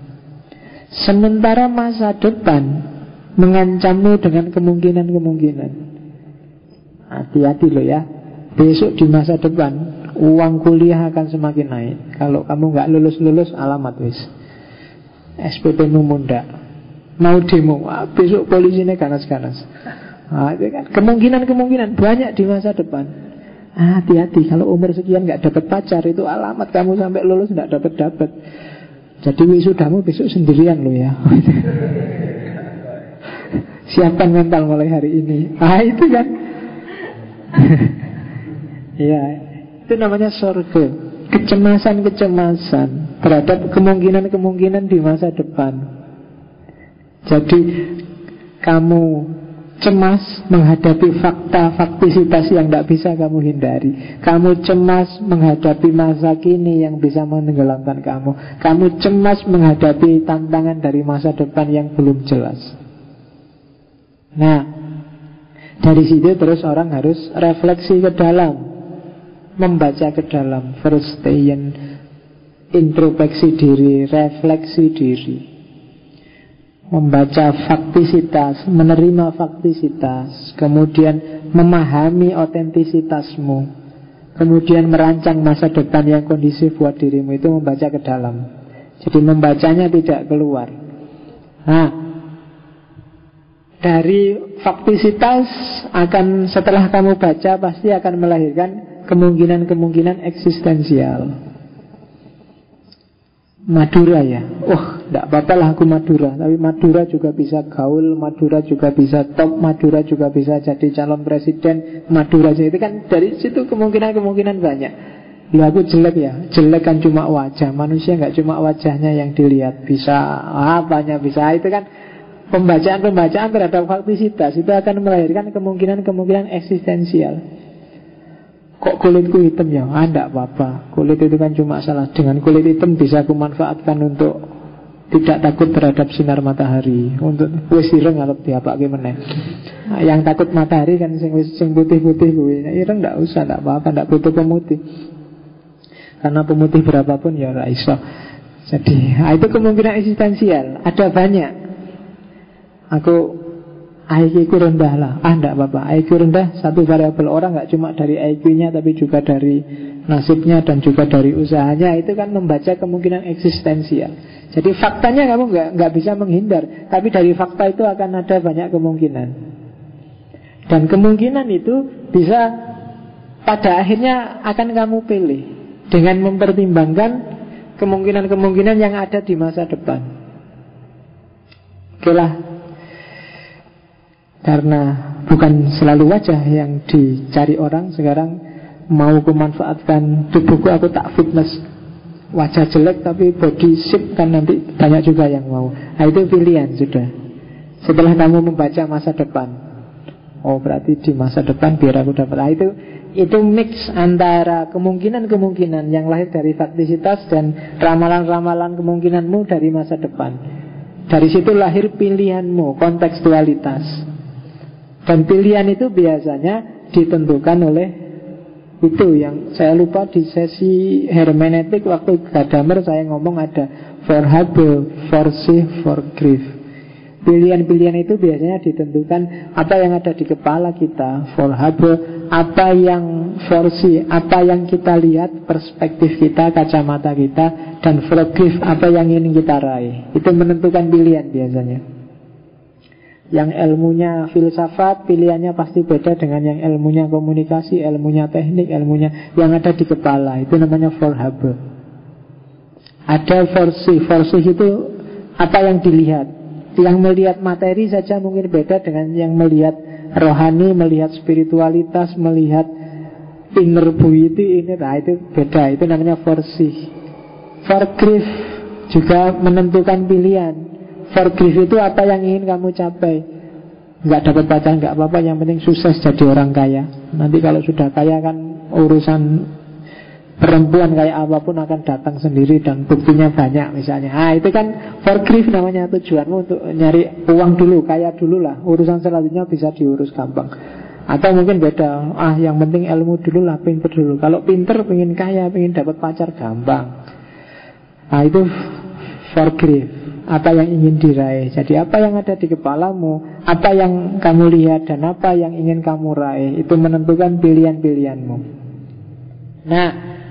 Sementara masa depan mengancammu dengan kemungkinan-kemungkinan. Hati-hati loh ya. Besok di masa depan uang kuliah akan semakin naik. Kalau kamu nggak lulus-lulus, alamat wis. SPP-mu mundak. Mau demo, besok polisinya ganas-ganas. Itu kan kemungkinan-kemungkinan banyak di masa depan. Hati-hati, kalau umur sekian nggak dapat pacar, itu alamat kamu sampai lulus nggak dapat. Jadi wisudamu besok sendirian loh ya. Siapkan mental mulai hari ini. Itu kan. Iya. Itu namanya sorge. Kecemasan-kecemasan terhadap kemungkinan-kemungkinan di masa depan. Jadi kamu cemas menghadapi fakta, faktisitas yang tidak bisa kamu hindari. Kamu cemas menghadapi masa kini yang bisa menenggelamkan kamu. Kamu cemas menghadapi tantangan dari masa depan yang belum jelas. Nah, dari situ terus orang harus refleksi ke dalam, membaca ke dalam, first station, introspeksi diri, refleksi diri, membaca faktisitas, menerima faktisitas, kemudian memahami otentisitasmu, kemudian merancang masa depan yang kondusif buat dirimu. Itu membaca ke dalam. Jadi membacanya tidak keluar. Nah, dari faktisitas akan, setelah kamu baca, pasti akan melahirkan kemungkinan-kemungkinan eksistensial. Madura ya, tidak apa-apa lah aku Madura. Tapi Madura juga bisa gaul, Madura juga bisa top, Madura juga bisa jadi calon presiden, Madura itu kan dari situ kemungkinan-kemungkinan banyak. Loh aku jelek ya, jelek kan cuma wajah. Manusia nggak cuma wajahnya yang dilihat, bisa apanya bisa. Itu kan pembacaan-pembacaan terhadap faktisitas itu akan melahirkan kemungkinan-kemungkinan eksistensial. Kok kulitku hitam ya? Tidak apa-apa. Kulit itu kan cuma salah. Dengan kulit hitam bisa aku manfaatkan untuk tidak takut terhadap sinar matahari. Untuk wis ireng arep diapake meneh. Yang takut matahari kan sing putih-putih kuwi. Ireng ndak usah, ndak apa-apa, ndak butuh pemutih. Karena pemutih berapapun ya ora iso. Jadi, itu kemungkinan eksistensial. Ada banyak. IQ ku rendah lah. Enggak apa-apa. IQ rendah satu variabel orang, nggak cuma dari IQ-nya tapi juga dari nasibnya dan juga dari usahanya. Itu kan membaca kemungkinan eksistensial. Jadi faktanya kamu nggak bisa menghindar, tapi dari fakta itu akan ada banyak kemungkinan. Dan kemungkinan itu bisa pada akhirnya akan kamu pilih dengan mempertimbangkan kemungkinan-kemungkinan yang ada di masa depan. Oke lah. Karena bukan selalu wajah yang dicari orang. Sekarang mau kumanfaatkan tubuhku, aku tak fitness. Wajah jelek tapi body shape kan nanti banyak juga yang mau. Nah itu pilihan sudah. Setelah kamu membaca masa depan, oh berarti di masa depan biar aku dapat. Nah itu mix antara kemungkinan-kemungkinan yang lahir dari faktisitas dan ramalan-ramalan kemungkinanmu dari masa depan. Dari situ lahir pilihanmu, kontekstualitas. Dan pilihan itu biasanya ditentukan oleh itu yang saya lupa di sesi hermeneutik waktu Gadamer saya ngomong ada for habe, for see, for grief. Pilihan-pilihan itu biasanya ditentukan apa yang ada di kepala kita, for habe, apa yang for see, apa yang kita lihat, perspektif kita, kacamata kita, dan for grief, apa yang ingin kita raih. Itu menentukan pilihan biasanya. Yang ilmunya filsafat, pilihannya pasti beda dengan yang ilmunya komunikasi, ilmunya teknik, ilmunya yang ada di kepala. Itu namanya Vorhabe. Ada Forsih. Forsih itu apa yang dilihat. Yang melihat materi saja mungkin beda dengan yang melihat rohani, melihat spiritualitas, melihat inner beauty. Nah itu beda, itu namanya Forsih. Forgrief juga menentukan pilihan. Forgrief itu apa yang ingin kamu capai. Nggak dapat pacar nggak apa-apa, yang penting sukses jadi orang kaya. Nanti kalau sudah kaya kan urusan perempuan kayak apapun akan datang sendiri dan buktinya banyak misalnya. Itu kan forgrief namanya, tujuanmu untuk nyari uang dulu, kaya dulu lah. Urusan selanjutnya bisa diurus gampang. Atau mungkin beda, yang penting ilmu dulu lah, pinter dulu. Kalau pinter pengen kaya, pengen dapat pacar gampang. Itu forgrief. Apa yang ingin diraih. Jadi apa yang ada di kepalamu, apa yang kamu lihat, dan apa yang ingin kamu raih, itu menentukan pilihan-pilihanmu. Nah,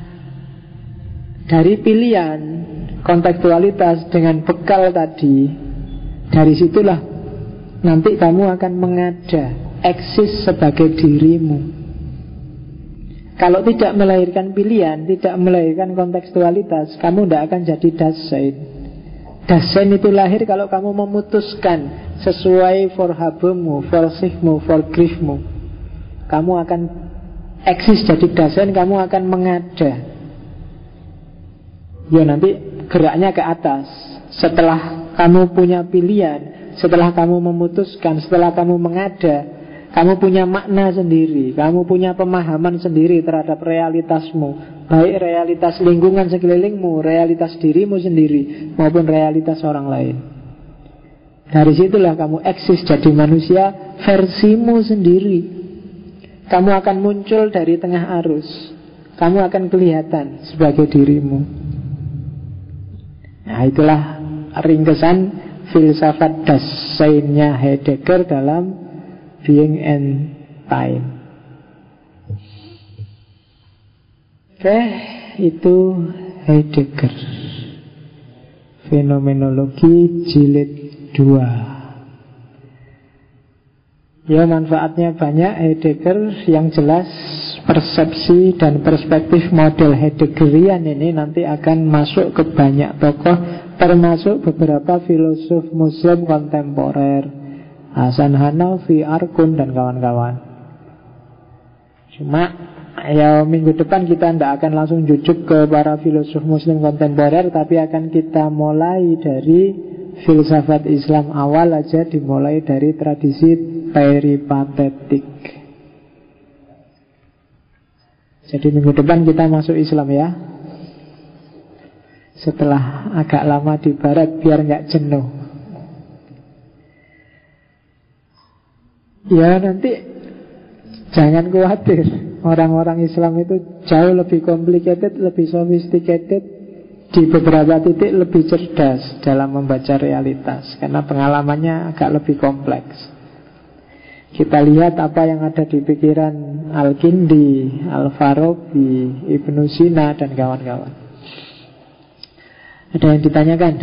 dari pilihan kontekstualitas dengan bekal tadi, dari situlah nanti kamu akan mengada, eksis sebagai dirimu. Kalau tidak melahirkan pilihan, tidak melahirkan kontekstualitas, kamu tidak akan jadi Dasein. Dasein itu lahir kalau kamu memutuskan sesuai forhabemu, forsihmu, forgriefmu. Kamu akan eksis jadi dasen, kamu akan mengada. Ya nanti geraknya ke atas. Setelah kamu punya pilihan, setelah kamu memutuskan, setelah kamu mengada, kamu punya makna sendiri, kamu punya pemahaman sendiri terhadap realitasmu, baik realitas lingkungan sekelilingmu, realitas dirimu sendiri, maupun realitas orang lain. Dari situlah kamu eksis jadi manusia versimu sendiri. Kamu akan muncul dari tengah arus. Kamu akan kelihatan sebagai dirimu. Nah, itulah ringkesan filsafat Dasein-nya Heidegger dalam Being and Time. Oke, itu Heidegger. Fenomenologi jilid 2. Ya, manfaatnya banyak Heidegger. Yang jelas persepsi dan perspektif model Heideggerian ini nanti akan masuk ke banyak tokoh, termasuk beberapa filosof Muslim kontemporer, Hasan Hanafi, Arkun, dan kawan-kawan. Cuma ya minggu depan kita tidak akan langsung jujuk ke para filosof Muslim kontemporer, tapi akan kita mulai dari filsafat Islam awal aja, dimulai dari tradisi peripatetik. Jadi minggu depan kita masuk Islam ya. Setelah agak lama di barat biar nggak jenuh. Ya nanti jangan khawatir, orang-orang Islam itu jauh lebih complicated, lebih sophisticated, di beberapa titik lebih cerdas dalam membaca realitas, karena pengalamannya agak lebih kompleks. Kita lihat apa yang ada di pikiran Al-Kindi, Al-Farabi, Ibnu Sina, dan kawan-kawan. Ada yang ditanyakan?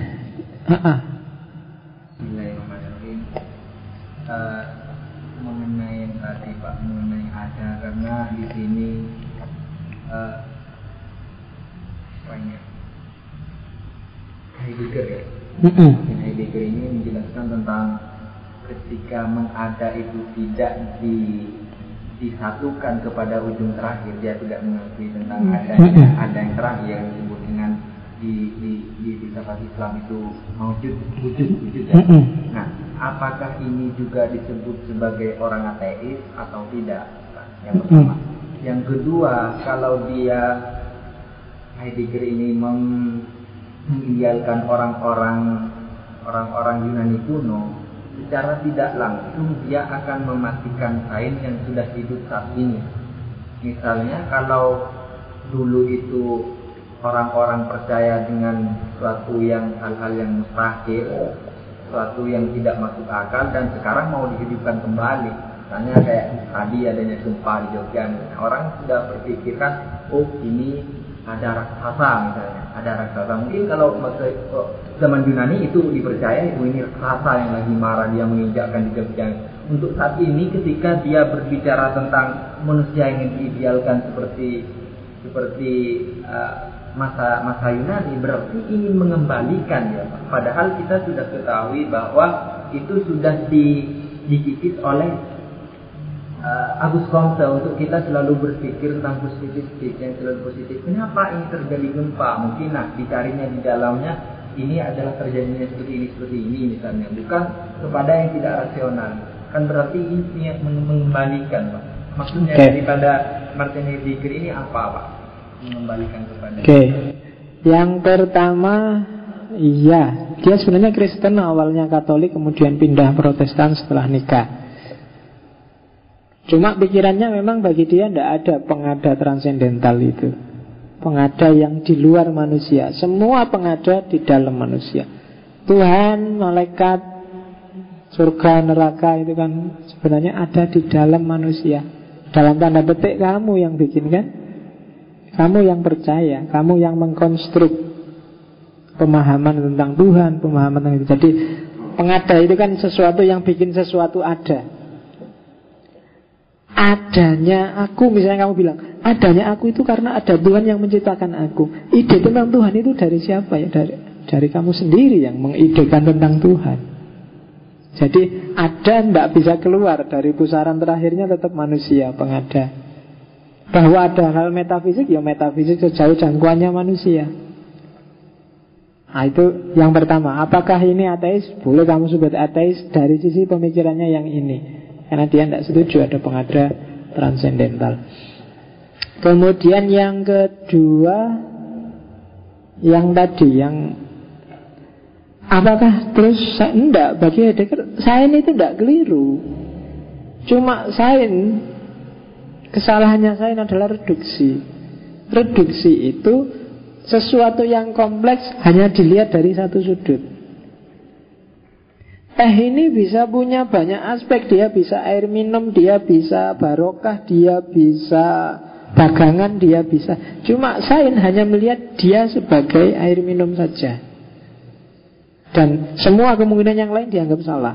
Mengenai yang tadi Pak, mengenai ada, karena di sini Heidegger ya. Heidegger ini menjelaskan tentang ketika mengada itu tidak disatukan kepada ujung terakhir, dia tidak mengakui tentang ada yang terakhir yang disebut dengan di filsafat Islam itu wujud ya. Nah, apakah ini juga disebut sebagai orang ateis atau tidak? Yang pertama. Yang kedua, kalau dia Heidegger ini mengidealkan orang-orang Yunani kuno, secara tidak langsung dia akan mematikan sains yang sudah hidup saat ini. Misalnya kalau dulu itu orang-orang percaya dengan suatu yang hal-hal yang mustahil, suatu yang tidak masuk akal, dan sekarang mau dihidupkan kembali. Misalnya kayak tadi adanya gempa di Jogja, orang sudah berpikirkan, oh ini ada raksasa misalnya, ada raksasa. Mungkin kalau zaman Yunani itu dipercaya itu ini raksasa yang lagi marah, dia menginjakkan di Jogja. Untuk saat ini ketika dia berbicara tentang manusia yang diidealkan seperti masa Yunani, berarti ingin mengembalikan ya. Padahal kita sudah ketahui bahwa itu sudah dikikis oleh Agus Comte untuk kita selalu berpikir tentang positivistik yang selalu positif. Kenapa ini terjadi gempa? Mungkin dicarinya di dalamnya ini adalah terjadinya seperti ini misalnya, bukan kepada yang tidak rasional. Kan berarti ini mengembalikan, Pak. Maksudnya daripada Martin Heidegger ini apa, Pak? Mengembalikan kepada. Yang pertama, iya, dia sebenarnya Kristen, awalnya Katolik, kemudian pindah Protestan setelah nikah. Cuma pikirannya memang bagi dia tidak ada pengada transendental itu, pengada yang di luar manusia. Semua pengada di dalam manusia. Tuhan, malaikat, surga, neraka itu kan sebenarnya ada di dalam manusia. Dalam tanda petik kamu yang bikin kan, kamu yang percaya, kamu yang mengkonstruk pemahaman tentang Tuhan, pemahaman tentang itu. Jadi pengada itu kan sesuatu yang bikin sesuatu ada. Adanya aku, misalnya kamu bilang adanya aku itu karena ada Tuhan yang menciptakan aku. Ide tentang Tuhan itu dari siapa ya? Dari kamu sendiri yang mengidekan tentang Tuhan. Jadi ada tidak bisa keluar dari pusaran terakhirnya, tetap manusia pengada. bahwa ada hal metafisik, ya metafisik sejauh jangkauannya manusia. Nah, itu yang pertama. Apakah ini ateis? Boleh kamu sebut ateis dari sisi pemikirannya yang ini, karena dia tidak setuju ada pengadra transendental. Kemudian yang kedua, yang tadi, yang apakah terus enggak, bagi Heidegger sains itu enggak keliru. Cuma sains, kesalahannya sains adalah reduksi. Reduksi itu sesuatu yang kompleks hanya dilihat dari satu sudut. Teh ini bisa punya banyak aspek. Dia bisa air minum, dia bisa barokah, dia bisa dagangan, dia bisa. Cuma sains hanya melihat dia sebagai air minum saja, dan semua kemungkinan yang lain dianggap salah.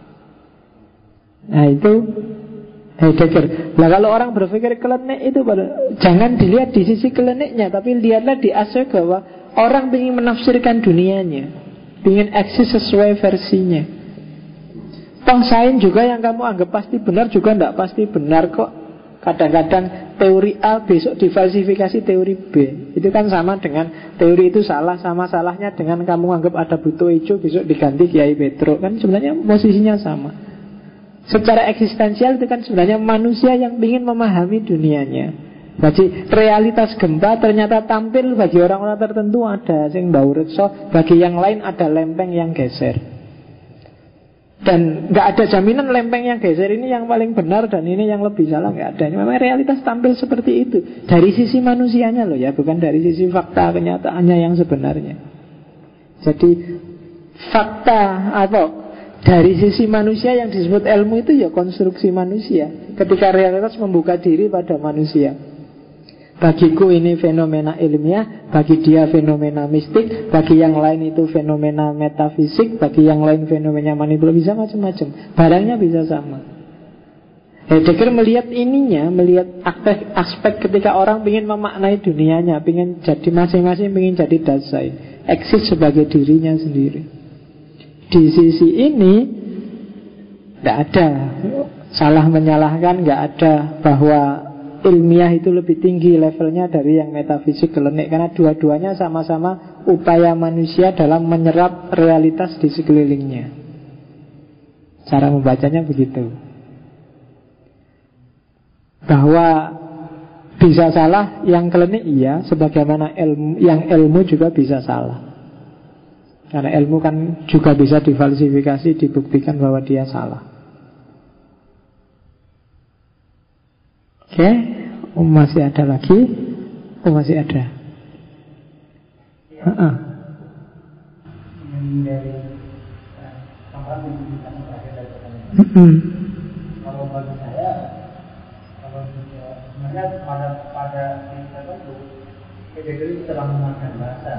Nah, itu Heidegger. Nah, kalau orang berpikir klinik itu jangan dilihat di sisi kliniknya, tapi lihatlah di aspek bahwa orang ingin menafsirkan dunianya, ingin eksis sesuai versinya. Toh sains juga yang kamu anggap pasti benar juga tidak pasti benar kok. Kadang-kadang teori A besok difalsifikasi teori B. Itu kan sama dengan teori itu salah, sama salahnya dengan kamu anggap ada buto hijau besok diganti Kiai Petro. Kan sebenarnya posisinya sama. Secara eksistensial itu kan sebenarnya manusia yang ingin memahami dunianya. Jadi realitas gempa ternyata tampil bagi orang-orang tertentu ada sing bau rekso, bagi yang lain ada lempeng yang geser. Dan nggak ada jaminan lempeng yang geser ini yang paling benar dan ini yang lebih salah, nggak ada. Memang realitas tampil seperti itu dari sisi manusianya loh ya, bukan dari sisi fakta kenyataannya yang sebenarnya. Jadi fakta atau dari sisi manusia yang disebut ilmu itu ya konstruksi manusia. Ketika realitas membuka diri pada manusia. Bagiku ini fenomena ilmiah, bagi dia fenomena mistik, bagi yang lain itu fenomena metafisik, bagi yang lain fenomena manipulasi, bisa macam-macam. Barangnya bisa sama. Heidegger melihat ininya, melihat aspek ketika orang ingin memaknai dunianya, ingin jadi masing-masing, ingin jadi dasai, eksis sebagai dirinya sendiri. Di sisi ini tidak ada salah menyalahkan, nggak ada bahwa ilmiah itu lebih tinggi levelnya dari yang metafisik klinik, karena dua-duanya sama-sama upaya manusia dalam menyerap realitas di sekelilingnya. Cara membacanya begitu. Bahwa bisa salah yang klinik iya, sebagaimana yang ilmu juga bisa salah. Karena ilmu kan juga bisa difalsifikasi, dibuktikan bahwa dia salah. Oke, masih ada lagi? Masih ada. Kalau bagi saya, kalau sebenarnya pada tertentu, Heidegger itu telah menggunakan bahasa.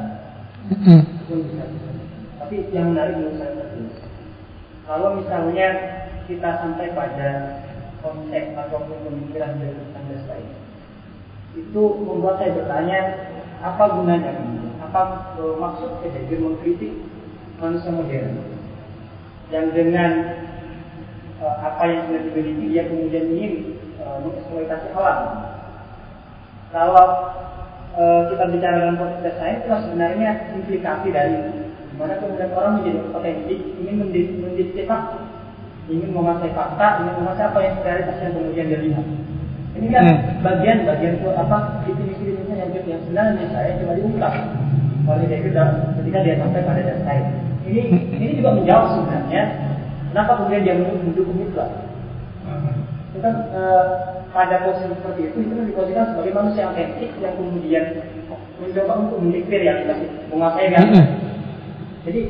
Tapi yang menarik menurut saya tadi, kalau misalnya kita sampai pada konsep ataupun pemikiran dari tanda lain, itu membuat saya bertanya, apa gunanya ini? Apa maksud Heidegger mengkritik manusia modern yang dengan apa yang sudah dimiliki dia kemudian ingin mengeksploitasi alam? Kalau kita bicara dalam konteks sains, itu sebenarnya implikasi dari dimana kemudian orang menjadi potensi ingin mendikte fakta, ingin menguasai fakta, ingin menguasai apa yang realitas yang kemudian dia lihat. Ini kan bagian itu apa definisi-definisi yang sebenarnya saya coba diungkap oleh Heidegger ketika dia sampai pada dasar ini juga menjawab sebenarnya kenapa kemudian dia mendukung Hitler. Itu kan pada posisi seperti itu kan diposisikan sebagai manusia yang etik yang kemudian mencoba untuk mendikte realitas, menguasai realitas. Jadi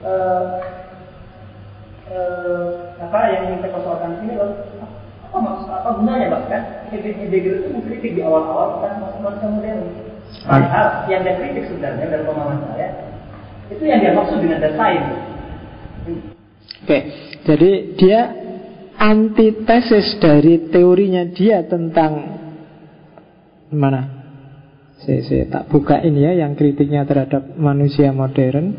apa yang ingin saya persoalkan ini loh, apa gunanya bahkan Heidegger itu mengkritik di awal-awal tentang manusia modern. Padahal yang dia kritik sebenarnya dalam pemahaman saya itu yang dia maksud dengan desain. Oke, jadi dia antitesis dari teorinya dia tentang mana? Saya tak bukain ya yang kritiknya terhadap manusia modern.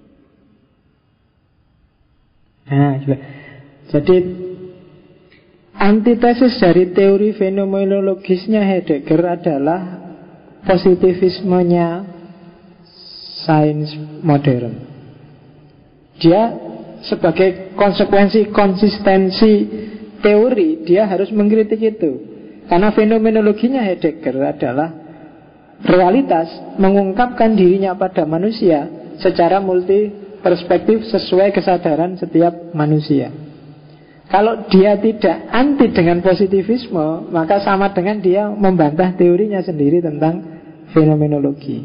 Nah, jadi antitesis dari teori fenomenologisnya Heidegger adalah positivismenya sains modern. Dia sebagai konsekuensi konsistensi teori, dia harus mengkritik itu. Karena fenomenologinya Heidegger adalah realitas mengungkapkan dirinya pada manusia secara multi perspektif sesuai kesadaran setiap manusia. Kalau dia tidak anti dengan positivisme, maka sama dengan dia membantah teorinya sendiri tentang fenomenologi.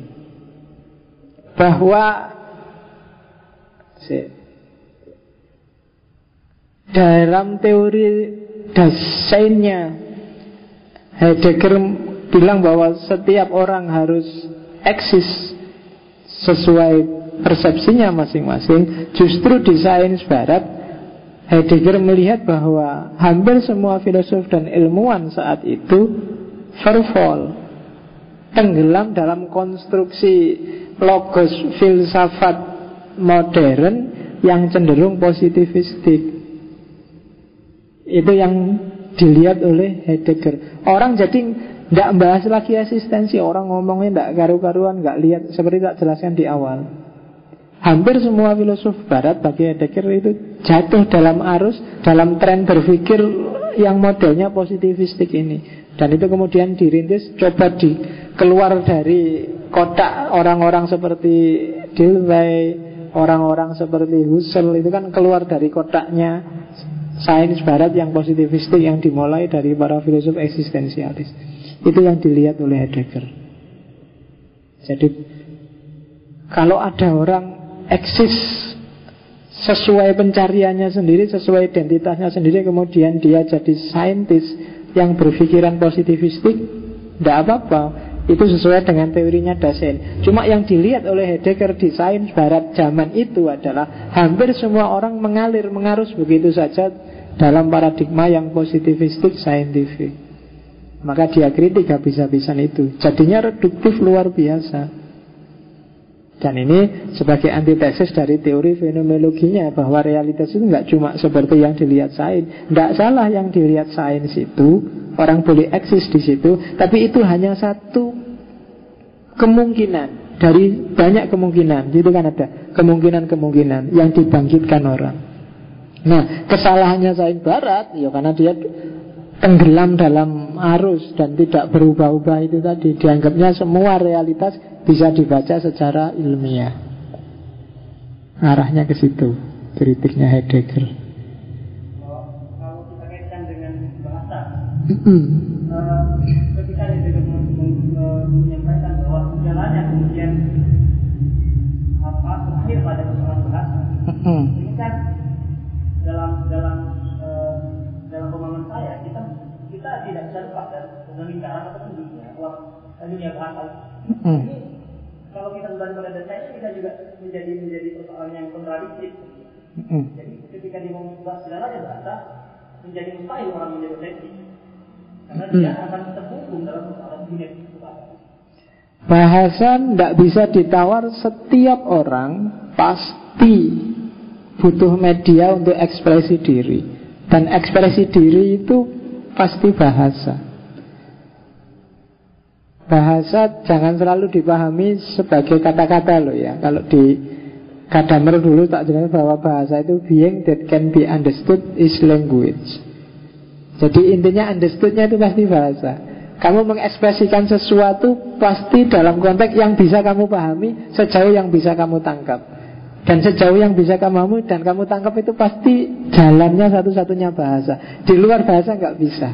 Bahwa dalam teori desainnya Heidegger bilang bahwa setiap orang harus eksis sesuai persepsinya masing-masing. Justru di sains barat Heidegger melihat bahwa hampir semua filosof dan ilmuwan saat itu verval, tenggelam dalam konstruksi logos filsafat modern yang cenderung positivistik. Itu yang dilihat oleh Heidegger. Orang jadi tidak bahas lagi eksistensi. Orang ngomongnya tidak karu-karuan, nggak lihat, seperti tak jelaskan di awal. Hampir semua filosof barat bagi Heidegger itu jatuh dalam arus, dalam tren berpikir yang modelnya positivistik ini. Dan itu kemudian dirintis, coba keluar dari kotak orang-orang seperti Dewey, orang-orang seperti Husserl. Itu kan keluar dari kotaknya sains barat yang positivistik yang dimulai dari para filosof eksistensialis. Itu yang dilihat oleh Heidegger. Jadi kalau ada orang eksis sesuai pencariannya sendiri, sesuai identitasnya sendiri, kemudian dia jadi saintis yang berpikiran positivistik, tidak apa-apa. Itu sesuai dengan teorinya Dasein. Cuma yang dilihat oleh Heidegger di sains barat zaman itu adalah hampir semua orang mengalir, mengarus begitu saja dalam paradigma yang positivistik saintifik. Maka dia kritik habis-habisan itu. Jadinya reduktif luar biasa. Dan ini sebagai antitesis dari teori fenomenologinya, bahwa realitas itu nggak cuma seperti yang dilihat sains. Tidak salah yang dilihat sains itu, orang boleh eksis di situ, tapi itu hanya satu kemungkinan dari banyak kemungkinan. Itu kan ada kemungkinan-kemungkinan yang dibangkitkan orang. Nah, kesalahannya sains barat ya karena dia tenggelam dalam arus dan tidak berubah-ubah itu tadi. Dianggapnya semua realitas bisa dibaca secara ilmiah. Arahnya ke situ kritiknya Heidegger. Kalau kita kaitkan dengan bahasa, ketika Heidegger menyampaikan bahwa segalanya kemudian berakhir pada persoalan bahasa, ini kan dalam pemahaman saya kita tidak bisa lepas dari lingkaran atau dunia bahasa. Ini kalau kita kembali pada dasarnya kita juga menjadi persoalan yang kontradiktif. Jadi ketika dia membahas segalanya bahasa, menjadi mustahil orang menjadi otentik karena dia akan terhubung dalam persoalan dunia bahasa. Bahasa tidak bisa ditawar. Setiap orang pasti butuh media untuk ekspresi diri. Dan ekspresi diri itu pasti bahasa. Bahasa jangan selalu dipahami sebagai kata-kata loh ya. Kalau di Gadamer dulu tak jelas bahwa bahasa itu being that can be understood is language. Jadi intinya understood-nya itu pasti bahasa. Kamu mengekspresikan sesuatu pasti dalam konteks yang bisa kamu pahami, sejauh yang bisa kamu tangkap. Dan sejauh yang bisa kamu dan kamu tangkap itu pasti jalannya satu-satunya bahasa. Di luar bahasa nggak bisa.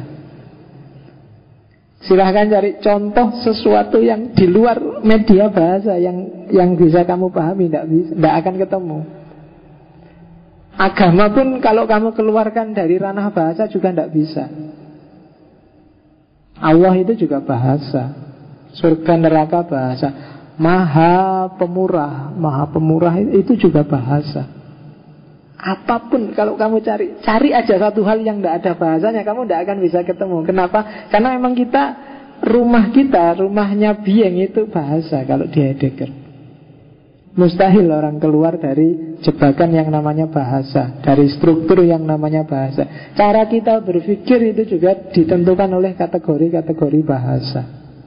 Silahkan cari contoh sesuatu yang di luar media bahasa yang bisa kamu pahami, tidak akan ketemu. Agama pun kalau kamu keluarkan dari ranah bahasa juga tidak bisa. Allah itu juga bahasa. Surga neraka bahasa. Maha pemurah itu juga bahasa. Apapun kalau kamu cari aja satu hal yang tidak ada bahasanya, kamu tidak akan bisa ketemu. Kenapa? Karena memang rumahnya being itu bahasa kalau di Heidegger. Mustahil orang keluar dari jebakan yang namanya bahasa, dari struktur yang namanya bahasa. Cara kita berpikir itu juga ditentukan oleh kategori-kategori bahasa.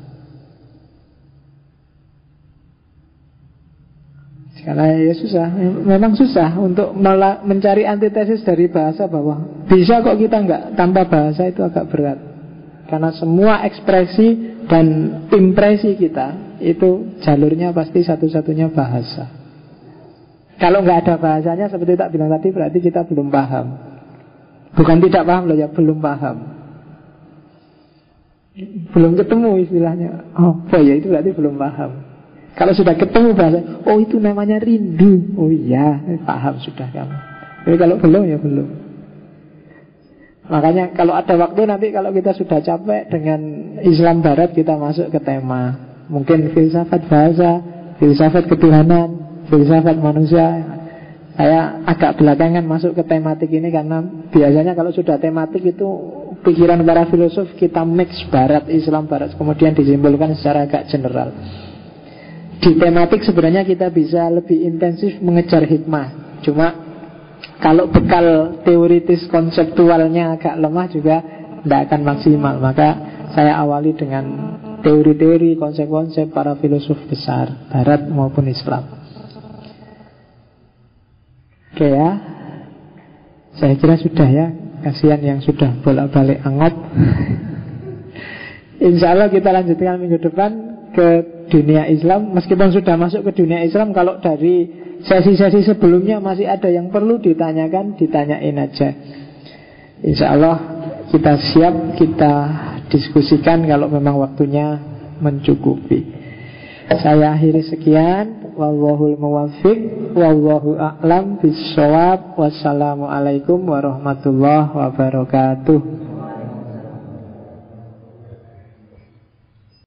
Karena ya susah, memang susah untuk mencari antitesis dari bahasa bahwa bisa kok kita nggak tanpa bahasa, itu agak berat. Karena semua ekspresi dan impresi kita itu jalurnya pasti satu-satunya bahasa. Kalau nggak ada bahasanya, seperti tak bilang tadi, berarti kita belum paham. Bukan tidak paham loh ya, belum paham. Belum ketemu istilahnya. Oh ya, itu berarti belum paham. Kalau sudah ketemu bahasa, oh itu namanya rindu. Oh iya, paham sudah kamu. Tapi kalau belum ya belum. Makanya kalau ada waktu nanti, kalau kita sudah capek dengan Islam Barat, kita masuk ke tema mungkin filsafat bahasa, filsafat ketuhanan, filsafat manusia. Saya agak belakangan masuk ke tematik ini karena biasanya kalau sudah tematik itu pikiran para filosof kita mix Barat, Islam, Barat, kemudian disimpulkan secara agak general. Di tematik sebenarnya kita bisa lebih intensif mengejar hikmah. Cuma kalau bekal teoritis konseptualnya agak lemah juga tidak akan maksimal. Maka saya awali dengan teori-teori, konsep-konsep para filosof besar, Barat maupun Islam. Oke ya, saya kira sudah ya. Kasihan yang sudah bolak-balik angop. Insya Allah kita lanjutkan minggu depan ke dunia Islam. Meskipun sudah masuk ke dunia Islam, kalau dari sesi-sesi sebelumnya masih ada yang perlu ditanyakan, ditanyain aja. Insya Allah kita siap, kita diskusikan kalau memang waktunya mencukupi. Saya akhiri sekian. Wallahul muwaffiq, wallahu a'lam bissawab. Wassalamualaikum warahmatullahi wabarakatuh.